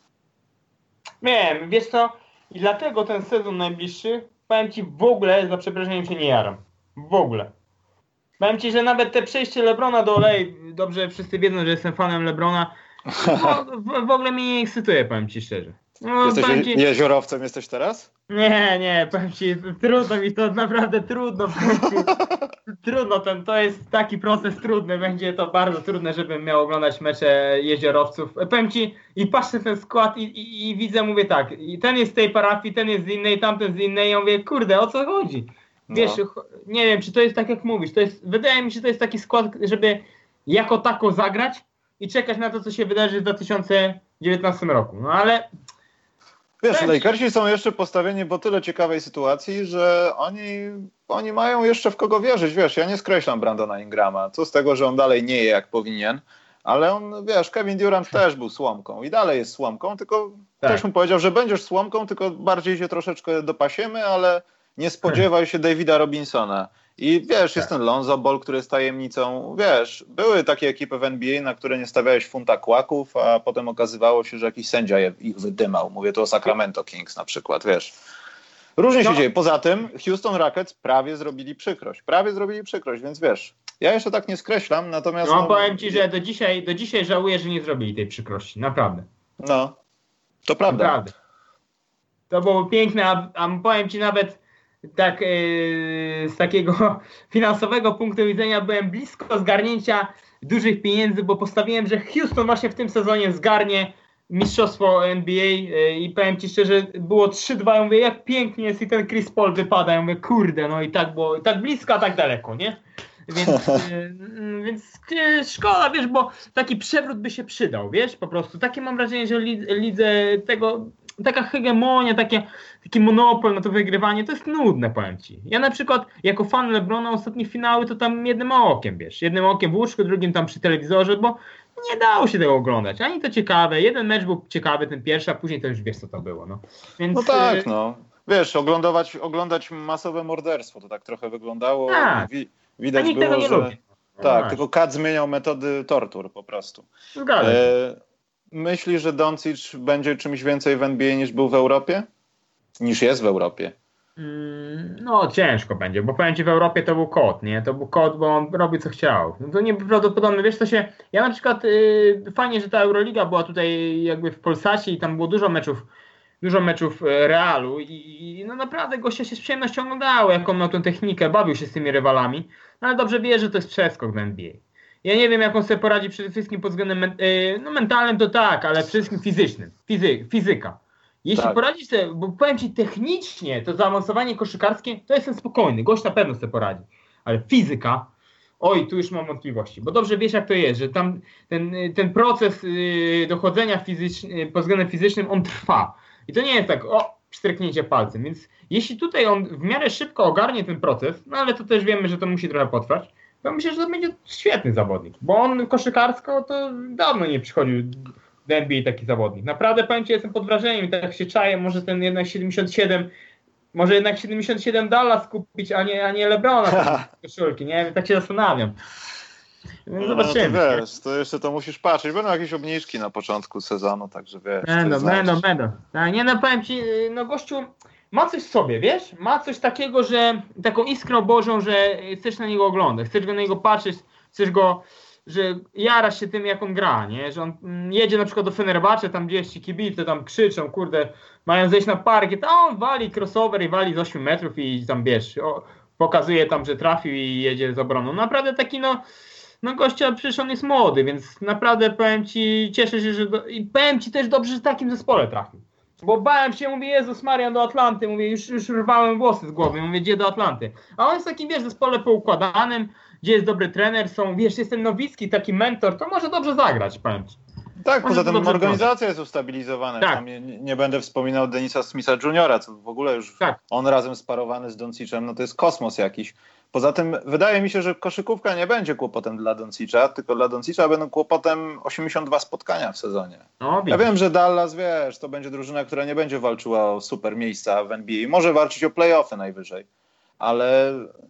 Wiem, wiesz co, i dlatego ten sezon najbliższy, powiem ci, w ogóle, za przeproszeniem, się nie jaram. W ogóle. Powiem ci, że nawet te przejście LeBrona do L A, dobrze wszyscy wiedzą, że jestem fanem LeBrona, no, w, w ogóle mnie nie ekscytuje, powiem ci szczerze. No, jesteś je, ci... jeziorowcem jesteś teraz? Nie, nie, powiem ci, trudno mi to, naprawdę trudno, powiem ci, trudno, ten, to jest taki proces trudny, będzie to bardzo trudne, żebym miał oglądać mecze jeziorowców. Powiem ci, i patrzę ten skład i, i, i widzę, mówię tak, i ten jest z tej parafii, ten jest z innej, tamten z innej, ja mówię, kurde, o co chodzi? Wiesz, no. Nie wiem, czy to jest tak jak mówisz, to jest, wydaje mi się, że to jest taki skład, żeby jako tako zagrać i czekać na to, co się wydarzy w dwa tysiące dziewiętnastym roku, no ale... Wiesz, Lakersi są jeszcze postawieni po tyle ciekawej sytuacji, że oni, oni mają jeszcze w kogo wierzyć. Wiesz, ja nie skreślam Brandona Ingrama. Co z tego, że on dalej nie je jak powinien, ale on, wiesz, Kevin Durant też był słomką i dalej jest słomką, tylko tak. Ktoś mu powiedział, że będziesz słomką, tylko bardziej się troszeczkę dopasiemy, ale nie spodziewaj się Davida Robinsona. I wiesz, tak. Jest ten Lonzo Ball, który jest tajemnicą. Wiesz, były takie ekipy w N B A, na które nie stawiałeś funta kłaków, a potem okazywało się, że jakiś sędzia je, ich wydymał. Mówię tu o Sacramento Kings na przykład, wiesz. Różnie no. się dzieje. Poza tym Houston Rockets prawie zrobili przykrość. Prawie zrobili przykrość, więc wiesz, ja jeszcze tak nie skreślam, natomiast... No, no powiem ci, że do dzisiaj, do dzisiaj żałuję, że nie zrobili tej przykrości. Naprawdę. No, to prawda. Naprawdę. To było piękne, a, a powiem ci nawet... Tak, yy, z takiego finansowego punktu widzenia byłem blisko zgarnięcia dużych pieniędzy, bo postawiłem, że Houston właśnie w tym sezonie zgarnie mistrzostwo N B A yy, i powiem ci szczerze, było trzy dwa, ja mówię, jak pięknie jest i ten Chris Paul wypada, ja mówię, kurde, no i tak było, tak blisko, a tak daleko, nie? Więc, yy, więc yy, szkoda, wiesz, bo taki przewrót by się przydał, wiesz, po prostu. Takie mam wrażenie, że lidze tego... Taka hegemonia, takie, taki monopol na to wygrywanie, to jest nudne, powiem ci. Ja na przykład, jako fan LeBrona ostatnie finały, to tam jednym okiem, wiesz, jednym okiem w łóżku, drugim tam przy telewizorze, bo nie dało się tego oglądać. Ani to ciekawe, jeden mecz był ciekawy, ten pierwszy, a później to już wiesz, co to było, no. Więc, no tak, no. Wiesz, oglądać, oglądać masowe morderstwo, to tak trochę wyglądało. Tak. Wi- widać było, tego nie że... lubi. No tak, no tylko Kat zmieniał metody tortur po prostu. Zgadzam się. E- Myślisz, że Doncic będzie czymś więcej w N B A niż był w Europie? Niż jest w Europie? Mm, no ciężko będzie, bo powiem ci, w Europie to był kot, nie? To był kot, bo on robił co chciał. No to nieprawdopodobne, wiesz co się... Ja na przykład, yy, fajnie, że ta Euroliga była tutaj jakby w Polsacie i tam było dużo meczów, dużo meczów Realu i, i no naprawdę gościa się z przyjemnością oglądało, jak on miał tę technikę, bawił się z tymi rywalami, no ale dobrze wie, że to jest przeskok w N B A. Ja nie wiem, jak on sobie poradzi przede wszystkim pod względem men- yy, no mentalnym to tak, ale przede wszystkim fizycznym. Fizy- fizyka. Jeśli tak. poradzisz sobie, bo powiem ci technicznie, to zaawansowanie koszykarskie, to jestem spokojny, gość na pewno sobie poradzi. Ale fizyka, oj, tu już mam wątpliwości, bo dobrze wiesz, jak to jest, że tam ten, ten proces yy, dochodzenia fizyczny, pod względem fizycznym, on trwa. I to nie jest tak, o, pstryknięcie palcem. Więc jeśli tutaj on w miarę szybko ogarnie ten proces, no ale to też wiemy, że to musi trochę potrwać, to myślę, że to będzie świetny zawodnik, bo on koszykarsko to dawno nie przychodził do N B A taki zawodnik. Naprawdę powiem ci, jestem pod wrażeniem i tak się czaję, może ten jednak siedemdziesiąt siedem, może jednak siedemdziesiąt siedem Dallas kupić, a nie, a nie LeBrona z koszulki, nie wiem, tak się zastanawiam. No, zobaczymy. No to wiesz, to jeszcze to musisz patrzeć, będą jakieś obniżki na początku sezonu, także wiesz. Będą, będą, będą. Tak, nie no powiem ci, no gościu ma coś w sobie, wiesz? Ma coś takiego, że taką iskrą Bożą, że chcesz na niego oglądać, chcesz go na niego patrzeć, chcesz go, że jarasz się tym, jak on gra, nie? Że on jedzie na przykład do Fenerbahce, tam gdzieś ci kibice tam krzyczą, kurde, mają zejść na parkiet, a on wali crossover i wali z ośmiu metrów i tam, wiesz, o, pokazuje tam, że trafił i jedzie z obroną. Naprawdę taki, no, no gościa, przecież on jest młody, więc naprawdę powiem ci, cieszę się, że do, i powiem ci też dobrze, że w takim zespole trafił. Bo bałem się, mówię, Jezus Maria, do Atlanty, mówię, już, już rwałem włosy z głowy, mówię, gdzie do Atlanty. A on jest taki, wiesz, w zespole poukładanym, gdzie jest dobry trener, są, wiesz, jest ten Nowicki, taki mentor, to może dobrze zagrać, powiem ci. Tak, Może poza to tym dobrze organizacja wprowadzić. jest ustabilizowana. Tak. Tam nie, nie będę wspominał Denisa Smitha juniora, co w ogóle już Tak. on razem sparowany z Doncicem, no to jest kosmos jakiś. Poza tym wydaje mi się, że koszykówka nie będzie kłopotem dla Doncicza, tylko dla Doncicza będą kłopotem osiemdziesiąt dwa spotkania w sezonie. No, Ja wiem, że Dallas, wiesz, to będzie drużyna, która nie będzie walczyła o super miejsca w N B A. Może walczyć o play-offy najwyżej, ale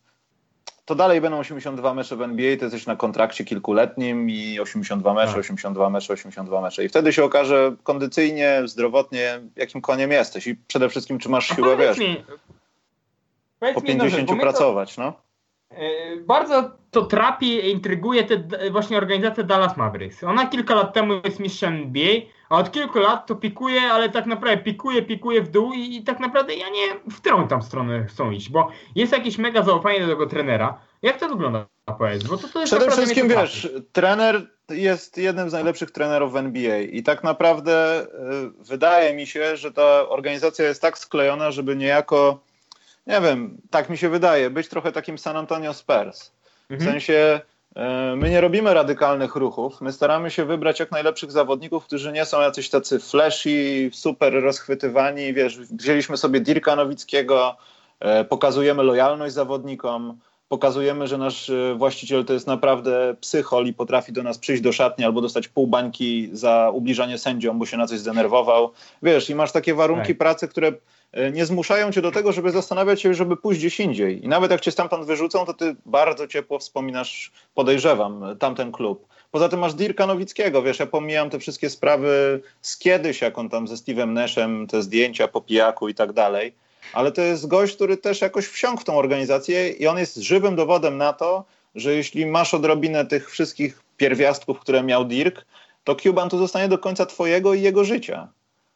to dalej będą osiemdziesiąt dwa mecze w N B A, ty jesteś na kontrakcie kilkuletnim i osiemdziesiąt dwa mecze, Tak. osiemdziesiąt dwa mecze, osiemdziesiąt dwa mecze. I wtedy się okaże kondycyjnie, zdrowotnie, jakim koniem jesteś i przede wszystkim, czy masz A siłę, powiedz wiesz, mi, powiedz po mi jedną rzecz, pięćdziesięciu bo mnie to- pracować, no. Yy, Bardzo to trapi i intryguje te d- właśnie organizacja Dallas Mavericks. Ona kilka lat temu jest mistrzem N B A, a od kilku lat to pikuje, ale tak naprawdę pikuje, pikuje w dół i, i tak naprawdę ja nie w którą tam stronę chcą iść, bo jest jakieś mega zaufanie do tego trenera. Jak to wygląda, powiedz? Bo to, to jest Przede naprawdę wszystkim, mnie to wiesz, trapi. trener jest jednym z najlepszych trenerów w N B A i tak naprawdę y, wydaje mi się, że ta organizacja jest tak sklejona, żeby niejako, nie wiem, tak mi się wydaje, być trochę takim San Antonio Spurs. W Mhm. sensie y, my nie robimy radykalnych ruchów, my staramy się wybrać jak najlepszych zawodników, którzy nie są jacyś tacy flashy, super rozchwytywani, wiesz, wzięliśmy sobie Dirka Nowickiego, y, pokazujemy lojalność zawodnikom, pokazujemy, że nasz y, właściciel to jest naprawdę psychol i potrafi do nas przyjść do szatni albo dostać pół bańki za ubliżanie sędziom, bo się na coś zdenerwował. Wiesz, i masz takie warunki Tak. pracy, które y, nie zmuszają cię do tego, żeby zastanawiać się, żeby pójść gdzieś indziej. I nawet jak cię stamtąd wyrzucą, to ty bardzo ciepło wspominasz, podejrzewam, tamten klub. Poza tym masz Dirka Nowickiego, wiesz, ja pomijam te wszystkie sprawy z kiedyś, jak on tam ze Steve'em Nashem, te zdjęcia po pijaku i tak dalej. Ale to jest gość, który też jakoś wsiąkł w tą organizację i on jest żywym dowodem na to, że jeśli masz odrobinę tych wszystkich pierwiastków, które miał Dirk, to Cuban tu zostanie do końca twojego i jego życia.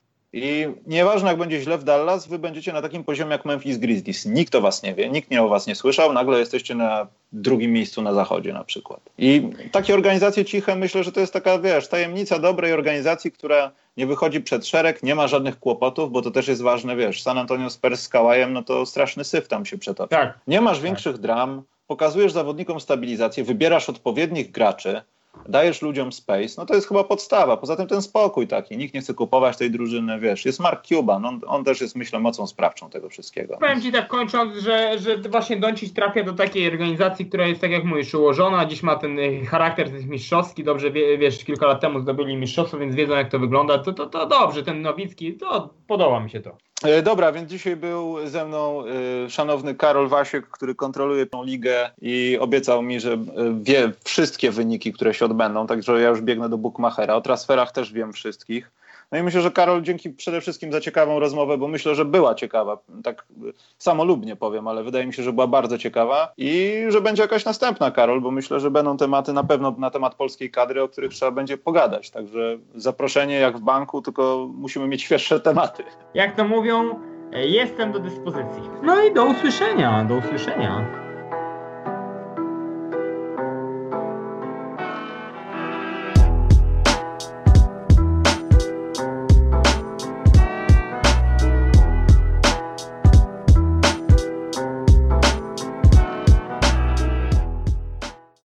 I nieważne, jak będzie źle w Dallas, wy będziecie na takim poziomie jak Memphis Grizzlies. Nikt o was nie wie, nikt nie o was nie słyszał, nagle jesteście na drugim miejscu na zachodzie na przykład. I takie organizacje ciche, myślę, że to jest taka, wiesz, tajemnica dobrej organizacji, która nie wychodzi przed szereg, nie ma żadnych kłopotów, bo to też jest ważne, wiesz, San Antonio Spurs z Kałajem, no to straszny syf tam się przetoczy. Tak. Nie masz większych dram, pokazujesz zawodnikom stabilizację, wybierasz odpowiednich graczy, dajesz ludziom space, no to jest chyba podstawa. Poza tym ten spokój taki, nikt nie chce kupować tej drużyny, wiesz, jest Mark Cuban, on, on też jest, myślę, mocą sprawczą tego wszystkiego. Powiem ci tak kończąc, że, że właśnie Doncic trafia do takiej organizacji, która jest, tak jak mówisz, ułożona, dziś ma ten y, charakter ten mistrzowski, dobrze wie, wiesz, kilka lat temu zdobyli mistrzostwo, więc wiedzą jak to wygląda, to, to, to dobrze, ten Nowicki, to podoba mi się to. E, Dobra, więc dzisiaj był ze mną e, szanowny Karol Wasiek, który kontroluje tę ligę i obiecał mi, że e, wie wszystkie wyniki, które się odbędą, także ja już biegnę do bookmachera. O transferach też wiem wszystkich. No i myślę, że Karol, dzięki przede wszystkim za ciekawą rozmowę, bo myślę, że była ciekawa, tak e, samolubnie powiem, ale wydaje mi się, że była bardzo ciekawa i że będzie jakaś następna, Karol, bo myślę, że będą tematy na pewno na temat polskiej kadry, o których trzeba będzie pogadać. Także zaproszenie jak w banku, tylko musimy mieć świeższe tematy. Jak to mówią, e, jestem do dyspozycji. No i do usłyszenia, do usłyszenia.